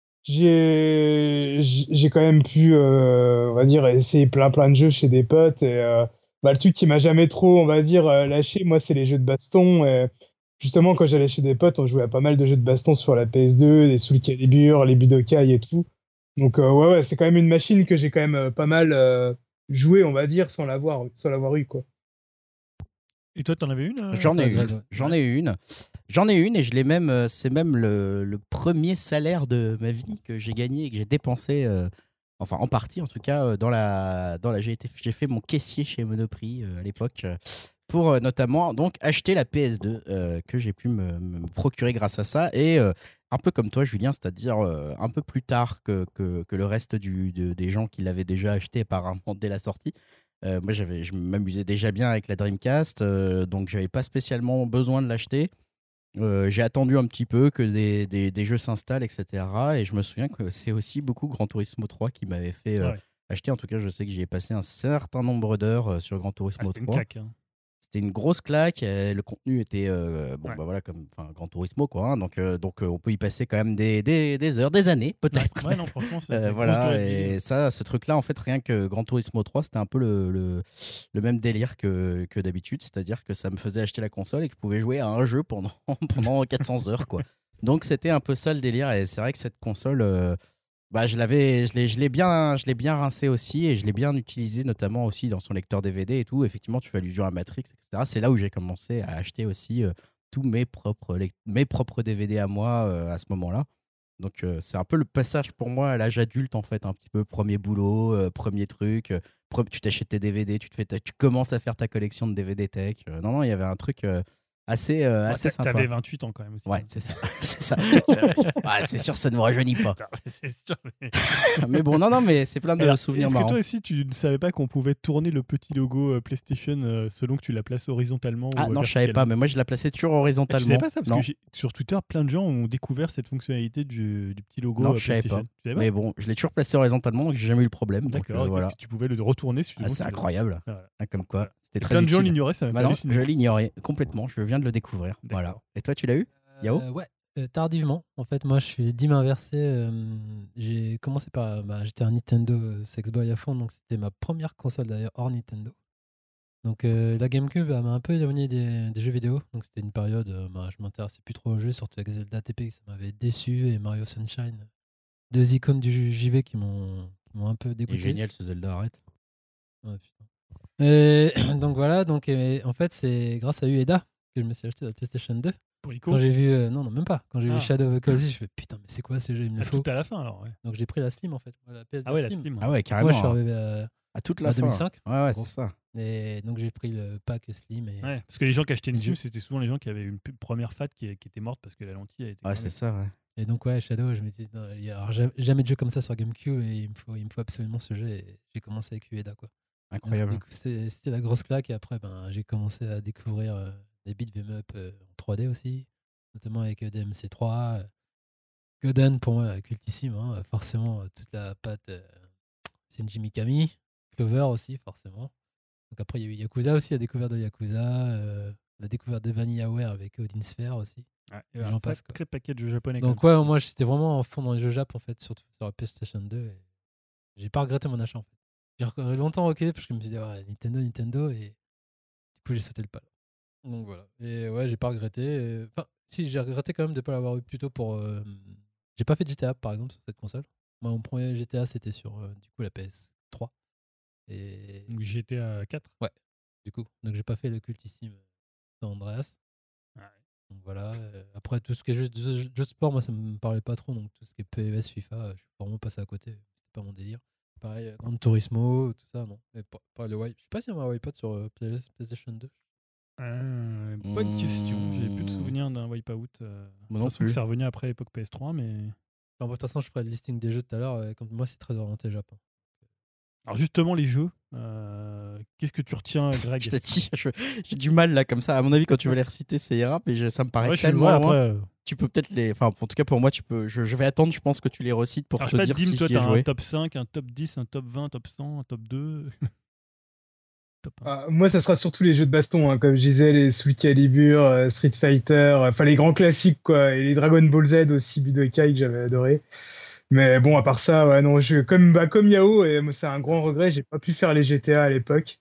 j'ai quand même pu, on va dire, essayer plein de jeux chez des potes et le truc qui m'a jamais trop, on va dire, lâché, moi, c'est les jeux de baston. Et justement, quand j'allais chez des potes, on jouait à pas mal de jeux de baston sur la PS2, des Soul Calibur, les Budokai et tout. Donc ouais, c'est quand même une machine que j'ai quand même pas mal joué, on va dire, sans l'avoir eu, quoi. Et toi, t'en avais une J'en ai toi, une. Greg, J'en ai une. J'en ai une et je l'ai même. C'est même le premier salaire de ma vie que j'ai gagné et que j'ai dépensé. Enfin, en partie en tout cas, j'ai fait mon caissier chez Monoprix à l'époque pour notamment donc acheter la PS2 que j'ai pu me procurer grâce à ça et un peu comme toi Julien, c'est-à-dire un peu plus tard que le reste des gens qui l'avaient déjà acheté apparemment dès la sortie. Moi, je m'amusais déjà bien avec la Dreamcast, donc j'avais pas spécialement besoin de l'acheter. J'ai attendu un petit peu que des jeux s'installent, etc. Et je me souviens que c'est aussi beaucoup Gran Turismo 3 qui m'avait fait Ouais. acheter. En tout cas, je sais que j'y ai passé un certain nombre d'heures sur Gran Turismo C'était une 3. claque. Hein. C'était une grosse claque. Le contenu était Ouais. voilà, comme Gran Turismo, quoi. Hein. Donc, on peut y passer quand même des heures, des années, peut-être. Ouais, non, franchement, c'est une grosse Voilà, durée de vie. et ça, ce truc-là, en fait, rien que Gran Turismo 3, c'était un peu le même délire que d'habitude, c'est-à-dire que ça me faisait acheter la console et que je pouvais jouer à un jeu pendant 400 heures, quoi. Donc c'était un peu ça le délire, et c'est vrai que cette console, je l'ai bien rincée aussi, et je l'ai bien utilisée, notamment aussi dans son lecteur DVD et tout. Effectivement, tu fais allusion à Matrix, etc. C'est là où j'ai commencé à acheter aussi tous mes propres DVD à moi à ce moment-là. Donc c'est un peu le passage pour moi à l'âge adulte, en fait, un petit peu premier boulot, premier truc, tu t'achètes tes DVD, tu commences à faire ta collection de DVD tech. Non, il y avait un truc assez sympa. T'avais 28 ans quand même aussi. Ouais, c'est ça. C'est ça. C'est sûr, ça ne me rajeunit pas. Non, mais c'est sûr. Mais bon, non, mais c'est plein de Alors, souvenirs est-ce que marrants. toi aussi, tu ne savais pas qu'on pouvait tourner le petit logo PlayStation selon que tu la places horizontalement Ah ou non, je savais pas, verticalement? mais moi je la plaçais toujours Tu horizontalement. savais pas ça? Parce Non. que sur Twitter, plein de gens ont découvert cette fonctionnalité du petit logo Non, je savais PlayStation. pas. Tu savais pas? Mais bon, je l'ai toujours placé horizontalement, donc j'ai jamais eu le problème. Donc D'accord, voilà. est-ce que tu pouvais le retourner Ah, c'est incroyable. Voilà. Ah, comme quoi, Voilà. c'était Et très plein de gens utile. l'ignoraient, ça m'a Bah fait non, halluciner. je l'ignorais complètement. Je viens de le découvrir. Voilà. D'accord. Et toi, tu l'as eu, Yao? Ouais, tardivement. En fait, moi, je suis dit m'inverser. J'ai commencé par. J'étais un Nintendo Sex Boy à fond, donc c'était ma première console d'ailleurs hors Nintendo. Donc la GameCube elle m'a un peu éloigné des jeux vidéo. Donc c'était une période, je m'intéressais plus trop aux jeux, surtout avec Zelda TP, ça m'avait déçu, et Mario Sunshine. Deux icônes du JV qui m'ont un peu Il est dégoûté. génial ce Zelda, arrête. Ouais, putain. Et donc voilà, donc en fait c'est grâce à Ueda que je me suis acheté la PlayStation 2. Pour Ico, Quand j'ai vu, non, même pas. Quand j'ai vu Ah. Shadow of the Colossus, je fais putain, mais c'est quoi ce jeu, il me le faut. tout à la fin alors. Ouais. Donc j'ai pris la Slim en fait, la PS2 Ah ouais, la Slim. Slim. Ah ouais, carrément. Moi je suis arrivé à toute la à fin. 2005. Ouais, Gros. c'est ça. Et donc j'ai pris le pack Slim. Et Ouais, parce que les gens qui achetaient une Les Slim, jeux. c'était souvent les gens qui avaient une première FAT qui était morte parce que la lentille a été. Ouais, c'est ça, ouais. Et donc, ouais, Shadow, je me dis, non, il y a jamais de jeu comme ça sur GameCube, et il me faut absolument ce jeu. Et j'ai commencé avec Ueda, quoi. Donc, Incroyable. du coup, c'était la grosse claque. Et après, j'ai commencé à découvrir des beat'em up en 3D aussi, notamment avec DMC3. Godan, pour moi, cultissime, hein, forcément, toute la patte Shinji Mikami. Clover aussi, forcément. Donc après, il y a eu Yakuza aussi, la découverte de Yakuza, la découverte de VanillaWare avec Odin Sphere aussi. Ouais, J'en passe, quoi. sacré paquet de jeux japonais. Donc comme ça. ouais, moi j'étais vraiment en fond dans les jeux Jap en fait, surtout sur la PlayStation 2. Et j'ai pas regretté mon achat en fait. J'ai longtemps reculé parce que je me suis dit ouais, Nintendo, et du coup j'ai sauté le pas. Donc voilà. Et ouais, j'ai pas regretté. Enfin, si, j'ai regretté quand même de pas l'avoir eu plus tôt pour. J'ai pas fait de GTA par exemple sur cette console. Moi, mon premier GTA c'était sur du coup la PS3. Et Donc, GTA 4. du coup, donc j'ai pas fait le cultissime San Andreas. Ouais. Donc voilà. Après, tout ce qui est jeux de sport, moi, ça me parlait pas trop. Donc tout ce qui est PES, FIFA, je suis vraiment passé à côté. C'était pas mon délire. Pareil, Gran Turismo, tout ça, non. Mais pas le wipe. Je sais pas s'il y a un wipeout sur PlayStation 2. Bonne question. J'ai plus de souvenirs d'un Wipeout. Moi De non toute façon, plus. c'est revenu après l'époque PS3, mais. Enfin, de toute façon, je ferai le listing des jeux tout à l'heure. Comme moi, c'est très orienté Japon. Alors justement, les jeux, qu'est-ce que tu retiens, Greg? Je te dis, j'ai du mal là, comme ça. À mon avis, quand tu vas les reciter, ça ira, mais ça me paraît Ouais, tellement ouais, loin. après, Tu peux peut-être les. Enfin, en tout cas, pour moi, tu peux. Je vais attendre, je pense que tu les recites pour alors, te je sais dire pas, Dim, si toi, j'y ai t'as un joué. top 5, un top 10, un top 20, un top 100, un top 2. Top 1. Moi, ça sera surtout les jeux de baston, hein, comme je disais, les Soul Calibur, Street Fighter, enfin les grands classiques, quoi, et les Dragon Ball Z aussi, Budokai, que j'avais adoré. Mais bon, à part ça, ouais, non, comme Yao, et moi, c'est un grand regret, j'ai pas pu faire les GTA à l'époque.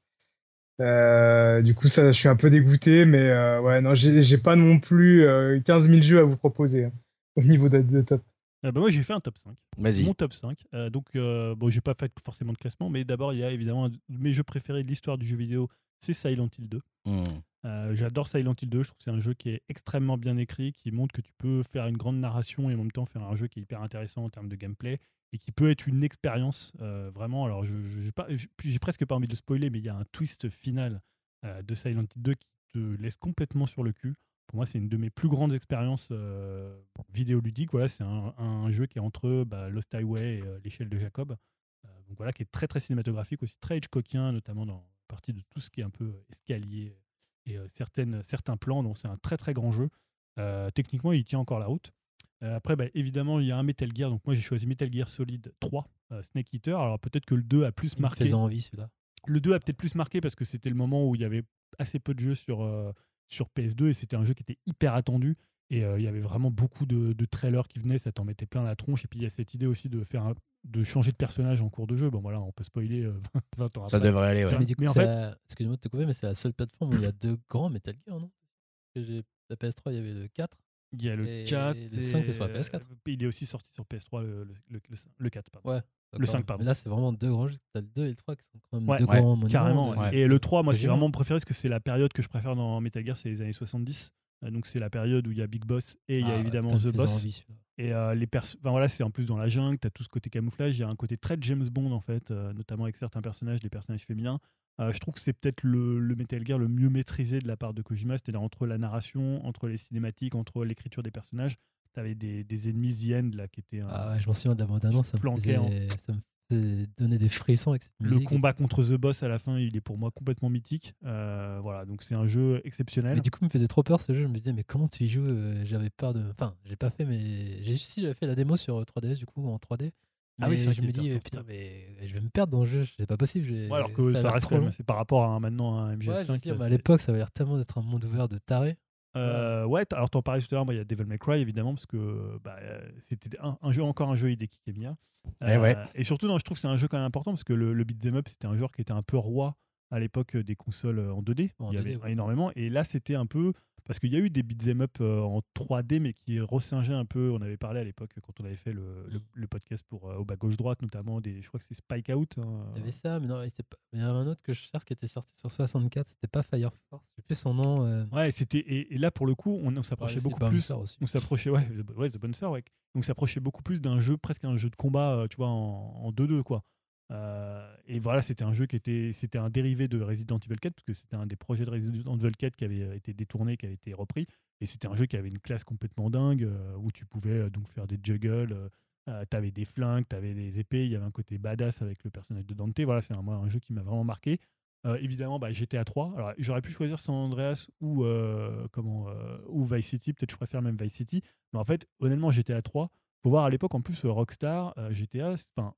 Du coup, ça, je suis un peu dégoûté, mais ouais, non, j'ai pas non plus 15 000 jeux à vous proposer hein, au niveau de top. Moi, j'ai fait un top 5. Vas-y. Mon top 5. Bon, j'ai pas fait forcément de classement, mais d'abord, il y a évidemment un de mes jeux préférés de l'histoire du jeu vidéo, c'est Silent Hill 2. J'adore Silent Hill 2, je trouve que c'est un jeu qui est extrêmement bien écrit, qui montre que tu peux faire une grande narration et en même temps faire un jeu qui est hyper intéressant en termes de gameplay et qui peut être une expérience vraiment. Alors, j'ai presque pas envie de le spoiler, mais il y a un twist final de Silent Hill 2 qui te laisse complètement sur le cul. Pour moi, c'est une de mes plus grandes expériences vidéoludiques. Voilà, c'est un jeu qui est entre Lost Highway et l'échelle de Jacob. Donc voilà, qui est très très cinématographique aussi, très Hitchcockien, notamment dans la partie de tout ce qui est un peu escalier et certains plans. Donc c'est un très très grand jeu. Techniquement, il tient encore la route. Après, évidemment, il y a un Metal Gear. Donc moi, j'ai choisi Metal Gear Solid 3, Snake Eater. Alors peut-être que le 2 a plus marqué. Faisant envie celui-là. Le 2 a peut-être plus marqué parce que c'était le moment où il y avait assez peu de jeux sur PS2 et c'était un jeu qui était hyper attendu. Et il y avait vraiment beaucoup de trailers qui venaient, ça t'en mettait plein la tronche. Et puis il y a cette idée aussi de changer de personnage en cours de jeu. Bon voilà, on peut spoiler 20 ans Ça après. devrait aller, ouais. Mais du coup, Mais en c'est fait- excuse-moi de te couper, mais c'est la seule plateforme où il y a 2 grands Metal Gear, non? La PS3, il y avait le 4. Il y a le Et 4. le 5, c'est sur la PS4. Il est aussi sorti sur PS3, le 4, pardon. Ouais. Le d'accord. 5, pardon. Mais là, c'est vraiment 2 grands jeux. T'as le 2 et le 3 qui sont quand même Ouais, 2 ouais, grands monuments. Carrément. Ouais. Et le 3, moi, c'est Kojima. vraiment mon préféré parce que c'est la période que je préfère dans Metal Gear, c'est les années 70. Donc, c'est la période où il y a Big Boss et il y a évidemment The Boss. Et voilà, c'est en plus dans la jungle, tu as tout ce côté camouflage. Il y a un côté très James Bond, en fait, notamment avec certains personnages, les personnages féminins. Je trouve que c'est peut-être le Metal Gear le mieux maîtrisé de la part de Kojima, c'est-à-dire entre la narration, entre les cinématiques, entre l'écriture des personnages. Tu avais des ennemis The End là, qui étaient. Ah ouais, je m'en souviens de la bande-annonce, ça me planquait faisait donner des frissons avec cette Le musique. combat contre The Boss à la fin, il est pour moi complètement mythique. Voilà, donc c'est un jeu exceptionnel. Mais du coup, il me faisait trop peur ce jeu. Je me disais, mais comment tu y joues? J'avais peur de. Enfin, j'ai pas fait, mais. J'avais fait la démo sur 3DS, du coup, en 3D. Mais Ah oui, c'est vrai je qu'il me était dis, ressorti. putain, mais je vais me perdre dans le jeu. C'est pas possible. Ouais, alors que a ça l'air reste trop quand même, long. c'est par rapport à maintenant à un Ouais, je veux MGS5. dire, mais à l'époque, ça avait l'air tellement d'être un monde ouvert de taré. Ouais, alors t'en parlais tout à l'heure, moi il y a Devil May Cry évidemment, parce que c'était encore un jeu Hideki Kamiya. Ouais. Et surtout, non, je trouve que c'est un jeu quand même important parce que le beat'em up, c'était un genre qui était un peu roi à l'époque des consoles en 2D. En Il y 2D, avait ouais. énormément. Et là, c'était un peu. Parce qu'il y a eu des beat'em up en 3D, mais qui ressingeaient un peu. On avait parlé à l'époque quand on avait fait le podcast pour au bas gauche-droite, notamment je crois que c'est Spike Out. Il y avait ça, mais non, il y en avait un autre que je cherche qui était sorti sur 64. C'était pas Fire Force. Je sais plus son nom. Ouais, et là, pour le coup, on s'approchait Ouais, beaucoup c'est plus. Bouncer aussi. On s'approchait, The Bouncer, ouais. On s'approchait beaucoup plus d'un jeu, presque un jeu de combat, tu vois, en 2-2, quoi. Et voilà, c'était un dérivé de Resident Evil 4, parce que c'était un des projets de Resident Evil 4 qui avait été détourné, qui avait été repris. Et c'était un jeu qui avait une classe complètement dingue, où tu pouvais donc faire des juggles, t'avais des flingues, t'avais des épées, il y avait un côté badass avec le personnage de Dante. Voilà, c'est un jeu qui m'a vraiment marqué. Évidemment, GTA 3. Alors, j'aurais pu choisir San Andreas ou Vice City. Peut-être je préfère même Vice City. Mais en fait, honnêtement, GTA 3, faut voir à l'époque, en plus, Rockstar, GTA,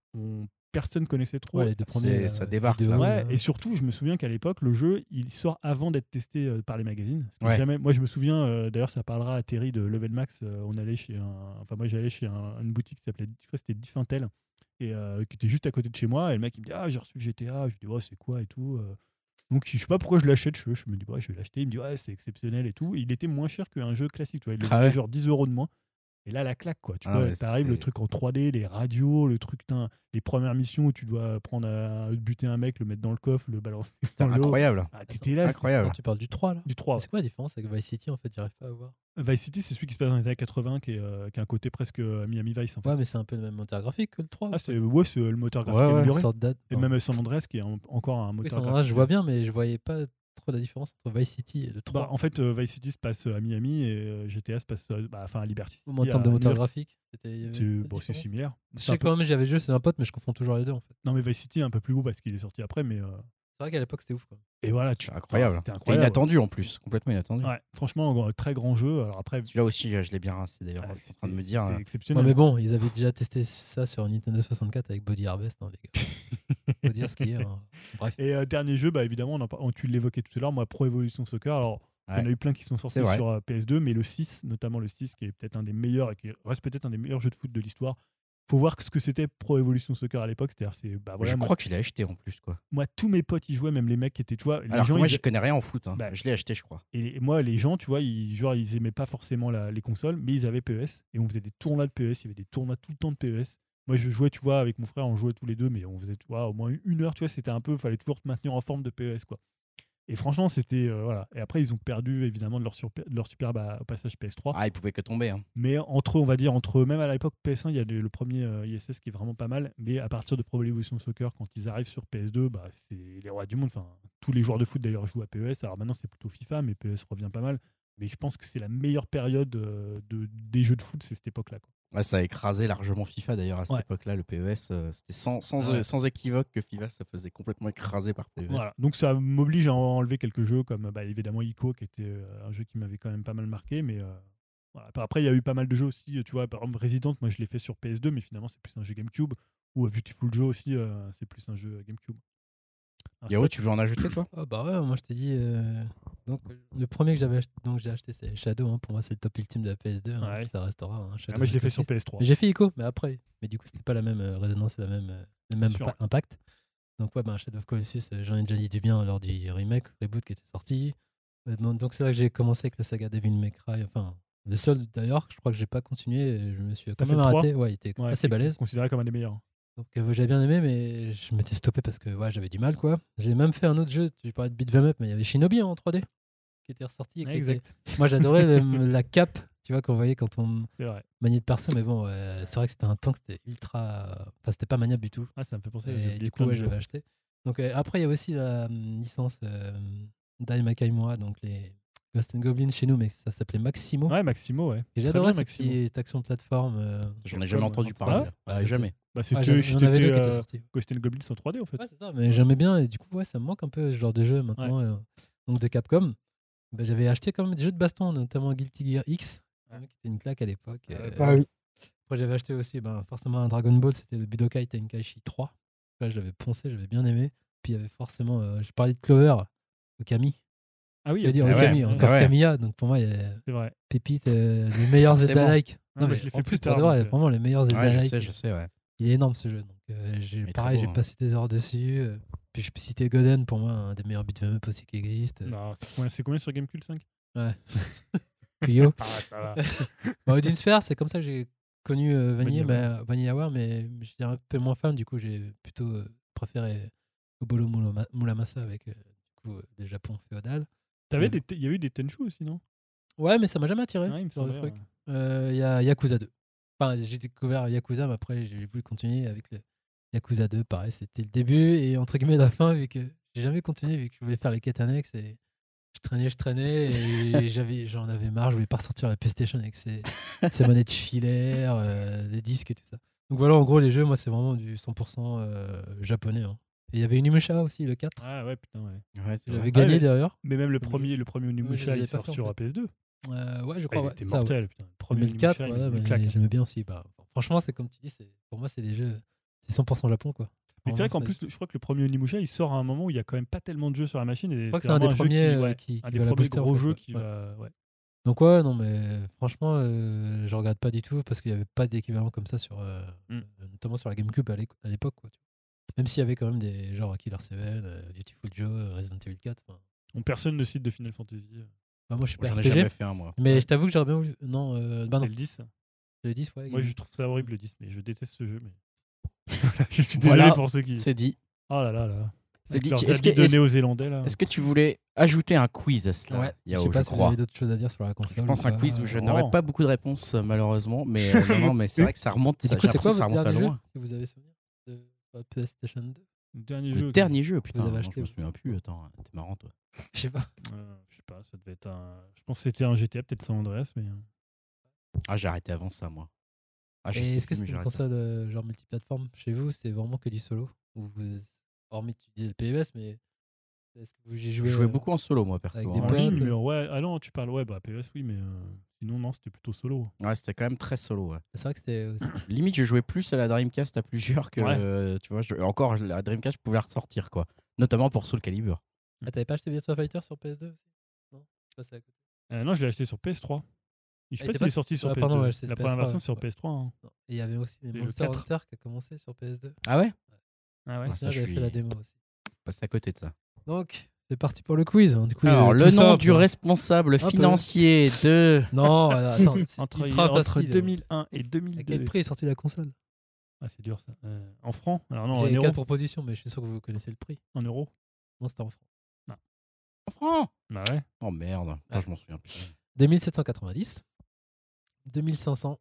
personne connaissait trop. Ouais, les 2 premiers. Ça débarque, vidéos, là. Ouais, et surtout, je me souviens qu'à l'époque, le jeu, il sort avant d'être testé par les magazines. Parce que Ouais. moi, je me souviens, d'ailleurs, ça parlera à Terry de Level Max. On allait moi, j'allais chez une boutique qui s'appelait, je crois que c'était Diffintel, et qui était juste à côté de chez moi. Et le mec, il me dit, ah, j'ai reçu GTA. Je lui dis, ouais, c'est quoi et tout. Donc, je sais pas pourquoi je l'achète. Je me dis, ouais, je vais l'acheter. Il me dit, ouais, c'est exceptionnel et tout. Et il était moins cher qu'un jeu classique. Tu vois, il Ah avait ouais. genre 10 € de moins. Et là, la claque, quoi. Tu Ah vois, ouais, t'arrives, le c'était- truc en 3D, les radios, le truc, les premières missions où tu dois buter un mec, le mettre dans le coffre, le balancer C'était dans l'eau. incroyable. Ah, t'étais là. Incroyable. Tu parles du 3 là. Du 3. C'est quoi la différence avec Vice City en fait? J'arrive pas à voir. Vice City, c'est celui qui se passe dans les années 80, qui a un côté presque Miami Vice, en fait. Ouais, mais c'est un peu le même moteur graphique que le 3. Ah, c'est le moteur graphique Ouais, ouais, amélioré. sorte date. Et même San Andreas, qui est encore un Oui, moteur San Andreas, graphique. je vois bien, mais je voyais pas trop la différence entre Vice City et le 3. En fait, Vice City se passe à Miami et GTA se passe à Liberty City. en termes de à moteur New York. graphique, il y avait C'est une c'est différence. similaire. Je C'est un sais peu- quand même, j'avais joué, c'est un pote, mais je confonds toujours les deux en fait. Non, mais Vice City est un peu plus haut parce qu'il est sorti après, mais. C'est vrai qu'à l'époque c'était ouf quoi. Et voilà, C'est incroyable. C'était C'était incroyable. inattendu en plus. Complètement inattendu. Ouais, franchement, très grand jeu. Alors après, Celui-là aussi, je l'ai bien rincé d'ailleurs. Je suis en train de me dire. c'était Ouais, exceptionnel. mais bon, ils avaient déjà testé ça sur Nintendo 64 avec Body Harvest, hein, les gars. Faut dire ce qu'il y a. Hein. Bref. Et dernier jeu, évidemment, tu l'évoquais tout à l'heure, moi, Pro Evolution Soccer. Alors, il y en a eu plein qui sont sortis C'est vrai. sur PS2, mais le 6, notamment le 6, qui est peut-être un des meilleurs et qui reste peut-être un des meilleurs jeux de foot de l'histoire. Faut voir ce que c'était Pro Evolution Soccer à l'époque. C'est-à-dire, Je crois que je l'ai acheté en plus, quoi. moi, tous mes potes y jouaient, même les mecs qui étaient, tu vois, les Alors que gens, moi, ils- j'y connais rien en foot. Hein. Bah, Je l'ai acheté, je crois. et moi, les gens, tu vois, ils aimaient pas forcément les consoles, mais ils avaient PES et on faisait des tournois de PES. Il y avait des tournois tout le temps de PES. Moi, je jouais, tu vois, avec mon frère, on jouait tous les deux, mais on faisait, tu vois, au moins 1 heure, tu vois, c'était un peu, fallait toujours te maintenir en forme de PES, quoi. Et franchement, c'était voilà. Et après, ils ont perdu évidemment de leur superbe au passage PS3. Ah, il pouvait que tomber. Hein. Mais on va dire, même à l'époque PS1, il y a le premier ISS qui est vraiment pas mal. Mais à partir de Pro Evolution Soccer, quand ils arrivent sur PS2, c'est les rois du monde. Enfin, tous les joueurs de foot d'ailleurs jouent à PES. Alors maintenant, c'est plutôt FIFA, mais PES revient pas mal. Mais je pense que c'est la meilleure période des jeux de foot, c'est cette époque-là, quoi. Ouais, ça a écrasé largement FIFA d'ailleurs à cette Ouais. époque-là. Le PES, c'était Ouais. sans équivoque que FIFA se faisait complètement écraser par PES. Voilà. Donc ça m'oblige à enlever quelques jeux comme évidemment Ico, qui était un jeu qui m'avait quand même pas mal marqué. Mais voilà. Après, il y a eu pas mal de jeux aussi. Tu vois, par exemple, Resident, moi je l'ai fait sur PS2, mais finalement c'est plus un jeu GameCube. Ou Beautiful Joe aussi, c'est plus un jeu GameCube. Alors, Yao, tu veux en ajouter toi? Ah bah ouais, moi je t'ai dit. Donc, le premier que j'ai acheté, c'est Shadow. Hein. Pour moi, c'est le top ultime de la PS2. Hein. Ouais. Ça restera. Hein. Shadow, moi, je l'ai fait Master sur System. PS3. Mais j'ai fait Ico, mais après. Mais du coup, c'était pas la même résonance, le même Sûr. impact. Donc, ouais, Shadow of Colossus, j'en ai déjà dit du bien lors du remake, reboot qui était sorti. Donc, c'est là que j'ai commencé avec la saga Devil May Cry. Enfin, le seul d'ailleurs, je crois que j'ai pas continué. Je me suis T'as quand même fait le arrêté. Ouais, il était Ouais, assez c'est balèze. considéré comme un des meilleurs. Donc j'avais bien aimé, mais je m'étais stoppé parce que ouais, j'avais du mal, quoi. J'ai même fait un autre jeu, tu parlais de beat 'em up, mais il y avait Shinobi en 3D qui était ressorti. Et qui Exact. était- Moi, j'adorais la cape, tu vois, qu'on voyait quand on C'est vrai. maniait de perso, mais bon, c'est vrai que c'était un tank, c'était ultra. Enfin, c'était pas maniable du tout. Ah, ça me fait penser. j'ai Et oublié du coup, plein de ouais, jeux. j'avais acheté. Donc après, il y a aussi la licence Dai Makaimura, donc les Ghost and Goblins chez nous, mais ça s'appelait Maximo. Ouais, Maximo, ouais. Et Très j'adorais bien, cette Maximo. petite action de plateforme. J'en ai jamais entendu Ah parler. ouais Ah, jamais. Bah, Ouais, c'était j'en avais deux qui étaient c'était, sortis. Ghost and Goblins en 3D, en fait. Ouais, c'est ça, mais j'aimais bien et du coup, ouais, ça me manque un peu ce genre de jeu maintenant. Donc de Capcom. Bah, j'avais acheté quand même des jeux de baston, notamment Guilty Gear X, qui était une claque à l'époque. Ah oui. Après, j'avais acheté aussi forcément un Dragon Ball, c'était le Budokai Tenkaichi 3. Là, j'avais poncé, j'avais bien aimé. Puis il y avait forcément, je parlais de Clover, Okami. Ah oui, Je veux dire Ah ouais, Okami, encore ouais. Kamiya. Donc pour moi, il y a c'est vrai. Pépite, les meilleurs Forcément. Zelda-like. Ah, moi, je l'ai fait en plus plus, pour tard, de vrai, donc, vraiment les meilleurs Ouais, Zelda-like. je sais, ouais. Il est énorme ce jeu. Donc, Il est pareil, très beau, j'ai hein. passé des heures dessus. Puis je peux citer Goden, pour moi, un des meilleurs beat'em up aussi qui existe. Non, c'est combien sur Gamecube 5? Ouais. Puyo. Ah, ça va. Odin Sphere, c'est comme ça que j'ai connu Vanilla, Vanilla Vanilla War, mais j'étais un peu moins fan. Du coup, j'ai plutôt préféré Obolo Muramasa avec du coup, le Japon féodal. Il y a eu des Tenchu aussi, non? Ouais, mais ça m'a jamais attiré. Ouais, il me ce genre de semblait, truc. Il y a Yakuza 2. Enfin, j'ai découvert Yakuza, mais après, j'ai voulu continuer avec le Yakuza 2. Pareil, c'était le début et entre guillemets la fin, vu que j'ai jamais continué, vu que je voulais faire les quêtes annexes. Et je traînais et j'en avais marre. Je voulais pas ressortir la PlayStation avec ses manettes filaires, les disques et tout ça. Donc voilà, en gros, les jeux, moi, c'est vraiment du 100% japonais. Hein. Et il y avait Unimusha aussi, le 4. Ah ouais, putain, ouais. Ouais, c'est J'avais vrai. gagné mais- d'ailleurs. Mais même le Comme premier je Onimusha, l'avais il pas sort fait, en sur fait. PS2. Ouais, je Ah, crois. il Ouais, était ça, ouais. mortel, putain. Le premier 2004, Onimusha, voilà, il me mais claque. j'aimais bien aussi. Franchement, c'est comme tu dis, pour moi, c'est des jeux. C'est 100% Japon, quoi. Mais c'est vrai qu'en Vraiment, plus, je crois que le premier Onimusha, il sort à un moment où il y a quand même pas tellement de jeux sur la machine. Et je crois que c'est un des vraiment premiers jeu qui un des va la premiers booster. en gros fait, jeux ouais. qui Ouais. va. Ouais. Donc ouais, non, mais franchement, je regrette pas du tout parce qu'il n'y avait pas d'équivalent comme ça sur, notamment sur la GameCube à l'époque, quoi. Même s'il y avait quand même des genres Killer 7, Beautiful Joe, Resident Evil 4. Donc, personne ne cite de Final Fantasy. Bah, moi, je suis pas J'en ai RPG, jamais fait un, moi. mais je t'avoue que j'aurais bien voulu. Non, bah non, C'est le 10. c'est le 10, ouais. Moi, je trouve ça horrible le 10, mais je déteste ce jeu. Mais... je suis Voilà. désolé pour ceux qui. C'est dit. Oh là là là. C'est Avec dit. leurs Est-ce habits que- de est-ce- Néo-Zélandais là. Est-ce que tu voulais ajouter un quiz à cela, Ouais, je Yao, sais pas je si vous crois. avez d'autres choses à dire sur la console. Je pense ou un pas. quiz où je Oh. n'aurai pas beaucoup de réponses, malheureusement. Mais non, mais c'est vrai que ça remonte. Et du J'ai coup, c'est quoi l'impression que ça votre remonte à dernier jeu loin. que vous avez souvenir de la PlayStation 2? Le dernier Le jeu. dernier jeu, putain. avez non, acheté, je me ouais. souviens plus. Attends, t'es marrant, toi. Je sais pas. Je sais pas, ça devait être un. Je pense que c'était un GTA, peut-être San Andreas, mais. Ah, j'ai arrêté avant ça, moi. Ah, je Et sais est-ce que plus, mais c'était j'ai une arrêté. console genre multiplateforme chez vous? C'est vraiment que du solo? Ou hormis tu disais le PES, mais est-ce que vous y Je jouez jouais beaucoup en solo, moi, perso. avec hein. des En potes, ligne, mais ouais. Ah non, tu parles, ouais, bah PS, oui, mais sinon, non, c'était plutôt solo. Ouais, c'était quand même très solo. Ouais. C'est vrai que c'était aussi. Limite, je jouais plus à la Dreamcast à plusieurs que. Ouais. Tu vois, encore, la Dreamcast, je pouvais la ressortir, quoi. Notamment pour Soul Calibur. Ah, t'avais pas acheté Virtua Fighter sur PS2 aussi? Non, je passais à côté. Non, je l'ai acheté sur PS3. Je sais Ah, il pas était s'il est pas sorti sur sur- PS2. pardon, ouais, c'est c'est la PS3, première version ouais. sur PS3. Hein. Non. Et il y avait aussi C'est le Monster 4. Hunter qui a commencé sur PS2. Ah ouais? Ah ouais. Ah, Ça, ça, je j'avais suis fait la démo aussi. passé à côté de ça. Donc, c'est parti pour le quiz. Hein. Du coup, Alors, tout le nom simple, du hein. responsable peu. financier de. Non, attends, c'est Entre ultra facile. 2001 et À 2002. quel prix est sortie la console? Ah, c'est dur ça. En francs? Alors non, en J'ai euros. 4 propositions, mais je suis sûr que vous connaissez le prix. En euros? Non, c'était en francs. En francs. Bah ouais. Oh merde. Putain, je m'en souviens plus. 2790, 2500,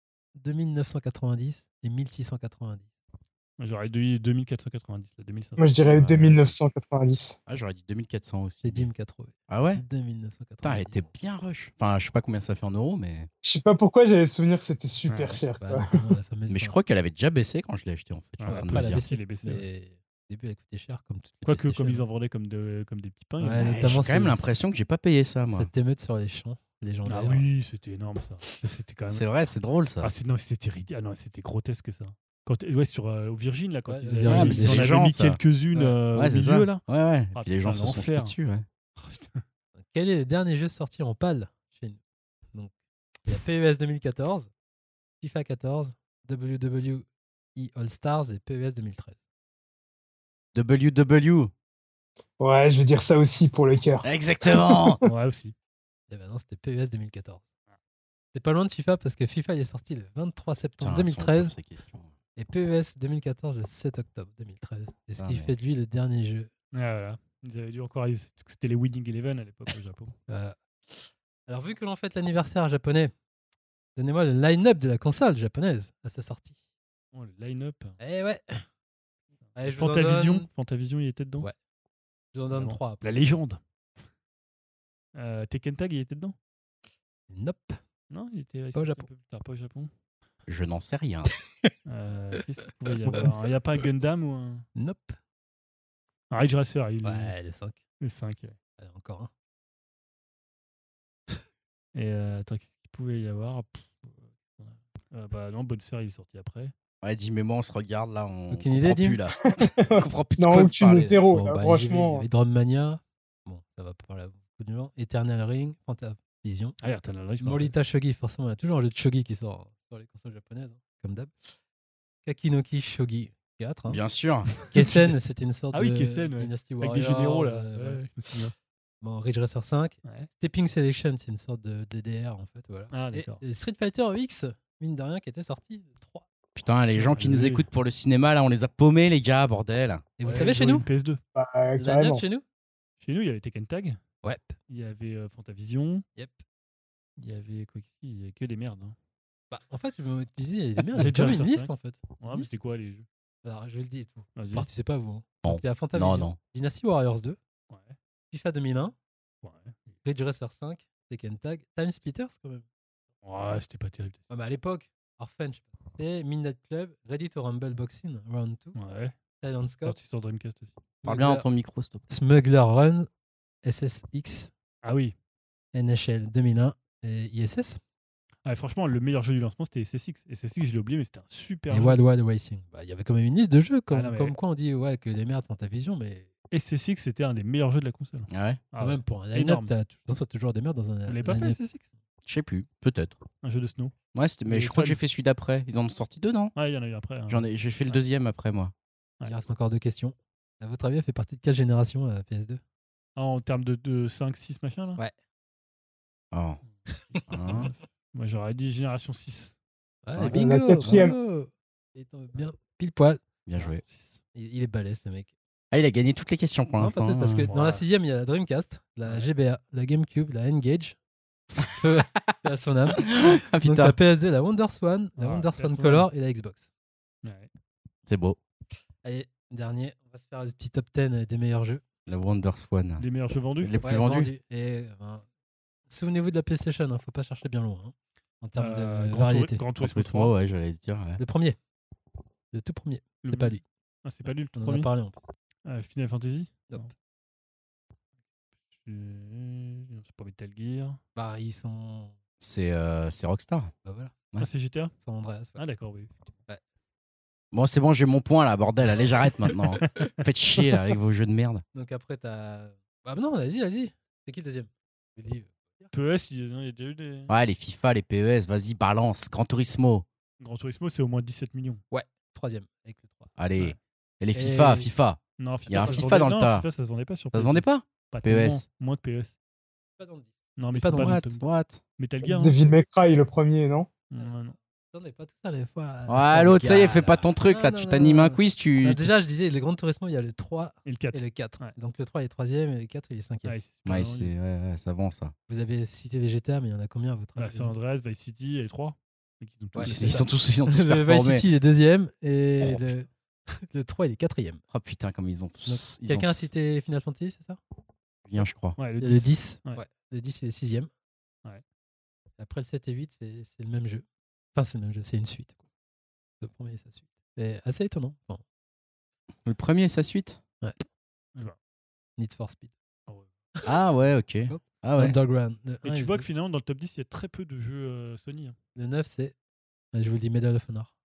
2990 et 1690. Moi, j'aurais dit 2490, là, 2500. Moi, je dirais Ouais. 2990. Ah, j'aurais dit 2400 aussi. C'est Dim qui a trouvé. Ah ouais? 2990. Putain, elle était bien rush. Enfin, je sais pas combien ça fait en euros, mais. Je sais pas pourquoi j'avais le souvenir que c'était super Ouais. cher. Bah, Quoi. notamment la fameuse Mais je fin. crois qu'elle avait déjà baissé quand je l'ai acheté, en fait. Je suis en Ouais, train de Après, me elle a dire. baissé. Il est baissé, Mais au début, elle coûtait cher, comme toutes les Quoique, PlayStation. comme ils en vendaient comme des petits pains. Ouais, ils- Ouais, notamment, j'ai quand même c'est- l'impression que j'ai pas payé ça, moi. Cette émeute sur les champs légendaires. Ah oui, c'était énorme ça. Ça, c'était quand même. C'est vrai, c'est drôle ça. Ah, non, c'était ridicule. Ah non, c'était grotesque ça. Ouais, sur au Virgin, là, quand Ouais, ils Virgin, avaient, mais c'est ils en avaient gens, mis ça. quelques-unes Ouais, au c'est ça. milieu, là. Ouais. Ah, Puis les gens putain, se sont l'enfer. pris dessus, ouais. Oh, putain. Quel est le dernier jeu sorti en PAL chez nous? Donc, il y a PES 2014, FIFA 14, WWE All Stars et PES 2013. WW. Ouais, je vais dire ça aussi pour le cœur. Exactement. Ouais, aussi. Et ben non, c'était PES 2014. C'est pas loin de FIFA parce que FIFA il est sorti le 23 septembre Putain, 2013 ces questions. et PES 2014 le 7 octobre 2013. Et ce Ah, qui mais- fait de lui le dernier jeu. Ouais, voilà. Ils avaient dû encore. C'était les Winning Eleven à l'époque au Japon. Alors, vu que l'on fête l'anniversaire japonais, donnez-moi le line-up de la console japonaise à sa sortie. Oh, le line-up. Eh ouais. Allez, je vous en Fantavision. donne- Fantavision, il était dedans. Ouais. Je vous en donne Évidemment. 3. La légende. Tekken Tag, il était dedans. Nope. Non, il était Pas au Japon. un peu plus tard, pas au Japon. Je n'en sais rien. Qu'est-ce qu'il pouvait y avoir? Il n'y a pas un Gundam ou un Nope. Ridge Racer, Ouais, le 5. le 5. Allez, encore un. Et attends, qu'est-ce qu'il pouvait y avoir? Bah non, Bonne Sœur, il est sorti après. Ouais, dis, mais moi, on se regarde là, on Aucune comprend idée, plus Dim là. On comprend plus de Non, quoi vous aucune parlez. zéro, Bon, là, bah, il y franchement. avait Drum Mania. Bon, ça va pas parler à beaucoup de gens. Eternal Ring, Fantavision. Ah, Eternal Ring, je me rappelle. Morita Shogi, forcément, il y a toujours un jeu de Shogi qui sort sur les consoles japonaises, hein, comme d'hab. Kakinoki Shogi 4. Hein. Bien sûr. Kessen, c'était une sorte Ah oui, de Kessen, ouais. Dynasty Avec Warriors. des généraux, là. voilà. Ouais, je me souviens. Bon, Ridge Racer 5. Ouais. Stepping Selection, c'est une sorte de DDR, en fait. Voilà. Ah, Et, d'accord. et Street Fighter X, mine de rien, qui était sorti le 3. Putain, les gens qui nous Oui. écoutent pour le cinéma, là, on les a paumés, les gars, bordel. Et vous Ouais, savez, ils chez jouaient nous une PS2. Bah, le line-up carrément. chez nous Chez nous, il y avait Tekken Tag. Ouais. Il y avait Fantavision. Yep. Il y avait quoi ici? Il y avait que des merdes. Hein. Bah, en fait, je me disais, il y a bien Ridge une Racer liste, 5. en fait. Ouais, mais c'était quoi les jeux? Alors, je le dis et tout. Vas-y. Participez pas, vous. Hein. Non. Donc, il y a Fantavision, Non. Dynasty Warriors 2, Ouais. FIFA 2001, Ouais. Ridge Racer 5, Tekken Tag, Time Splitters, quand même. Ouais, c'était pas terrible. Ah bah à l'époque, Orphan, je sais pas. C'était Midnight Club, Ready to Rumble Boxing, Round 2, Ouais. Silent Scope, Sorti sur Dreamcast aussi. Parle bien dans ton micro, stop. Smuggler Run, SSX, Ah oui. NHL 2001 et ISS. Ah, franchement, le meilleur jeu du lancement, c'était SSX. SSX, je l'ai oublié, mais c'était un super Et jeu. Wild Wild Racing. Bah, il y avait quand même une liste de jeux, comme, Ah non, mais- comme quoi on dit ouais, que des merdes Fantavision, mais SSX, c'était un des meilleurs jeux de la console. Ah ouais. Ah quand ouais. même pour un Énorme. line-up, t'as toujours des merdes dans un Vous l'avez pas fait, line-up. SSX? Je sais plus, peut-être. Un jeu de snow. Ouais, mais Les je crois que fans. j'ai fait celui d'après. Ils en ont sorti deux, non? Ouais, il y en a eu après. hein. J'ai fait le Ouais. deuxième après, moi. Il reste encore 2 questions. À votre avis, elle fait partie de quelle génération la PS2? Ah, en termes de 5, 6 machin, là? Ouais. Oh. Hein. Moi, j'aurais dit génération 6. Ouais, la bingo, 4e. bravo. Il tombe bien pile poil. Bien joué. Il est balèze, ce mec. Ah, il a gagné toutes les questions pour Non, l'instant. peut-être parce que hein. dans la 6ème, il y a la Dreamcast, la GBA, la GameCube, la N-Gage. à son âme. Ah Donc putain, la PS2, la WonderSwan, la Ah, WonderSwan PS1. Color et la Xbox. Ouais. c'est beau. Allez, dernier, on va se faire un petit top 10 des meilleurs jeux. La WonderSwan. Les meilleurs jeux vendus? Les plus Ouais, vendus. Et souvenez-vous de la PlayStation, faut pas chercher bien loin hein, en termes de Grand variété. Grand Gran Turismo Turismo, 3. ouais, j'allais dire. Ouais. Le premier, le tout premier, Le c'est pas lui. Ah, c'est pas lui le tout On en a premier? parlé en plus. Final Fantasy? Nope. Non. C'est pas Metal Gear. Bah, ils sont. C'est Rockstar. Bah voilà, Ouais. Ah, c'est GTA? San Andreas. ouais. Ah, d'accord, oui. Bon, c'est bon, j'ai mon point là, bordel. Allez, j'arrête maintenant. Faites chier là, avec vos jeux de merde. Donc après, t'as. Bah non, vas-y. C'est qui le deuxième? Je vous dis, PES, il y a déjà eu des. Ouais, les FIFA, les PES, vas-y, balance. Gran Turismo. Grand Turismo, c'est au moins 17 millions. troisième, avec le 3. Allez. Ouais. Et les FIFA, Et- FIFA. Non, Il y a un ça se FIFA dans vendait- le non, tas. FIFA, ça se vendait pas sur Ça se PS2. vendait pas? Pas PES. tellement, moins que PES. Pas dans le 10. Non, mais Pas c'est dans pas le dans le What? top 10. What? Metal Gear, non? Devil May Cry, le premier, non? Non, non. Attendez, pas tout ça les fois. Ouais, l'autre, ça y est, fais pas ton truc là. Non, Tu non, t'animes non. un quiz, tu. Bah, déjà, je disais, les Gran Turismo, il y a le 3 Et le 4. et le 4. Ouais. Donc le 3 est 3ème et le 4 il est 5ème. Ouais, c'est super Ouais, long, c'est lui. ouais, ça vend ça. Vous avez cité les GTA, mais il y en a combien à votre Bah, avis? San Andreas, Vice City et les 3. Donc, ils ont tous Ouais, les- c'est Ils ça. sont tous Le Vice performés. City il est 2ème et Oh, le 3 il est 4ème. Oh putain, comme ils ont. Donc, ils quelqu'un ont a cité Final Fantasy, c'est ça? bien, je crois. Ouais, Il y a le 10. Ouais. Le 10 il est 6ème. Ouais. Après le 7 et 8, c'est le même jeu. Enfin, c'est le même jeu, c'est une suite. Quoi. Le premier et sa suite. C'est assez étonnant. Enfin, Le premier et sa suite. Need for Speed. Ah ouais, ok. Hop. Ah ouais. Underground. Le Et 1 tu et vois le que finalement, dans le top 10, il y a très peu de jeux Sony. Hein. Le 9, c'est. Je vous le dis, Medal of Honor.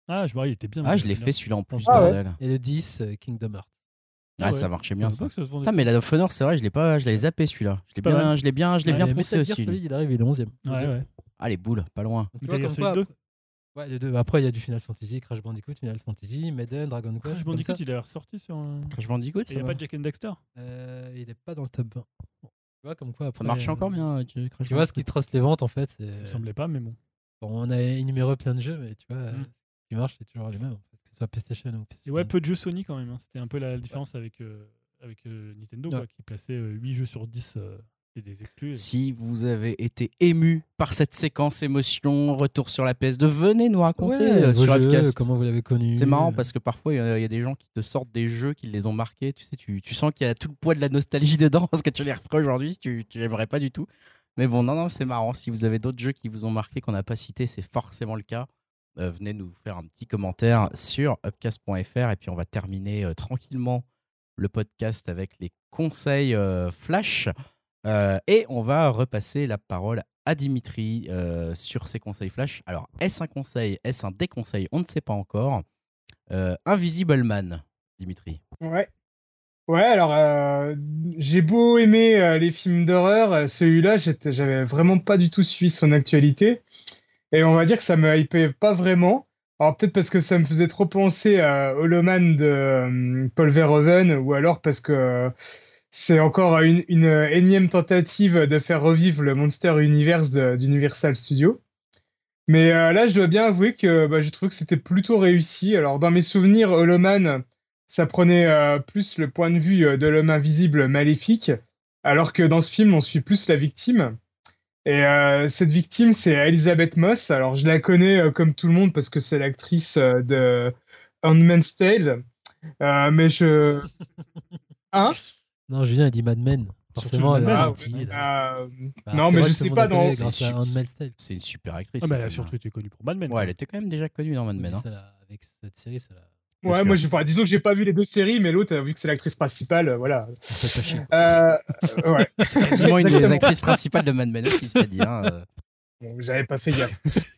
Ah, je me rappelle, il était bien. Ah, je l'ai fait celui-là en plus, Ah ouais. bordel. Et le 10, Kingdom Hearts. Ah, ça marchait bien, Je savais ça. pas que se vendait. Putain, mais la of Honor, c'est vrai, je l'avais zappé celui-là. Je l'ai Pas bien, mal. je l'ai bien Et poussé Metal Gear aussi. Solid, il arrive, il est 11e. Ouais, ouais. Ah, les boules, pas loin. Donc, tu Metal vois, Gear comme quoi, Solid 2. Ouais, les deux. Après, il y a du Final Fantasy, Crash Bandicoot, Final Fantasy, Maiden, Dragon Quest. Crash comme Bandicoot, ça. il est ressorti sur un. Crash Bandicoot, Il n'y a pas Jack and Dexter. Il est pas dans le top 20. Bon, tu vois, comme quoi, après. Ça marchait encore bien, Crash Tu vois, ce qui trace les ventes, en fait, c'est. Il me semblait pas, mais bon. Bon, on a énuméré plein de jeux, mais tu vois, Mm. ce qui marche, c'est toujours les mêmes, en fait, que ce soit PlayStation ou PC. Et ouais, peu de jeux Sony quand même. Hein. C'était un peu la différence avec Nintendo, Ouais. quoi, qui plaçait 8 jeux sur 10 et des exclus. Si vous avez été ému par cette séquence émotion, retour sur la PS2, venez nous raconter Ouais, vos sur jeux, Upcast. comment vous l'avez connu. C'est marrant parce que parfois il y a des gens qui te sortent des jeux qui les ont marqués. Tu sais, tu sens qu'il y a tout le poids de la nostalgie dedans parce que tu les referais aujourd'hui, tu l'aimerais pas du tout. Mais bon, non, c'est marrant. Si vous avez d'autres jeux qui vous ont marqué qu'on n'a pas cité, c'est forcément le cas. Venez nous faire un petit commentaire sur upcast.fr et puis on va terminer tranquillement le podcast avec les conseils flash. Et on va repasser la parole à Dimitri sur ses conseils flash. Alors, est-ce un conseil, est-ce un déconseil? On ne sait pas encore. Invisible Man, Dimitri. Ouais. Ouais, alors j'ai beau aimer les films d'horreur, celui-là, j'avais vraiment pas du tout suivi son actualité. Et on va dire que ça me hypait pas vraiment. Alors peut-être parce que ça me faisait trop penser à Hollow Man de Paul Verhoeven, ou alors parce que c'est encore une énième tentative de faire revivre le Monster Universe d'Universal Studios. Mais là, je dois bien avouer que j'ai trouvé que c'était plutôt réussi. Alors dans mes souvenirs, Hollow Man, ça prenait plus le point de vue de l'homme invisible maléfique, alors que dans ce film, on suit plus la victime. Et cette victime, c'est Elizabeth Moss. Alors, je la connais comme tout le monde parce que c'est l'actrice de Handmaid's Tale. Mais je... Hein? Non, Julien a dit Mad Men. Forcément, Mad Men, elle a ah, dit, ouais. là. Bah, Non, c'est mais vrai je que tout sais le pas monde la connaît dans- grâce à Handmaid's Tale. C'est une super actrice. Ah, mais elle a quand même. surtout été connue pour Mad Men. Ouais, elle était quand même déjà connue dans Mad Men. Mais Hein. avec cette série, ça l'a. Ouais, sûr. moi, disons que j'ai pas vu les deux séries, mais l'autre, vu que c'est l'actrice principale, voilà. Ça fait pas chier. Ouais. C'est quasiment une des Exactement. actrices principales de Mad Men aussi, c'est-à-dire. Bon, j'avais pas fait gaffe.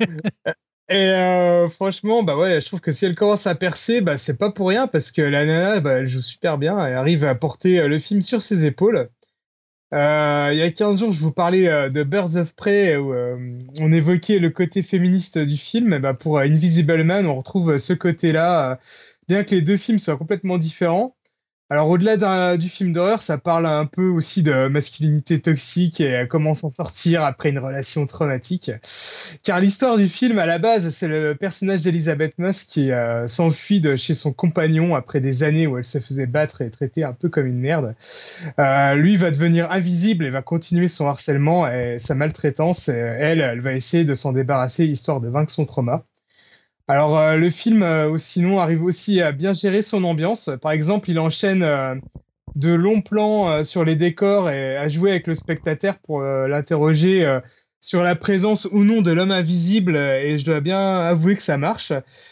Et franchement, bah ouais, je trouve que si elle commence à percer, bah c'est pas pour rien parce que la nana, bah, elle joue super bien, elle arrive à porter le film sur ses épaules. Il y a 15 jours, je vous parlais de Birds of Prey où on évoquait le côté féministe du film. Et bah, pour Invisible Man, on retrouve ce côté-là, bien que les deux films soient complètement différents. Alors, au-delà du film d'horreur, ça parle un peu aussi de masculinité toxique et comment s'en sortir après une relation traumatique. Car l'histoire du film, à la base, c'est le personnage d'Elizabeth Moss qui s'enfuit de chez son compagnon après des années où elle se faisait battre et traiter un peu comme une merde. Lui va devenir invisible et va continuer son harcèlement et sa maltraitance. Et elle va essayer de s'en débarrasser histoire de vaincre son trauma. Alors, le film, sinon, arrive aussi à bien gérer son ambiance. Par exemple, il enchaîne de longs plans sur les décors et à jouer avec le spectateur pour l'interroger sur la présence ou non de l'homme invisible. Et je dois bien avouer que ça marche.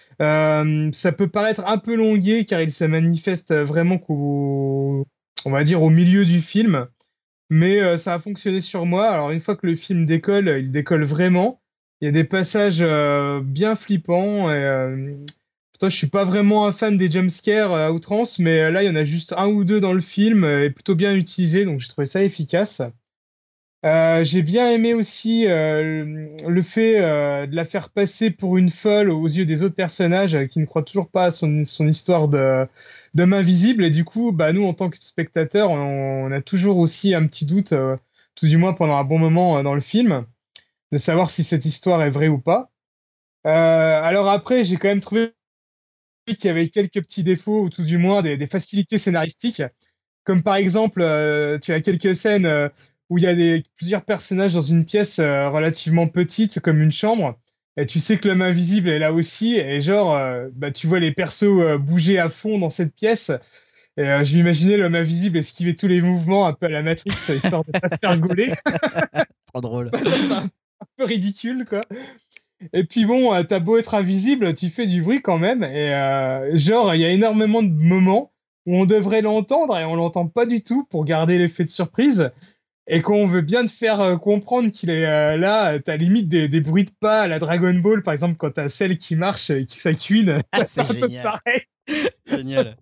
Ça peut paraître un peu longué car il se manifeste vraiment on va dire, au milieu du film. Mais ça a fonctionné sur moi. Alors, une fois que le film décolle, il décolle vraiment. Il y a des passages bien flippants. Et, pourtant, je suis pas vraiment un fan des jumpscares à outrance, mais là, il y en a juste un ou deux dans le film et plutôt bien utilisé, donc j'ai trouvé ça efficace. J'ai bien aimé aussi le fait de la faire passer pour une folle aux yeux des autres personnages qui ne croient toujours pas à son histoire d'homme invisible. Et du coup, bah, nous, en tant que spectateurs, on a toujours aussi un petit doute, tout du moins pendant un bon moment dans le film, de savoir si cette histoire est vraie ou pas. Alors après, j'ai quand même trouvé qu'il y avait quelques petits défauts, ou tout du moins des facilités scénaristiques. Comme par exemple, tu as quelques scènes où il y a plusieurs personnages dans une pièce relativement petite, comme une chambre, et tu sais que l'homme invisible est là aussi, et genre, bah, tu vois les persos bouger à fond dans cette pièce. Et je m'imaginais l'homme invisible esquiver tous les mouvements un peu à la Matrix, histoire de pas se faire gauler. Trop drôle. Un peu ridicule, quoi. Et puis bon, t'as beau être invisible, tu fais du bruit quand même. Et genre, il y a énormément de moments où on devrait l'entendre et on l'entend pas du tout pour garder l'effet de surprise. Et quand on veut bien te faire comprendre qu'il est là, t'as limite des bruits de pas à la Dragon Ball, par exemple, quand t'as celle qui marche et qui s'accune, Ah, c'est c'est un peu génial. pareil. Génial.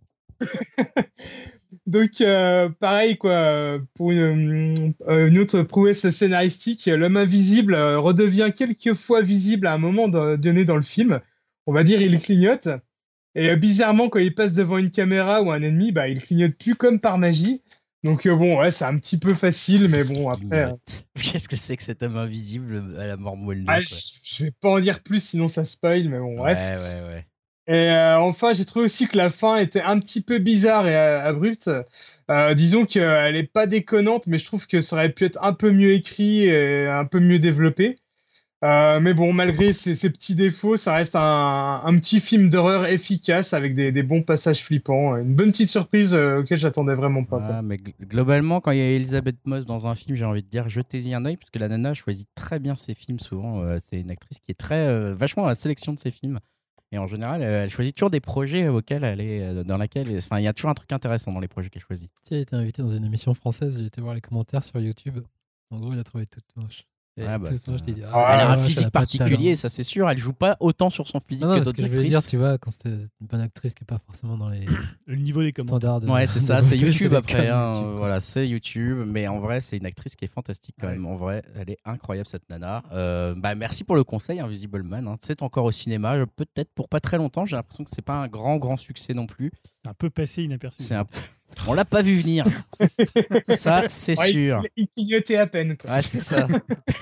Donc, pareil, quoi, pour une autre prouesse scénaristique, l'homme invisible redevient quelquefois visible à un moment donné dans le film. On va dire, il clignote. Et bizarrement, quand il passe devant une caméra ou un ennemi, bah, il clignote plus comme par magie. Donc, bon, ouais, c'est un petit peu facile, mais bon, après. Clignote. Qu'est-ce que c'est que cet homme invisible à la mort moelle Je vais pas en dire plus, sinon ça spoil, mais bon, bref. Ouais. Et enfin, j'ai trouvé aussi que la fin était un petit peu bizarre et abrupte. Disons qu'elle est pas déconnante, mais je trouve que ça aurait pu être un peu mieux écrit et un peu mieux développé. Mais bon, malgré ces petits défauts, ça reste un petit film d'horreur efficace avec des bons passages flippants. Une bonne petite surprise auquel j'attendais vraiment pas. Quoi. Mais globalement, quand il y a Elisabeth Moss dans un film, j'ai envie de dire jetez-y un œil parce que la nana choisit très bien ses films souvent. C'est une actrice qui est très vachement à la sélection de ses films. Et en général, elle choisit toujours des projets auxquels elle est, dans laquelle, enfin, il y a toujours un truc intéressant dans les projets qu'elle choisit. Tu sais, elle était invitée dans une émission française, j'ai été voir les commentaires sur YouTube. En gros, il a trouvé toute moche. Et Ouais, bah, toute moche, je dis, elle a un ouais, physique elle a pas de particulier, talent. ça c'est sûr. Elle joue pas autant sur son physique Non, que parce d'autres que je voulais actrices. dire, tu vois, quand c'était une bonne actrice qui n'est pas forcément dans les Le niveau des commentaires. standards de. Ouais, c'est de ça, c'est beauté, YouTube les après. coms Hein, YouTube, quoi. voilà, c'est YouTube. Mais en vrai, c'est une actrice qui est fantastique quand Ouais. même. En vrai, elle est incroyable cette nana. Bah, merci pour le conseil, Invisible Man. Hein. C'est encore au cinéma, peut-être pour pas très longtemps. J'ai l'impression que c'est pas un grand succès non plus. C'est un peu passé inaperçu. C'est un peu... On l'a pas vu venir. Ça, c'est Ouais, sûr. il clignotait à peine. Quoi. Ouais, c'est ça.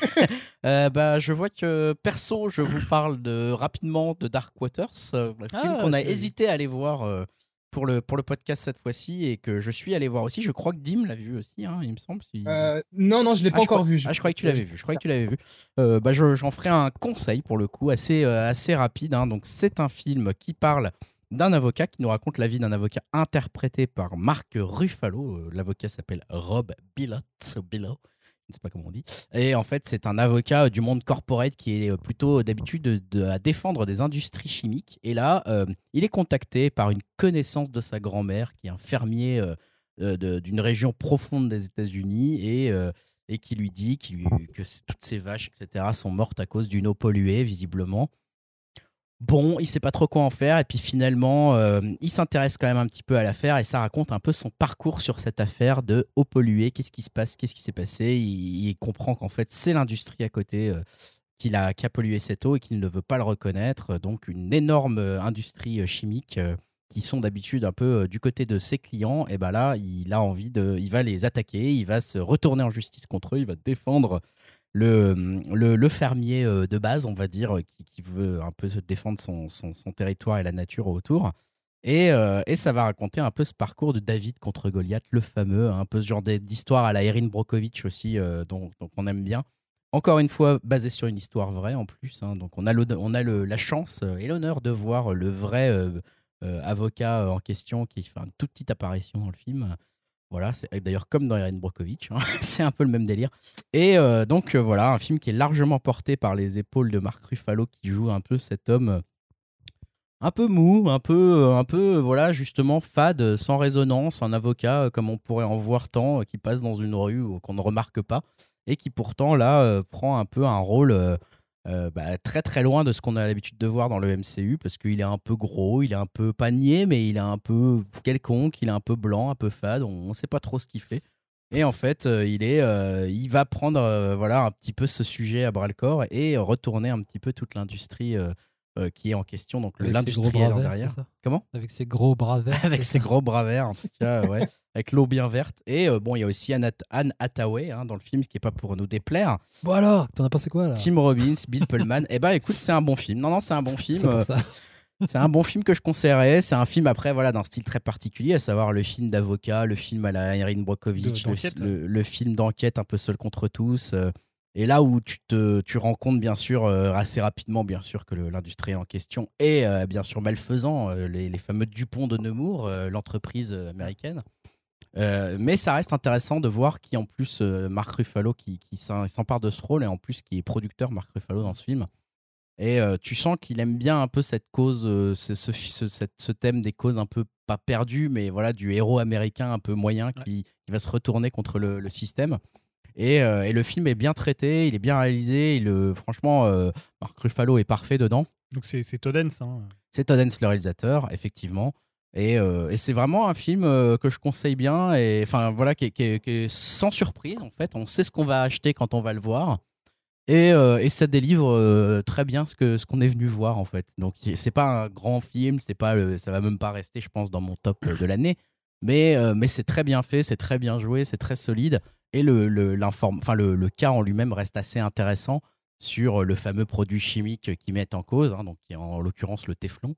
Bah, je vois que perso, je vous parle rapidement de Dark Waters, un film qu'on a ok. hésité à aller voir pour le podcast cette fois-ci et que je suis allé voir aussi. Je crois que Dim l'a vu aussi, hein, il me semble. Non, je l'ai pas encore vu. Je croyais que tu l'avais vu. Je croyais que tu l'avais vu. Bah, j'en ferai un conseil pour le coup, assez rapide. Hein. Donc, c'est un film qui parle d'un avocat qui nous raconte la vie d'un avocat interprété par Mark Ruffalo. L'avocat s'appelle Rob Bilott. Je ne sais pas comment on dit. Et en fait, c'est un avocat du monde corporate qui est plutôt d'habitude à défendre des industries chimiques. Et là, il est contacté par une connaissance de sa grand-mère qui est un fermier d'une région profonde des États-Unis et qui lui dit que toutes ces vaches, etc., sont mortes à cause d'une eau polluée, visiblement. Bon, il sait pas trop quoi en faire et puis finalement, il s'intéresse quand même un petit peu à l'affaire et ça raconte un peu son parcours sur cette affaire de eau polluée. Qu'est-ce qui se passe? Qu'est-ce qui s'est passé? Il comprend qu'en fait, c'est l'industrie à côté qui a pollué cette eau et qu'il ne veut pas le reconnaître. Donc, une énorme industrie chimique qui sont d'habitude un peu du côté de ses clients. Et ben là, il va les attaquer, il va se retourner en justice contre eux, il va défendre le fermier de base, on va dire, qui veut un peu défendre son territoire et la nature autour. Et ça va raconter un peu ce parcours de David contre Goliath, le fameux, un peu ce genre d'histoire à la Erin Brockovich aussi, dont on aime bien. Encore une fois, basé sur une histoire vraie en plus. Hein. Donc on a la chance et l'honneur de voir le vrai avocat en question qui fait une toute petite apparition dans le film. Voilà, c'est d'ailleurs comme dans Erin Brockovich, hein, c'est un peu le même délire. Et donc voilà, un film qui est largement porté par les épaules de Mark Ruffalo qui joue un peu cet homme un peu mou, un peu voilà, justement fade, sans résonance, un avocat comme on pourrait en voir tant, qui passe dans une rue ou qu'on ne remarque pas et qui pourtant là prend un peu un rôle très très loin de ce qu'on a l'habitude de voir dans le MCU parce qu'il est un peu gros, il est un peu panier, mais il est un peu quelconque, il est un peu blanc, un peu fade, on ne sait pas trop ce qu'il fait. Et en fait, il va prendre voilà, un petit peu ce sujet à bras-le-corps et retourner un petit peu toute l'industrie qui est en question, donc Avec ses gros l'industriel bras en verts, derrière. c'est ça Comment? Avec ses gros bras verts. Avec c'est ses ça gros bras verts, en tout cas, ouais. Avec l'eau bien verte. Et bon, il y a aussi Anne Hathaway dans le film, ce qui n'est pas pour nous déplaire. Bon alors, t'en as pensé quoi là? Tim Robbins, Bill Pullman. Eh ben, écoute, c'est un bon film. Non, c'est un bon film. C'est pour ça. C'est un bon film que je conseillerais. C'est un film après, voilà, d'un style très particulier, à savoir le film d'avocat, le film à la Erin Brockovich, D'enquête, le film d'enquête un peu seul contre tous. Et là où tu rends compte, bien sûr, assez rapidement, bien sûr, que l'industrie en question est, bien sûr, malfaisant, les fameux Dupont de Nemours, l'entreprise américaine. Mais ça reste intéressant de voir qui, en plus, Mark Ruffalo, qui s'empare de ce rôle, et en plus, qui est producteur, Mark Ruffalo, dans ce film. Et tu sens qu'il aime bien un peu cette cause, ce thème des causes un peu pas perdues, mais voilà, du héros américain un peu moyen qui va se retourner contre le système. Et le film est bien traité, il est bien réalisé. Franchement, Mark Ruffalo est parfait dedans. Donc c'est Todd Haynes, hein. C'est Todd Haynes le réalisateur, effectivement. Et c'est vraiment un film que je conseille bien. Et enfin voilà, qui est sans surprise en fait. On sait ce qu'on va acheter quand on va le voir. Et ça délivre très bien ce qu'on est venu voir en fait. Donc c'est pas un grand film, ça va même pas rester, je pense, dans mon top de l'année. Mais c'est très bien fait, c'est très bien joué, c'est très solide. Et le cas en lui-même reste assez intéressant sur le fameux produit chimique qu'ils mettent en cause, hein, donc qui est en l'occurrence le téflon.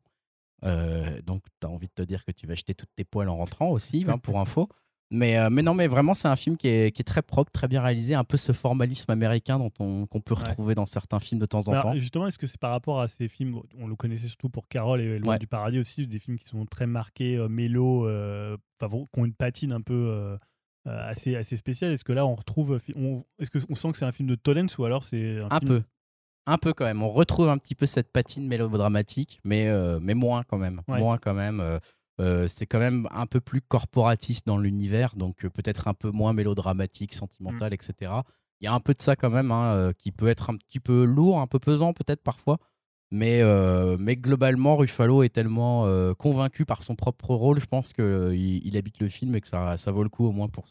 Donc tu as envie de te dire que tu vas jeter toutes tes poêles en rentrant aussi, hein, pour info. Mais non, mais vraiment, c'est un film qui est très propre, très bien réalisé, un peu ce formalisme américain qu'on peut retrouver dans certains films de temps en temps. Justement, est-ce que c'est par rapport à ces films, on le connaissait surtout pour Carole et Loin du Paradis aussi, des films qui sont très marqués, mélo, qui ont une patine un peu assez spéciale. Est-ce que là, on retrouve, est-ce qu'on sent que c'est un film de Todd Haynes ou alors c'est un film... Un peu quand même. On retrouve un petit peu cette patine mélodramatique, mais moins quand même. Ouais. Moins quand même. C'est quand même un peu plus corporatiste dans l'univers, donc peut-être un peu moins mélodramatique, sentimental, etc. Il y a un peu de ça quand même, hein, qui peut être un petit peu lourd, un peu pesant peut-être parfois, mais globalement, Ruffalo est tellement convaincu par son propre rôle, je pense qu'il habite le film et que ça vaut le coup au moins pour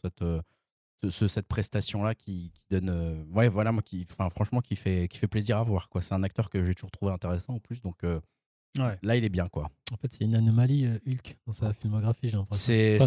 cette prestation-là qui donne... franchement, qui fait plaisir à voir, quoi. C'est un acteur que j'ai toujours trouvé intéressant en plus, donc... Là, il est bien, quoi. En fait, c'est une anomalie Hulk dans sa filmographie, j'ai l'impression.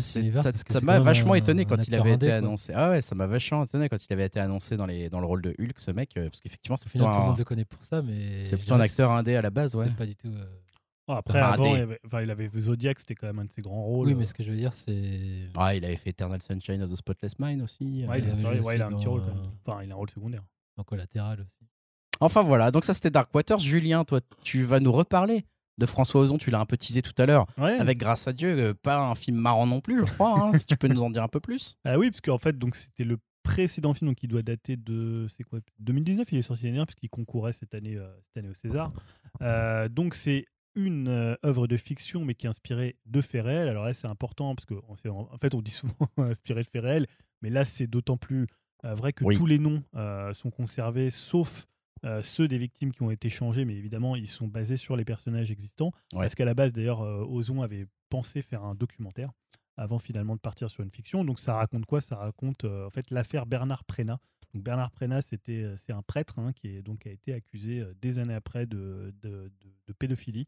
Ça m'a vachement étonné quand il avait été annoncé. Ah ouais, ça m'a vachement étonné quand il avait été annoncé dans le rôle de Hulk, ce mec, parce qu'effectivement, tout le monde le connaît pour ça, mais c'est plutôt un acteur indé à la base, ouais. C'est pas du tout. Après, avant, il avait Zodiac, c'était quand même un de ses grands rôles. Oui, mais ce que je veux dire, c'est. Ah, il avait fait Eternal Sunshine of the Spotless Mind aussi. Ouais, il a un petit rôle quand même. Enfin, il a un rôle secondaire. En collatéral aussi. Enfin voilà, donc ça c'était Dark Waters. Julien, toi, tu vas nous reparler de François Ozon, tu l'as un peu teasé tout à l'heure, avec Grâce à Dieu, pas un film marrant non plus, je crois, hein, si tu peux nous en dire un peu plus. Oui, parce qu'en fait, donc, c'était le précédent film, donc il doit dater de 2019, il est sorti l'année dernière, puisqu'il concourait cette année au César. Donc c'est une œuvre de fiction, mais qui est inspirée de faits réels. Alors là, c'est important, parce qu'en fait, on dit souvent inspiré de faits réels, mais là, c'est d'autant plus vrai que tous les noms sont conservés, sauf ceux des victimes qui ont été changés, mais évidemment, ils sont basés sur les personnages existants. Parce qu'à la base, d'ailleurs, Ozon avait pensé faire un documentaire avant finalement de partir sur une fiction. Donc ça raconte quoi ? Ça raconte en fait l'affaire Bernard Prénat. Donc Bernard Prénat, c'est un prêtre, hein, qui a été accusé des années après de pédophilie.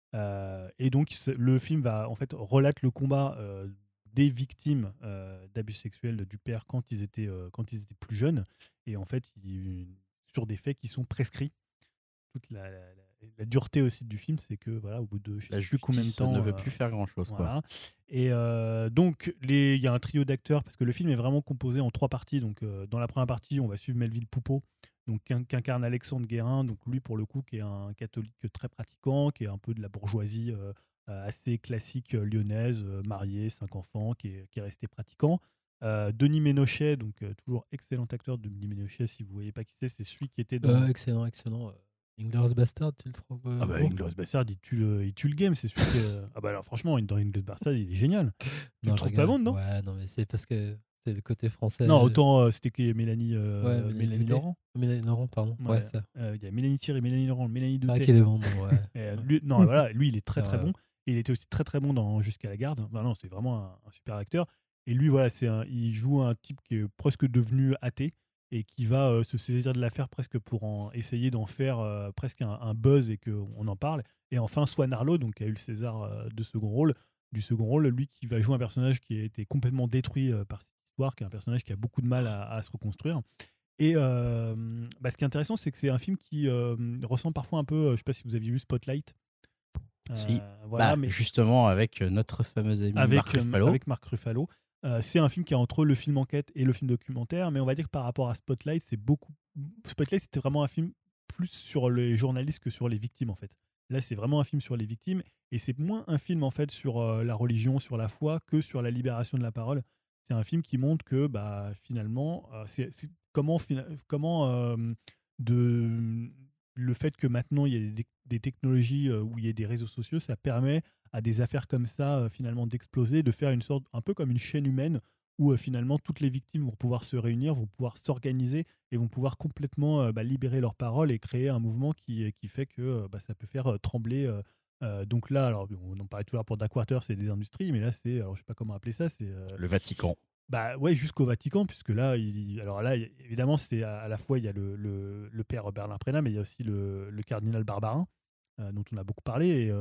Et donc le film relate le combat des victimes d'abus sexuels du père quand ils étaient plus jeunes. Et en fait, sur des faits qui sont prescrits. Toute la dureté aussi du film, c'est que voilà, au bout de je sais plus combien de temps, ne veut plus faire grand chose, voilà. Quoi. Et donc il y a un trio d'acteurs, parce que le film est vraiment composé en 3 parties. Donc dans la première partie, on va suivre Melville Poupeau, donc qu'incarne Alexandre Guérin, donc lui pour le coup qui est un catholique très pratiquant, qui est un peu de la bourgeoisie assez classique lyonnaise, marié, 5 enfants, qui est resté pratiquant. Denis Ménochet, donc toujours excellent acteur. Denis Ménochet, si vous voyez pas qui c'est celui qui était dans... excellent. Inglourious Bastard, tu le trouves Inglourious Bastard, il tue le game, c'est celui que... alors franchement, dans Inglourious Bastard, il est génial. Tu le trouves pas bon, non ? Ouais, non, mais c'est parce que c'est le côté français. Non, autant c'était que Mélanie Laurent. Mélanie Laurent, pardon. Ouais, ça. Il y a Mélanie Thierry, Mélanie Laurent, Mélanie Doutet. C'est vrai qu'il est bon, ouais. Lui, il est très très bon. Et il était aussi très très bon dans Jusqu'à la garde. Non, c'est vraiment un super acteur. Et lui, voilà, il joue un type qui est presque devenu athée et qui va se saisir de l'affaire presque pour essayer d'en faire presque un buzz et qu'on en parle. Et enfin, Swan Arlo, donc, qui a eu le César du second rôle, lui qui va jouer un personnage qui a été complètement détruit par cette histoire, qui est un personnage qui a beaucoup de mal à se reconstruire. Et ce qui est intéressant, c'est que c'est un film qui ressemble parfois un peu, je ne sais pas si vous aviez vu Spotlight. Si, voilà, mais justement avec notre fameux ami Mark Ruffalo. Avec Mark Ruffalo. C'est un film qui est entre le film enquête et le film documentaire, mais on va dire que par rapport à Spotlight, Spotlight, c'était vraiment un film plus sur les journalistes que sur les victimes, en fait. Là, c'est vraiment un film sur les victimes, et c'est moins un film, en fait, sur la religion, sur la foi, que sur la libération de la parole. C'est un film qui montre que, finalement, le fait que maintenant, il y a des technologies où il y a des réseaux sociaux, ça permet à des affaires comme ça, finalement, d'exploser, de faire une sorte, un peu comme une chaîne humaine, où finalement toutes les victimes vont pouvoir se réunir, vont pouvoir s'organiser et vont pouvoir complètement libérer leurs paroles et créer un mouvement qui fait que ça peut faire trembler. Donc là, alors on en parlait tout à l'heure pour Darkwater, c'est des industries, mais là c'est, alors je sais pas comment appeler ça, c'est Le Vatican. bah ouais, jusqu'au Vatican, puisque là, alors là, évidemment, c'est à la fois il y a le père Berlin Prénat, mais il y a aussi le cardinal Barbarin, dont on a beaucoup parlé. Et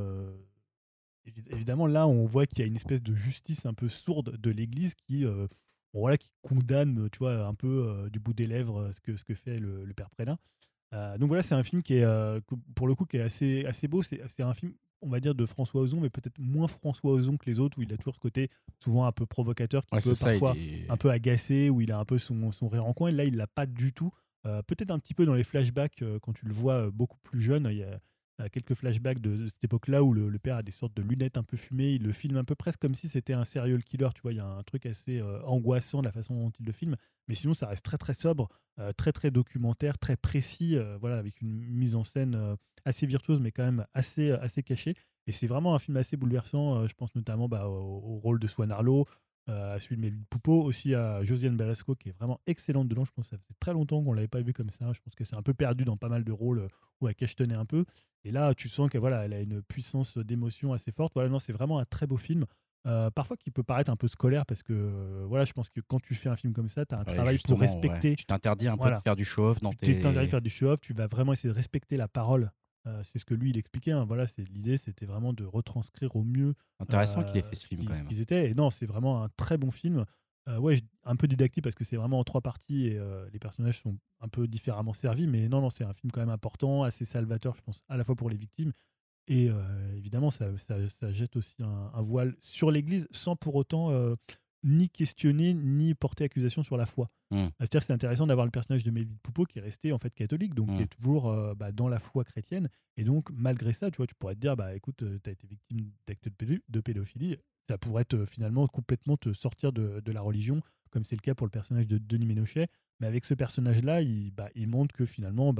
évidemment, là, on voit qu'il y a une espèce de justice un peu sourde de l'Église qui, voilà, qui condamne, tu vois, un peu du bout des lèvres ce que fait le père Prénat. Donc voilà, c'est un film qui est, pour le coup, qui est assez beau. C'est un film, on va dire, de François Ozon, mais peut-être moins François Ozon que les autres, où il a toujours ce côté souvent un peu provocateur, qui peut parfois un peu agacé, où il a un peu son rire en coin. Et là, il l'a pas du tout. Peut-être un petit peu dans les flashbacks, quand tu le vois beaucoup plus jeune. Il y a quelques flashbacks de cette époque-là où le père a des sortes de lunettes un peu fumées. Il le filme un peu presque comme si c'était un serial killer. Tu vois, il y a un truc assez angoissant de la façon dont il le filme. Mais sinon, ça reste très très sobre, très très documentaire, très précis, voilà, avec une mise en scène assez virtuose, mais quand même assez cachée. Et c'est vraiment un film assez bouleversant. Je pense notamment au rôle de Swan Arlo, à celui de Mélanie Poupeau, aussi à Josiane Balasco, qui est vraiment excellente dedans. Je pense que ça faisait très longtemps qu'on ne l'avait pas vu comme ça. Je pense que c'est un peu perdu dans pas mal de rôles où elle cachetonnait un peu. Et là, tu sens qu'elle voilà, elle a une puissance d'émotion assez forte. Voilà, non, c'est vraiment un très beau film. Parfois qui peut paraître un peu scolaire parce que voilà, je pense que quand tu fais un film comme ça, tu as un travail pour respecter. Ouais. Tu t'interdis un peu Voilà. de faire du show-off dans Tu t'interdis de faire du show-off, tu vas vraiment essayer de respecter la parole. C'est ce que lui il expliquait. Hein. Voilà, l'idée, c'était vraiment de retranscrire au mieux. Intéressant qu'il ait fait ce film quand Ce même. qu'ils étaient. Et non, c'est vraiment un très bon film. Ouais, un peu didactique parce que c'est vraiment en 3 parties et les personnages sont un peu différemment servis. Mais non, c'est un film quand même important, assez salvateur, je pense, à la fois pour les victimes. Et évidemment, ça jette aussi un voile sur l'Église sans pour autant ni questionner ni porter accusation sur la foi. C'est-à-dire que c'est intéressant d'avoir le personnage de Mélanie Poupeau qui est resté en fait catholique, donc qui est toujours dans la foi chrétienne. Et donc, malgré ça, tu vois, tu pourrais te dire, bah écoute, tu as été victime d'actes de pédophilie, ça pourrait finalement complètement te sortir de la religion, comme c'est le cas pour le personnage de Denis Ménochet. Mais avec ce personnage-là, il montre que finalement,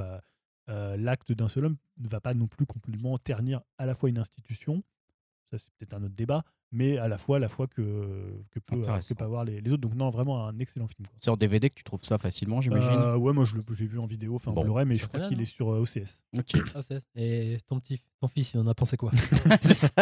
l'acte d'un seul homme ne va pas non plus complètement ternir à la fois une institution, ça c'est peut-être un autre débat, mais à la fois que peuvent avoir les autres. Donc non, vraiment un excellent film. C'est en DVD que tu trouves ça facilement, j'imagine. Ouais, moi j'ai vu en vidéo, enfin en Blu-ray, mais je crois qu'il est sur OCS. Ok. OCS. Et ton fils, il en a pensé quoi? C'est ça.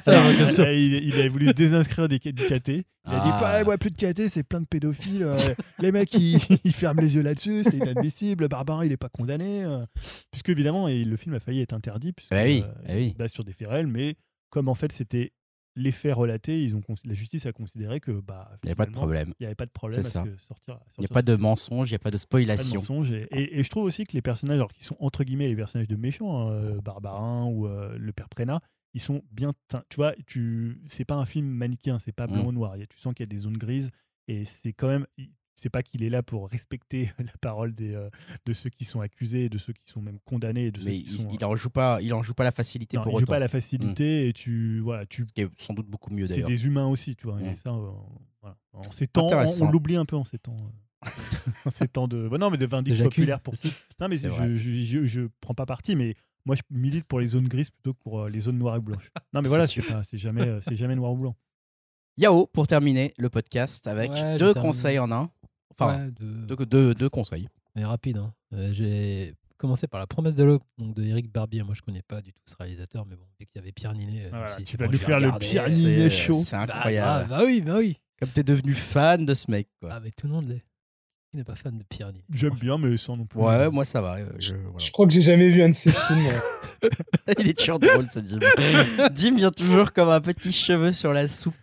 Il a voulu se désinscrire du KT. Il a dit ouais, plus de KT, c'est plein de pédophiles. Les mecs, ils ferment les yeux là-dessus, c'est inadmissible. Barbarin, il n'est pas condamné. Puisque évidemment, le film a failli être interdit, puisque il se base sur des faits réels, mais comme en fait c'était les faits relatés, la justice a considéré que il n'y avait pas de problème. Il n'y avait pas de problème à sortir. Il n'y a pas de mensonge, il n'y a pas de spoilation. Pas de mensonge. Et je trouve aussi que les personnages, alors qui sont entre guillemets les personnages de méchants, Barbarin ou le père Prénat, ils sont bien. Tu vois, c'est pas un film manichéen, c'est pas blanc ou noir. Tu sens qu'il y a des zones grises et c'est quand même. C'est pas qu'il est là pour respecter la parole de ceux qui sont accusés, de ceux qui sont même condamnés. Mais il en joue pas la facilité pour autant. Il joue pas la facilité et tu. Ce qui est sans doute beaucoup mieux d'ailleurs. C'est des humains aussi, tu vois. Et ça, voilà. En ces temps, on l'oublie un peu en ces temps. En ces temps de. Non, mais de vindicte populaire pour. Non, mais je prends pas parti, mais moi je milite pour les zones grises plutôt que pour les zones noires et blanches. Non, mais voilà, c'est jamais noir ou blanc. Yao, pour terminer le podcast avec 2 conseils en un. Enfin, deux conseils. Mais rapide. Hein. J'ai commencé par La Promesse de l'aube, donc de Éric Barbier. Moi, je connais pas du tout ce réalisateur, mais bon, dès qu'il y avait Pierre Ninet, tu vas nous faire le Pierre Ninet show. C'est incroyable. Bah oui. Comme t'es devenu fan de ce mec, quoi. Ah, mais tout le monde l'est. Qui n'est pas fan de Pierre Ninet? J'aime bien, mais sans non plus. Ouais, moi ça va. Je crois que j'ai jamais vu un de ses films. Il est toujours drôle, ce Dim. Dim vient toujours comme un petit cheveu sur la soupe.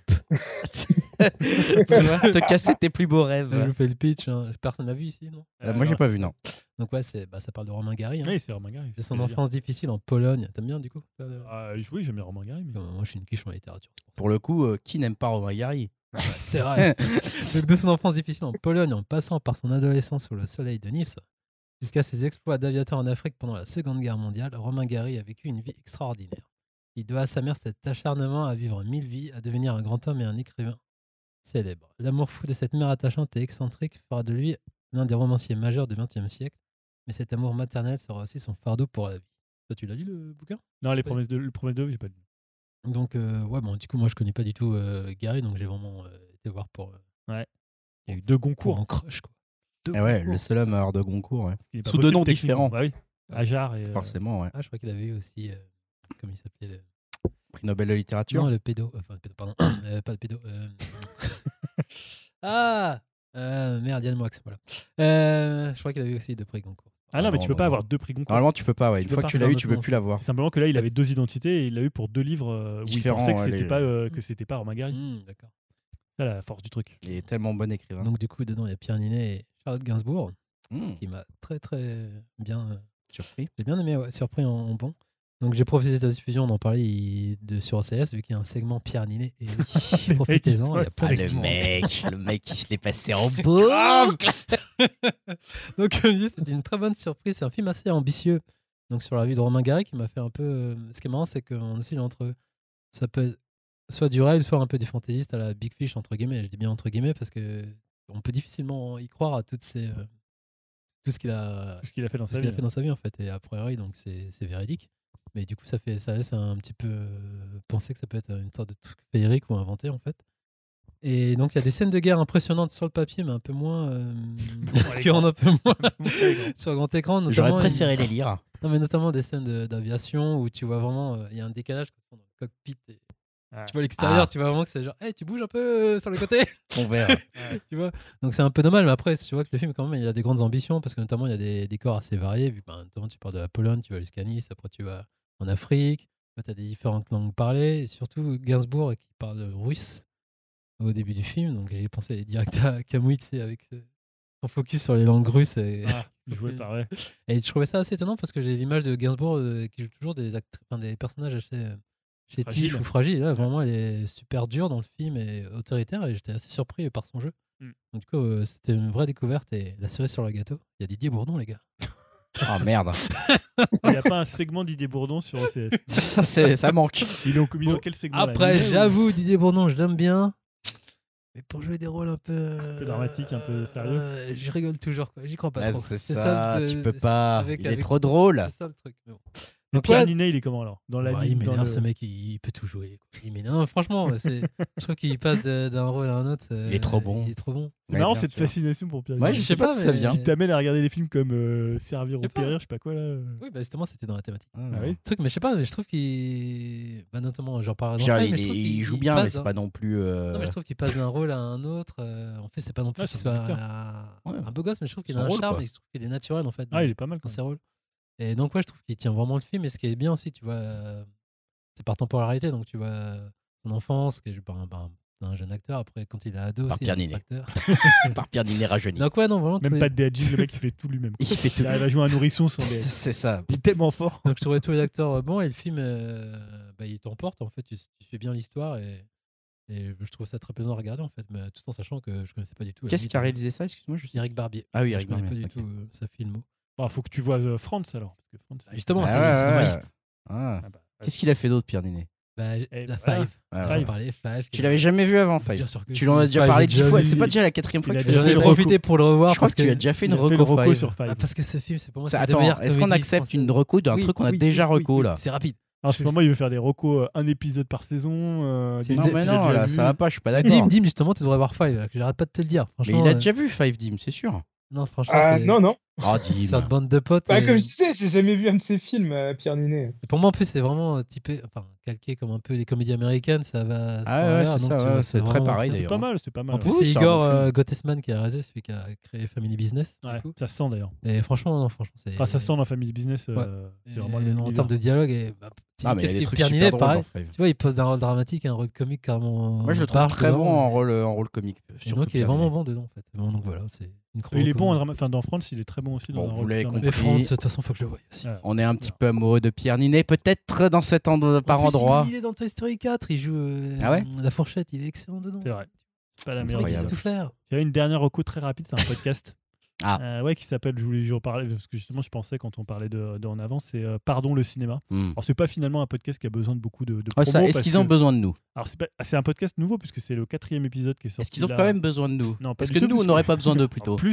Tu vois, te casser tes plus beaux rêves. Je vous fais le pitch. Hein. Personne n'a vu ici, non? Moi, j'ai pas vu, non. Donc ouais, ça parle de Romain Gary. Hein. Oui, c'est Romain Gary. De son enfance difficile en Pologne. T'aimes bien, du coup? Oui, j'aime bien Romain Gary. Mais... Moi, je suis une quiche en littérature. Pour le coup, qui n'aime pas Romain Gary? C'est vrai. Donc, de son enfance difficile en Pologne, en passant par son adolescence sous le soleil de Nice, jusqu'à ses exploits d'aviateur en Afrique pendant la Seconde Guerre mondiale, Romain Gary a vécu une vie extraordinaire. Il doit à sa mère cet acharnement à vivre 1000 vies, à devenir un grand homme et un écrivain célèbre. L'amour fou de cette mère attachante et excentrique fera de lui l'un des romanciers majeurs du XXe siècle, mais cet amour maternel sera aussi son fardeau pour la vie. Toi, tu l'as lu, le bouquin? Non, le promesses de j'ai pas lu. Donc, du coup, moi, je connais pas du tout Gary, donc j'ai vraiment été voir pour Il y a eu 2 Pour Goncourt. en crush, quoi. Deux Ah ouais, concours. le seul homme à avoir de Goncourt. Ouais. Ce qui n'est pas Sous 2 possible noms techniquement. différents. Bah oui. Ajar et. Forcément, ouais. Ah, je crois qu'il avait aussi. Comment il s'appelait Prix Nobel de littérature. Non, le pédo. Enfin, le pédo, pardon. Pas le pédo. Merde, Yann Moix, voilà. Je crois qu'il avait aussi 2 prix Goncourt. Ah non, mais non, tu peux non, pas non. avoir 2 prix Goncourt. Normalement, tu peux pas. Ouais. Une peux fois pas que tu faire l'as eu, un tu peux autre plus nom. l'avoir. C'est simplement que là, il avait 2 identités et il l'a eu pour 2 livres où il Différents, pensait que ouais, c'était les- pas que c'était pas Romain Gary. D'accord. C'est ça la force du truc. Il est tellement bon écrivain. Donc, du coup, dedans, il y a Pierre Ninet et Charlotte Gainsbourg, Mmh, qui m'a très, très bien. surpris. J'ai bien aimé, ouais, surpris en bon. Donc, j'ai profité de la diffusion, on en parlait sur OCS, vu qu'il y a un segment Pierre Ninet. Et oui, profitez-en. Il y a plein Ah, de le segments. mec, il se l'est passé en boucle. Donc, comme je dis, c'était une très bonne surprise. C'est un film assez ambitieux. Donc, sur la vie de Romain Gary, qui m'a fait un peu. Ce qui est marrant, c'est qu'on oscille entre. Ça peut être soit du rêve, soit un peu du fantaisiste à la Big Fish, entre guillemets. Je dis bien entre guillemets parce que on peut difficilement y croire à toutes ces. Tout ce qu'il a, Tout ce qu'il a fait dans tout sa ce qu'il vie. a fait dans sa vie, en fait. Et a priori, donc, c'est véridique. Mais du coup, ça laisse un petit peu penser que ça peut être une sorte de truc féerique ou inventé, en fait. Et donc, il y a des scènes de guerre impressionnantes sur le papier, mais un peu moins. l'écran. un peu moins sur grand écran. J'aurais notamment, préféré les lire. Non, mais notamment des scènes d'aviation où tu vois vraiment. Il y a un décalage dans le cockpit. Et Ah. tu vois l'extérieur, Ah. tu vois vraiment que c'est genre, hey, tu bouges un peu sur le côté. On verra. Tu vois. Donc, c'est un peu dommage, mais après, tu vois que le film, quand même, il a des grandes ambitions parce que notamment, il y a des décors assez variés. Vu que, notamment, tu pars de la Pologne, tu vas jusqu'à Nice, après, tu vas en Afrique. Tu as des différentes langues parlées. Et surtout, Gainsbourg qui parle russe au début du film. Donc, j'ai pensé direct à Camus, tu sais, avec son focus sur les langues russes. Et, Joué par ouais. et je trouvais ça assez étonnant parce que j'ai l'image de Gainsbourg qui joue toujours des personnages assez chétifs Fragile. ou fragiles. Là, vraiment, elle est super dure dans le film et autoritaire. Et j'étais assez surpris par son jeu. Mm. Donc, du coup, c'était une vraie découverte. Et la cerise sur le gâteau, il y a Didier Bourdon, les gars. Ah merde. Il n'y a pas un segment d'Idée Bourdon sur OCS. Ça manque. Il est mis dans quel segment là Après, Ninet ou- j'avoue, Didier Bourdon, je l'aime bien. Mais pour jouer des rôles un peu. dramatiques, un peu sérieux. Je rigole toujours, quoi. J'y crois pas Ah, trop. c'est ça, le- tu peux pas. Il est avec- trop drôle. C'est ça le truc. Mais bon. Et Donc, Pierre ouais, Ninet, il est comment alors dans la ouais, vie il dans m'énerve le- ce mec, il peut tout jouer. Quoi. Il m'énerve. Franchement, je trouve qu'il passe d'un rôle à un autre. Il est trop bon. Il est trop bon. C'est marrant Ouais, cette bien sûr. fascination pour Pierre Ouais, Ninet. je sais pas d'où ça mais- vient. Qui t'amène à regarder des films comme Servir ou Je sais pas. Périr, je sais pas quoi là. Oui, bah justement, c'était dans la thématique. Ah oui. Truc, mais je sais pas, mais je trouve qu'il. Bah, notamment, j'en parle dans Genre, le film, mais je trouve il qu'il- joue il bien, mais passe, c'est hein. pas non plus. Non, mais je trouve qu'il passe d'un rôle à un autre. En fait, c'est pas non plus Ouais, qu'il c'est un soit bon Ouais. un beau gosse, mais je trouve qu'il Son a un rôle, charme quoi. et je trouve qu'il est naturel en fait Ah, il est pas mal dans quand ses rôles. Et donc, ouais, je trouve qu'il tient vraiment le film. Et ce qui est bien aussi, tu vois, c'est par temporalité. Donc, tu vois son enfance, qui est joué par un jeune acteur. Après, quand il est ado, Par aussi, Pierre il est un Ninet. autre acteur. Par Pierre Ninet rajeuni. Donc, ouais, non, vraiment. Même tous pas les- de Deadjin, le mec qui fait tout lui-même. Il fait tout. Il arrive à jouer un nourrisson sans des. C'est ça. Il est tellement fort. Donc, je trouvais tous les acteurs bons. Et le film, il t'emporte. En fait, tu fais bien l'histoire. Et je trouve ça très plaisant à regarder, en fait. Mais tout en sachant que je connaissais pas du tout. Qu'est-ce qui a réalisé ça? Excuse-moi, je sais. Eric Barbier. Ah oui, Je Eric connais Barbier, pas du ok. tout sa filmo. Bon, faut que tu vois France alors. Parce que France, c'est- Justement, Ah c'est ouais, c'est dans ma ouais. liste. Ah. Ah bah, Qu'est-ce qu'il a fait d'autre, Pierre Ninet? Bah, Eh, la voilà. Five. Ah, J'en Five. parlais, Five. Tu l'avais jamais vu avant, Five? Bien sûr que Tu si. l'en as déjà Five, parlé j'ai 10 déjà fois. vu. C'est pas déjà la 4e fois Il que a tu déjà J'en fais ai fait ça. le profité pour le revoir. Je crois parce que tu as déjà fait une reco reco Five. sur Five. Parce que ce film, c'est pour moi. Ça, c'est la attends, meilleure est-ce qu'on comédie accepte française. une reco d'un Oui, truc qu'on a oui, déjà oui, reco oui, là? C'est rapide. En ce moment, il veut faire des recos, un épisode par saison. C'est des Non, films mais qu'il a non, déjà là, vus. ça va pas, je suis pas Dim, d'accord. justement, tu devrais voir Five. J'arrête pas de te le dire. Mais Franchement, il a déjà vu Five Dim, c'est sûr. Non, franchement, c'est. Non. Oh, C'est une Dim. bande de potes. Bah, et- comme je disais, j'ai jamais vu un de ses films, Pierre Ninet. et pour moi, en plus, c'est vraiment typé, enfin, calqué comme un peu les comédies américaines. Ça va. Ah ouais, c'est ça, ouais, c'est très pareil, C'est d'ailleurs. pas mal, c'est pas mal. En plus, Oui, c'est c'est un Igor bon film. Gottesman qui a réalisé, celui qui a créé Family Business. du Ouais, coup. ça se sent d'ailleurs. Et franchement, non, franchement, c'est. Enfin, ça se sent dans Family Business. Ouais. C'est vraiment le même en univers. termes de dialogue. Et, bah, Ah, mais il y a qu'est-ce des qui- trucs Pierre super Ninet, drôles pareil. dans Five. Tu vois, il pose d'un rôle dramatique à un rôle comique carrément. Moi, je le trouve barge très dedans, bon et- en rôle comique. Et surtout donc, il est Pierre vraiment Ninet. bon dedans, en fait. Bon, donc voilà, c'est une Il est bon en en drama. Enfin, dans France, il est très bon aussi. Bon, dans un vous rôle l'avez dramatique. Mais compris. France, de toute façon, faut que je le voie aussi. Ouais. On est un petit peu amoureux de Pierre Ninet, peut-être dans cet par En plus, endroit. Il est dans Toy Story 4, il joue Ah ouais la fourchette, il est excellent dedans. C'est vrai. C'est pas la C'est meilleure vrai qu'il sait idée. tout faire. J'avais une dernière reco très rapide, c'est un podcast. Ah. Ouais, qui s'appelle, je voulais en parler, parce que justement, je pensais quand on parlait de En Avant, c'est Pardon le cinéma. Hmm. Alors, c'est pas finalement un podcast qui a besoin de beaucoup de Ouais, promo. ça, est-ce parce qu'ils ont que- besoin de nous? Alors, c'est un podcast nouveau, puisque c'est le 4e épisode qui est sorti. Est-ce qu'ils ont là. quand même besoin de nous? Non, pas Parce du que tout, nous, on puisque- n'aurait pas besoin d'eux En plutôt. plus,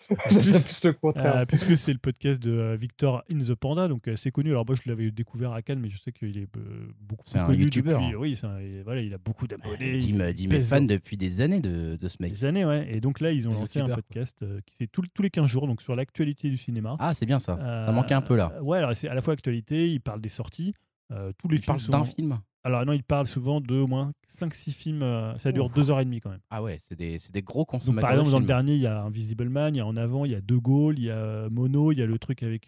Ça serait plus le contraire. Puisque c'est le podcast de Victor in the Panda, donc assez connu. Alors moi je l'avais découvert à Cannes, mais je sais qu'il est beaucoup C'est plus un connu youtubeur, depuis. hein. Oui, voilà, il a beaucoup d'abonnés. Dim il est pèse fan depuis des années de ce mec. des années, ouais. Et donc là, ils ont Un lancé un youtubeur, podcast qui c'est tous les 15 jours, donc sur l'actualité du cinéma. Ah, c'est bien ça. Ça manquait un peu là. Ouais, alors c'est à la fois actualité, il parle des sorties. Tous les Tu films parles sont... d'un film. Alors non, il parle souvent de au moins 5-6 films. Ça dure 2h30 quand même. Ah ouais, c'est des gros Donc, consommateurs. par exemple, de dans le films. dernier, il y a Invisible Man, il y a En Avant, il y a De Gaulle, il y a Mono, il y a le truc avec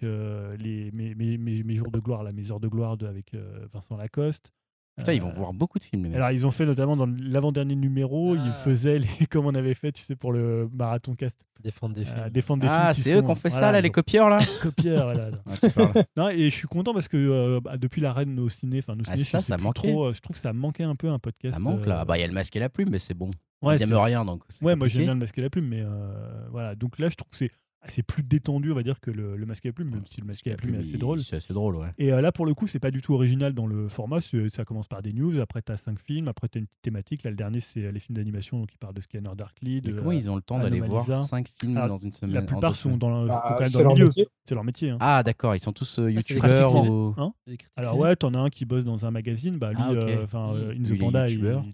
mes jours de gloire, là, mes heures de gloire avec Vincent Lacoste. Putain, ils vont voir beaucoup de films, les mecs. Alors, ils ont fait notamment dans l'avant-dernier numéro, ils faisaient comme on avait fait, tu sais, pour le marathon cast. Défendre des films. Défendre des films. Ah, qui c'est eux sont- qui ont fait ça, voilà, là, ils les ont- copieurs, là copieurs, voilà. Ouais, tu parles. Non, et je suis content parce que depuis la reine au ciné, enfin, nos Ah, ciné, ça, je sais ça plus manquait. trop, je trouve que ça manquait un peu un podcast. Ça manque, là. Bah, il y a le masque et la plume, mais c'est bon. ouais, Ils aiment c'est- rien, donc. c'est Ouais, moi compliqué. j'aime bien le masque et la plume, mais voilà. Donc là, je trouve que c'est plus détendu, on va dire, que le masque et la plume, même si le masque et la plume est assez drôle. C'est assez drôle, ouais. Et là, pour le coup, c'est pas du tout original dans le format. Ça commence par des news, après tu as 5 films, après tu as une petite thématique. Là, le dernier, c'est les films d'animation, donc ils parlent de Scanner Darkly. Mais De, comment ils ont le temps d'aller voir Anomalisa. 5 films Alors, dans une semaine la en 2 plupart sont semaines dans le, Bah, faut quand même c'est dans le leur milieu. métier. C'est leur métier. Hein. Ah, d'accord, ils sont tous c'est youtubeurs pratiquement. ou. Hein C'est des critiques Alors ciné. ouais, t'en as un qui bosse dans un magazine, bah lui, Ah, ok. In Lui, the il est Panda, il youtubeur.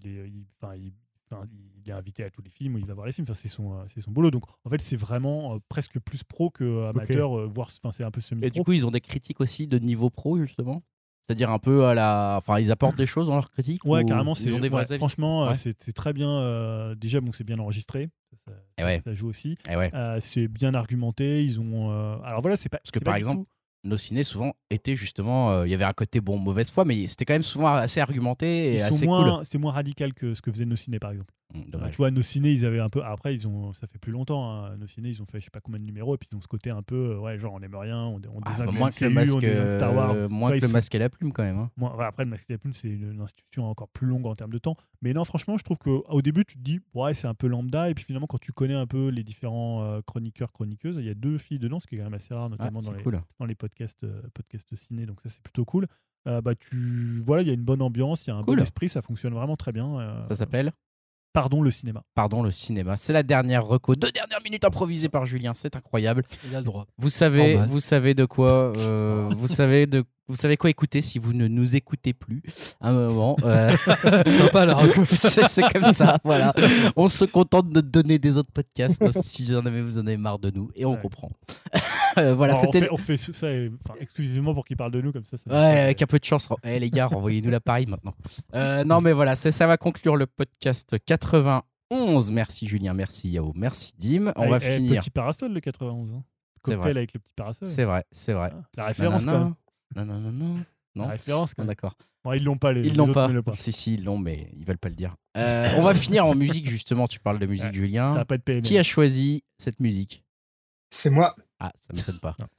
est invité à tous les films, il va voir les films, enfin, c'est son boulot. Donc en fait, c'est vraiment presque plus pro que amateur, voire, enfin, c'est un peu Et semi-pro. du coup, ils ont des critiques aussi de niveau pro, justement. C'est-à-dire un peu à la. Enfin, ils apportent des choses dans leurs critiques. Ouais, ou carrément, Ils ont des vrais avis. franchement, Ouais. c'est très bien. Déjà, bon, c'est bien enregistré, Eh ouais. ça joue aussi. Eh ouais. C'est bien argumenté. Ils ont. Alors voilà, c'est pas. Parce que c'est par pas du exemple, tout- nos ciné souvent étaient justement. Il y avait un côté bon, mauvaise foi, mais c'était quand même souvent assez argumenté et ils sont assez moins, c'est moins radical que ce que faisaient nos ciné, par exemple. Dommage. Tu vois, nos ciné, ils avaient un peu. Après, ça fait plus longtemps. Hein. Nos ciné, ils ont fait je sais pas combien de numéros, et puis ils ont ce côté un peu, ouais, genre on aime rien, on Ah, désingue moins le que le MCU, masque, on désingue Star Wars. moins Ouais, que le ils masque et la plume quand même. Hein. Ouais, après, le Masque et la Plume, c'est une institution encore plus longue en termes de temps. Mais non, franchement, je trouve qu'au début, tu te dis, ouais, c'est un peu lambda. Et puis finalement, quand tu connais un peu les différents chroniqueurs, chroniqueuses, il y a 2 filles dedans, ce qui est quand même assez rare, Ah, notamment c'est dans les, cool. dans les podcasts ciné. Donc ça, c'est plutôt cool. Voilà, il y a une bonne ambiance, il y a un Cool. bon esprit, ça fonctionne vraiment très bien. Ça s'appelle Pardon, le cinéma. Pardon, le cinéma. C'est la dernière reco. 2 dernières minutes improvisées par Julien. C'est incroyable. Il a le droit. Vous savez Normal. de quoi vous savez quoi écouter si vous ne nous écoutez plus à un moment. Sympa la reco. c'est comme ça, voilà. On se contente de donner des autres podcasts si vous en avez marre de nous et on Ouais. comprend. Voilà, Alors, c'était. on fait ça exclusivement pour qu'ils parlent de nous comme ça. Ouais, avec un peu de chance. Eh les gars, renvoyez-nous l'appareil maintenant. Non, mais voilà, ça va conclure le podcast 91. Merci Julien, merci Yao, merci Dim. On va finir. Petit parasol, le 91. Hein. C'est Cocktail vrai. avec le petit parasol. C'est vrai, c'est vrai. Ah, la référence, quand même. Non. La référence, quand même. D'accord. Bon, ils l'ont pas, les Ils l'ont autres pas. ne l'ont pas. Si, ils l'ont, mais ils veulent pas le dire. On va finir en musique, justement. Tu parles de musique, Ouais, Julien. Ça va pas être PNL. Qui a choisi cette musique? C'est moi. Ah, ça m'étonne pas. Non.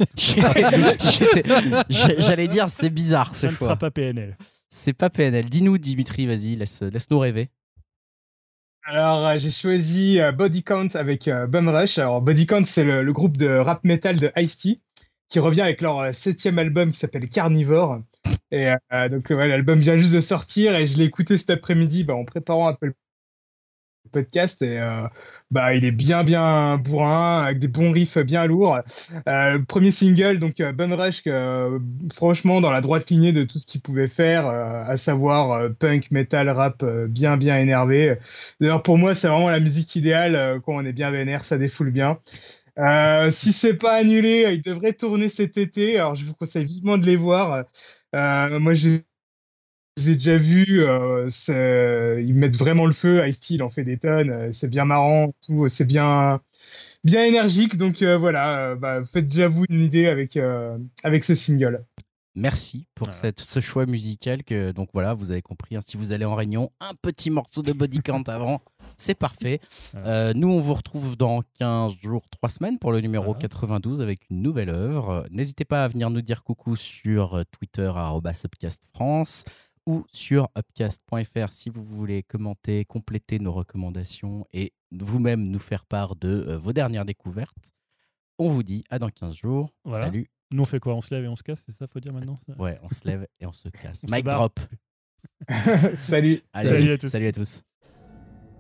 J'allais dire, c'est bizarre ce Ça ne sera choix. pas PNL. C'est pas PNL. Dis-nous, Dimitri, vas-y, laisse-nous rêver. Alors, j'ai choisi Body Count avec Bum Rush. Alors, Body Count, c'est le groupe de rap metal de Ice-T qui revient avec leur 7e album qui s'appelle Carnivore. Et donc, ouais, l'album vient juste de sortir et je l'ai écouté cet après-midi en préparant un peu le podcast et il est bien bourrin avec des bons riffs bien lourds. Premier single donc Bum Rush, franchement dans la droite lignée de tout ce qu'il pouvait faire, à savoir punk, metal, rap, bien énervé. D'ailleurs pour moi c'est vraiment la musique idéale quand on est bien vénère, ça défoule bien. Si c'est pas annulé, il devrait tourner cet été. Alors je vous conseille vivement de les voir. Moi je les ai déjà vus, ils mettent vraiment le feu. Ice-T, il en fait des tonnes, c'est bien marrant, tout, c'est bien énergique. Donc voilà, faites déjà vous une idée avec ce single. Merci pour Voilà. ce choix musical. Donc voilà, vous avez compris. Hein, si vous allez en réunion, un petit morceau de Body Count avant, c'est parfait. Voilà. Nous, on vous retrouve dans 15 jours, 3 semaines pour le numéro Voilà. 92 avec une nouvelle œuvre. N'hésitez pas à venir nous dire coucou sur Twitter @upcastfrance ou sur upcast.fr si vous voulez commenter, compléter nos recommandations et vous-même nous faire part de vos dernières découvertes. On vous dit à dans 15 jours. Voilà. Salut. Nous, on fait quoi? On se lève et on se casse, c'est ça, faut dire maintenant? Ouais, on se lève et on se casse. On se Mic barre. drop. Salut. Allez, Salut à tous. salut à tous.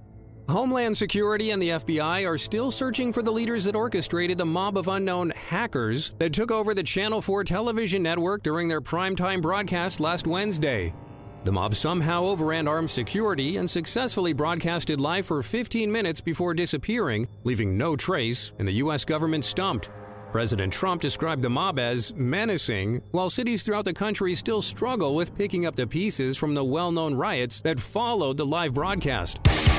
Homeland Security and the FBI are still searching for the leaders that orchestrated the mob of unknown hackers that took over the Channel 4 television network during their primetime broadcast last Wednesday. The mob somehow overran armed security and successfully broadcasted live for 15 minutes before disappearing, leaving no trace, and the U.S. government stumped. President Trump described the mob as menacing, while cities throughout the country still struggle with picking up the pieces from the well-known riots that followed the live broadcast.